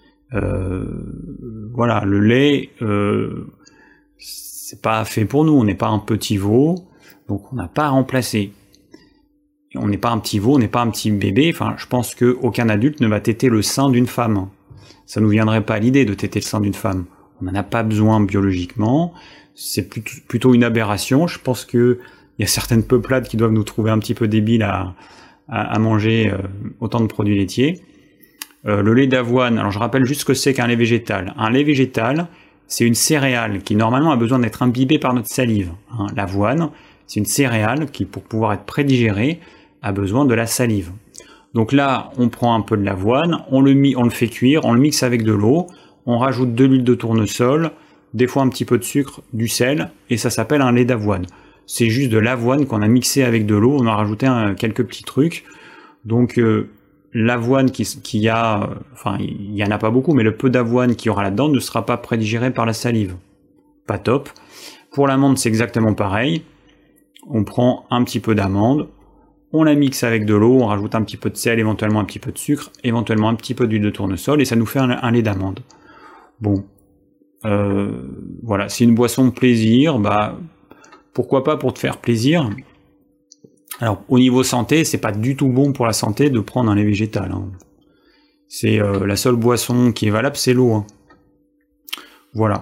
Voilà, le lait, c'est pas fait pour nous, on n'est pas un petit veau, donc on n'a pas à remplacer. On n'est pas un petit veau, on n'est pas un petit bébé, enfin je pense qu'aucun adulte ne va téter le sein d'une femme. Ça nous viendrait pas à l'idée de téter le sein d'une femme. On n'en a pas besoin biologiquement, c'est plutôt une aberration. Je pense qu'il y a certaines peuplades qui doivent nous trouver un petit peu débiles à manger autant de produits laitiers. Le lait d'avoine, alors je rappelle juste ce que c'est qu'un lait végétal. Un lait végétal, c'est une céréale qui normalement a besoin d'être imbibée par notre salive. Hein, l'avoine, c'est une céréale qui, pour pouvoir être prédigérée, a besoin de la salive. Donc là, on prend un peu de l'avoine, on le fait cuire, on le mixe avec de l'eau, on rajoute de l'huile de tournesol, des fois un petit peu de sucre, du sel, et ça s'appelle un lait d'avoine. C'est juste de l'avoine qu'on a mixé avec de l'eau, on a rajouté quelques petits trucs. Donc l'avoine il y en a pas beaucoup, mais le peu d'avoine qu'il y aura là-dedans ne sera pas prédigéré par la salive. Pas top. Pour l'amande, c'est exactement pareil. On prend un petit peu d'amande, on la mixe avec de l'eau, on rajoute un petit peu de sel, éventuellement un petit peu de sucre, éventuellement un petit peu d'huile de tournesol, et ça nous fait un lait d'amande. Bon, voilà, c'est une boisson de plaisir, pourquoi pas pour te faire plaisir. Alors au niveau santé, c'est pas du tout bon pour la santé de prendre un lait végétal, hein. C'est la seule boisson qui est valable, c'est l'eau, hein. Voilà.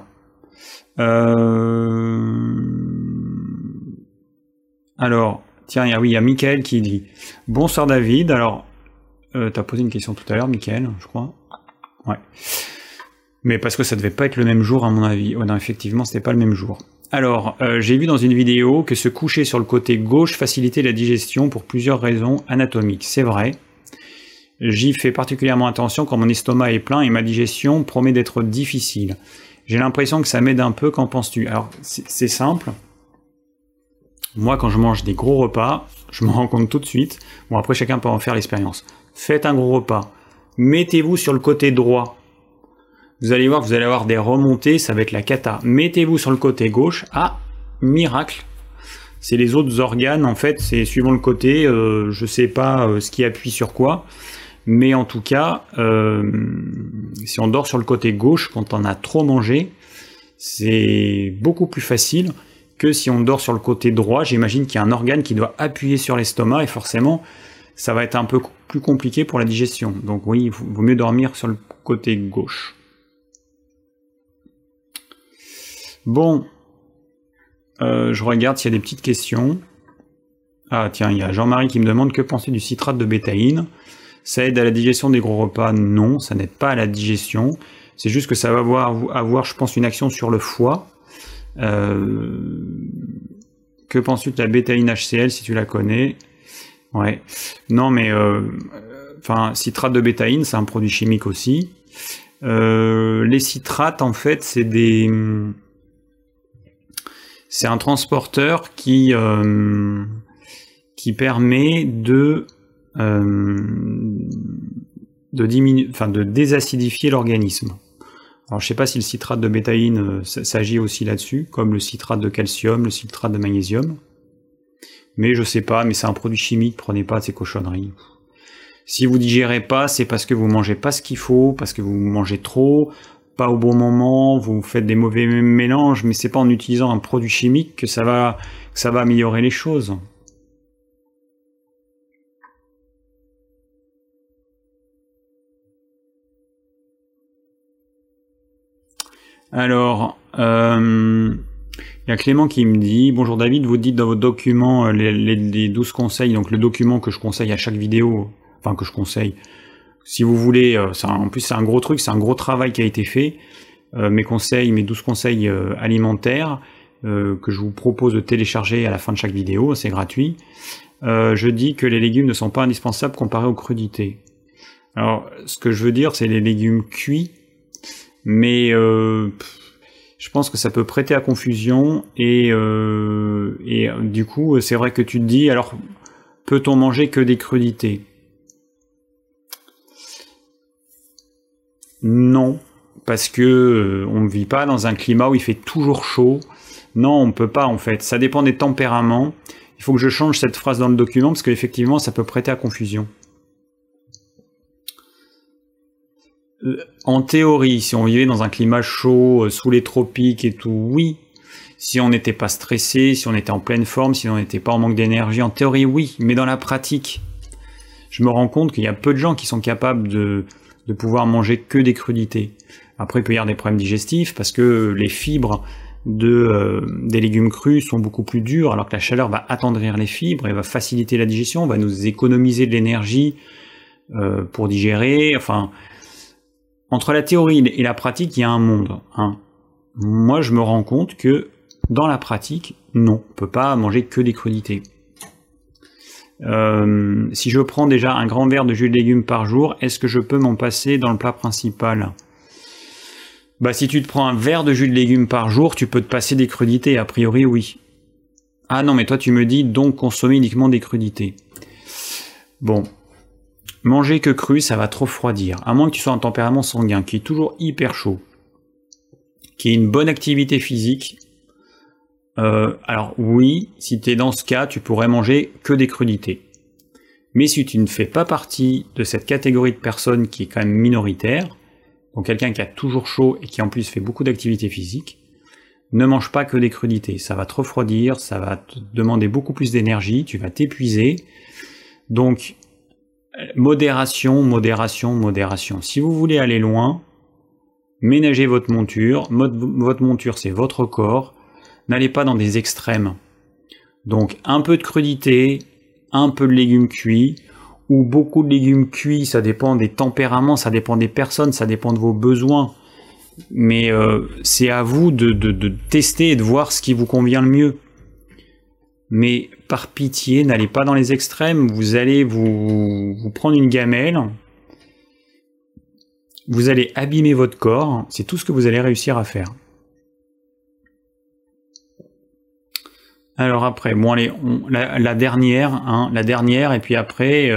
Alors, tiens, il y a Michael qui dit « Bonsoir David ». Alors, t'as posé une question tout à l'heure, Michael, je crois. Ouais. Mais parce que ça devait pas être le même jour, à mon avis. Ouais, non, effectivement, c'était pas le même jour. Alors, j'ai vu dans une vidéo que se coucher sur le côté gauche facilitait la digestion pour plusieurs raisons anatomiques. C'est vrai. J'y fais particulièrement attention quand mon estomac est plein et ma digestion promet d'être difficile. J'ai l'impression que ça m'aide un peu, qu'en penses-tu? Alors, c'est simple. Moi, quand je mange des gros repas, je me rends compte tout de suite. Bon, après, chacun peut en faire l'expérience. Faites un gros repas. Mettez-vous sur le côté droit. Vous allez voir, vous allez avoir des remontées, ça va être la cata. Mettez-vous sur le côté gauche. Ah, miracle. C'est les autres organes, en fait, c'est suivant le côté. Je sais pas ce qui appuie sur quoi. Mais en tout cas, si on dort sur le côté gauche, quand on a trop mangé, c'est beaucoup plus facile que si on dort sur le côté droit. J'imagine qu'il y a un organe qui doit appuyer sur l'estomac et forcément, ça va être un peu plus compliqué pour la digestion. Donc oui, il vaut mieux dormir sur le côté gauche. Bon, je regarde s'il y a des petites questions. Ah tiens, il y a Jean-Marie qui me demande « Que penser du citrate de bétaïne ?» Ça aide à la digestion des gros repas? Non, ça n'aide pas à la digestion. C'est juste que ça va avoir, je pense, une action sur le foie. Que penses-tu de la bétaïne HCl, si tu la connais? Ouais. Non, mais citrate de bétaïne, c'est un produit chimique aussi. Les citrates, en fait, c'est un transporteur qui permet de désacidifier l'organisme. Alors je sais pas si le citrate de bétaïne s'agit aussi là-dessus, comme le citrate de calcium, le citrate de magnésium. Mais je sais pas, mais c'est un produit chimique, prenez pas de ces cochonneries. Si vous digérez pas, c'est parce que vous mangez pas ce qu'il faut, parce que vous mangez trop, pas au bon moment, vous faites des mauvais mélanges, mais c'est pas en utilisant un produit chimique que ça va améliorer les choses. Alors, il y a Clément qui me dit « Bonjour David, vous dites dans votre document les 12 conseils, donc le document que je conseille à chaque vidéo, enfin que je conseille, si vous voulez, en plus c'est un gros truc, c'est un gros travail qui a été fait, mes 12 conseils alimentaires que je vous propose de télécharger à la fin de chaque vidéo, c'est gratuit. Je dis que les légumes ne sont pas indispensables comparés aux crudités. Alors, ce que je veux dire, c'est les légumes cuits, mais je pense que ça peut prêter à confusion et du coup c'est vrai que tu te dis alors peut-on manger que des crudités? Non, parce que on ne vit pas dans un climat où il fait toujours chaud. Non, on peut pas en fait, ça dépend des tempéraments. Il faut que je change cette phrase dans le document parce qu'effectivement ça peut prêter à confusion. En théorie, si on vivait dans un climat chaud, sous les tropiques et tout, oui. Si on n'était pas stressé, si on était en pleine forme, si on n'était pas en manque d'énergie, en théorie, oui. Mais dans la pratique, je me rends compte qu'il y a peu de gens qui sont capables de pouvoir manger que des crudités. Après, il peut y avoir des problèmes digestifs parce que les fibres des légumes crus sont beaucoup plus dures, alors que la chaleur va attendrir les fibres et va faciliter la digestion, va nous économiser de l'énergie pour digérer, enfin... Entre la théorie et la pratique, il y a un monde. Hein. Moi, je me rends compte que dans la pratique, non, on ne peut pas manger que des crudités. Si je prends déjà un grand verre de jus de légumes par jour, est-ce que je peux m'en passer dans le plat principal? Bah, si tu te prends un verre de jus de légumes par jour, tu peux te passer des crudités, a priori oui. Ah non, mais toi tu me dis donc consommer uniquement des crudités. Bon. Manger que cru, ça va trop refroidir, à moins que tu sois un tempérament sanguin, qui est toujours hyper chaud, qui ait une bonne activité physique. Alors oui, si tu es dans ce cas, tu pourrais manger que des crudités. Mais si tu ne fais pas partie de cette catégorie de personnes qui est quand même minoritaire, donc quelqu'un qui a toujours chaud et qui en plus fait beaucoup d'activité physique, Ne mange pas que des crudités, ça va te refroidir, ça va te demander beaucoup plus d'énergie, tu vas t'épuiser. Donc, modération, modération, modération. Si vous voulez aller loin, ménagez votre monture. Votre monture, c'est votre corps. N'allez pas dans des extrêmes. Donc, un peu de crudité, un peu de légumes cuits, ou beaucoup de légumes cuits, ça dépend des tempéraments, ça dépend des personnes, ça dépend de vos besoins. Mais c'est à vous de tester et de voir ce qui vous convient le mieux. Mais par pitié, n'allez pas dans les extrêmes, vous allez vous prendre une gamelle, vous allez abîmer votre corps, c'est tout ce que vous allez réussir à faire. Alors après, bon allez, la dernière, hein, la dernière, et puis après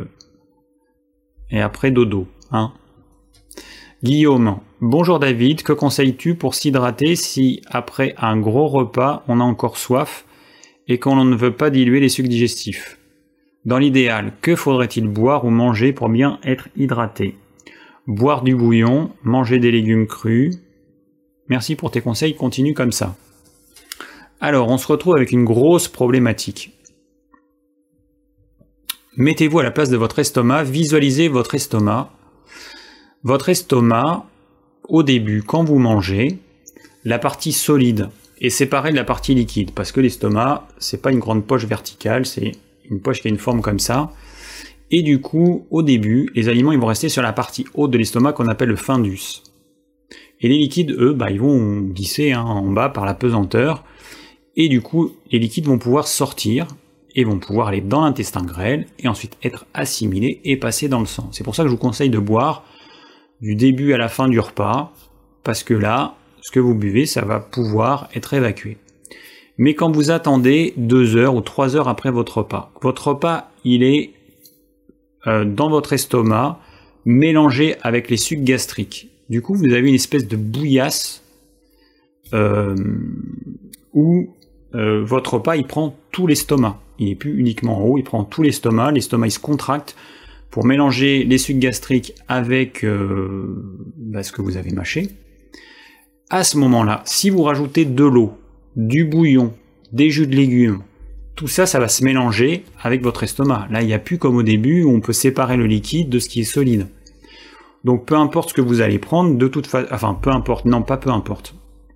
dodo, hein. Guillaume, bonjour David, que conseilles-tu pour s'hydrater si après un gros repas on a encore soif et qu'on ne veut pas diluer les sucs digestifs? Dans l'idéal, que faudrait-il boire ou manger pour bien être hydraté? Boire du bouillon, manger des légumes crus. Merci pour tes conseils, continue comme ça. Alors, on se retrouve avec une grosse problématique. Mettez-vous à la place de votre estomac, visualisez votre estomac. Votre estomac, au début, quand vous mangez, la partie solide est séparée de la partie liquide, parce que l'estomac, c'est pas une grande poche verticale, c'est une poche qui a une forme comme ça. Et du coup, au début, les aliments ils vont rester sur la partie haute de l'estomac qu'on appelle le fundus. Et les liquides, eux, ils vont glisser en bas par la pesanteur. Et du coup, les liquides vont pouvoir sortir et vont pouvoir aller dans l'intestin grêle et ensuite être assimilés et passer dans le sang. C'est pour ça que je vous conseille de boire du début à la fin du repas, parce que là, ce que vous buvez, ça va pouvoir être évacué. Mais quand vous attendez 2 heures ou 3 heures après votre repas, il est dans votre estomac, mélangé avec les sucs gastriques. Du coup, vous avez une espèce de bouillasse où votre repas, il prend tout l'estomac. Il n'est plus uniquement en haut, il prend tout l'estomac. L'estomac, il se contracte pour mélanger les sucs gastriques avec ce que vous avez mâché. À ce moment-là, si vous rajoutez de l'eau, du bouillon, des jus de légumes, tout ça, ça va se mélanger avec votre estomac. Là, il n'y a plus comme au début où on peut séparer le liquide de ce qui est solide. Donc, peu importe ce que vous allez prendre, de toute façon, enfin, peu importe, non, pas peu importe.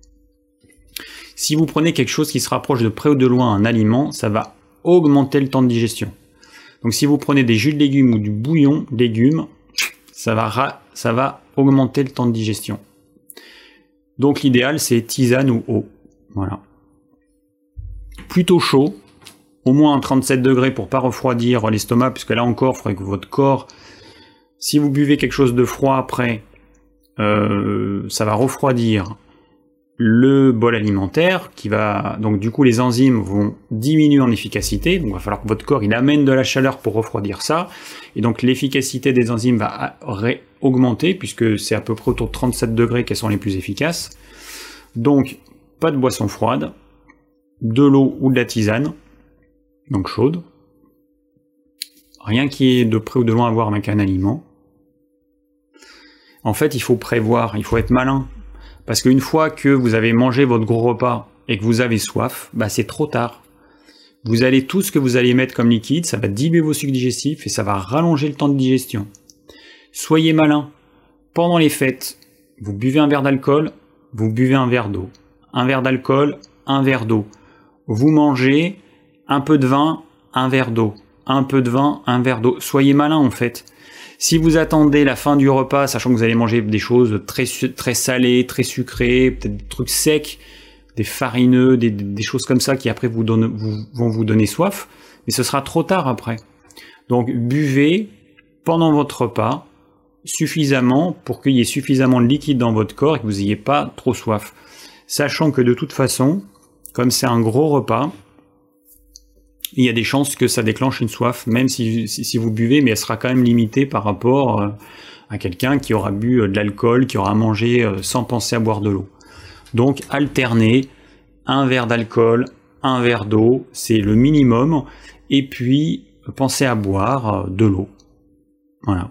Si vous prenez quelque chose qui se rapproche de près ou de loin un aliment, ça va augmenter le temps de digestion. Donc si vous prenez des jus de légumes ou du bouillon de légumes, ça va augmenter le temps de digestion. Donc l'idéal c'est tisane ou eau. Voilà. Plutôt chaud, au moins 37 degrés pour pas refroidir l'estomac, puisque là encore, il faudrait que votre corps, si vous buvez quelque chose de froid après, ça va refroidir le bol alimentaire qui va, donc du coup les enzymes vont diminuer en efficacité, donc il va falloir que votre corps il amène de la chaleur pour refroidir ça, et donc l'efficacité des enzymes va augmenter puisque c'est à peu près autour de 37 degrés qu'elles sont les plus efficaces. Donc pas de boisson froide, de l'eau ou de la tisane, donc chaude, rien qui est de près ou de loin à voir avec un aliment. En fait il faut prévoir, il faut être malin. Parce qu'une fois que vous avez mangé votre gros repas et que vous avez soif, c'est trop tard. Vous allez tout ce que vous allez mettre comme liquide, ça va diluer vos sucs digestifs et ça va rallonger le temps de digestion. Soyez malin. Pendant les fêtes, vous buvez un verre d'alcool, vous buvez un verre d'eau. Un verre d'alcool, un verre d'eau. Vous mangez un peu de vin, un verre d'eau. Un peu de vin, un verre d'eau. Soyez malin en fait. Si vous attendez la fin du repas, sachant que vous allez manger des choses très salées, très sucrées, peut-être des trucs secs, des farineux, des choses comme ça qui après vont vous donner soif, mais ce sera trop tard après. Donc buvez pendant votre repas suffisamment pour qu'il y ait suffisamment de liquide dans votre corps et que vous n'ayez pas trop soif. Sachant que de toute façon, comme c'est un gros repas, il y a des chances que ça déclenche une soif, même si vous buvez, mais elle sera quand même limitée par rapport à quelqu'un qui aura bu de l'alcool, qui aura mangé sans penser à boire de l'eau. Donc alternez un verre d'alcool, un verre d'eau, c'est le minimum, et puis pensez à boire de l'eau. Voilà.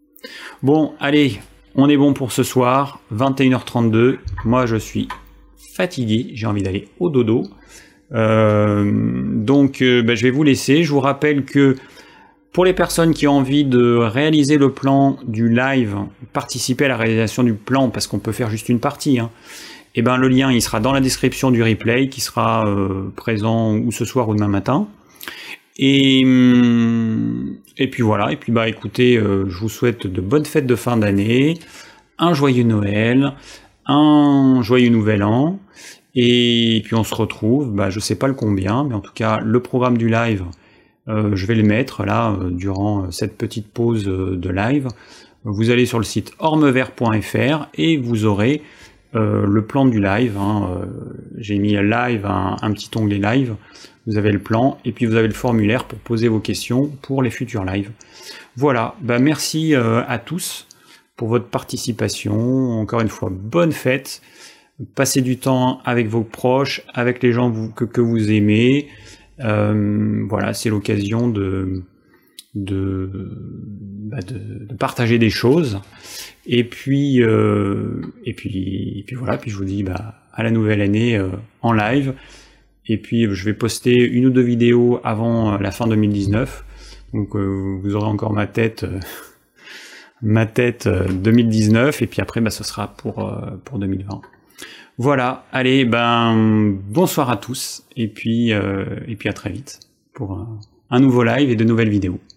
Bon, allez, on est bon pour ce soir, 21h32, moi je suis fatigué, j'ai envie d'aller au dodo. Donc je vais vous laisser. Je vous rappelle que pour les personnes qui ont envie de réaliser le plan du live, participer à la réalisation du plan, parce qu'on peut faire juste une partie, hein, et ben le lien il sera dans la description du replay, qui sera présent ou ce soir ou demain matin. Et puis voilà, et puis écoutez, je vous souhaite de bonnes fêtes de fin d'année, un joyeux Noël, un joyeux nouvel an, et puis on se retrouve, je sais pas le combien, mais en tout cas le programme du live, je vais le mettre là durant cette petite pause de live. Vous allez sur le site ormevert.fr et vous aurez le plan du live, hein. J'ai mis live, un petit onglet live, vous avez le plan, et puis vous avez le formulaire pour poser vos questions pour les futurs lives. Voilà, merci à tous pour votre participation. Encore une fois, bonne fête, passez du temps avec vos proches, avec les gens que vous aimez. Voilà, c'est l'occasion de partager des choses. Et puis voilà, puis je vous dis à la nouvelle année en live. Et puis je vais poster 1 ou 2 vidéos avant la fin 2019. Donc vous aurez encore ma tête 2019, et puis après ce sera pour 2020. Voilà, allez, bonsoir à tous, et puis à très vite pour un nouveau live et de nouvelles vidéos.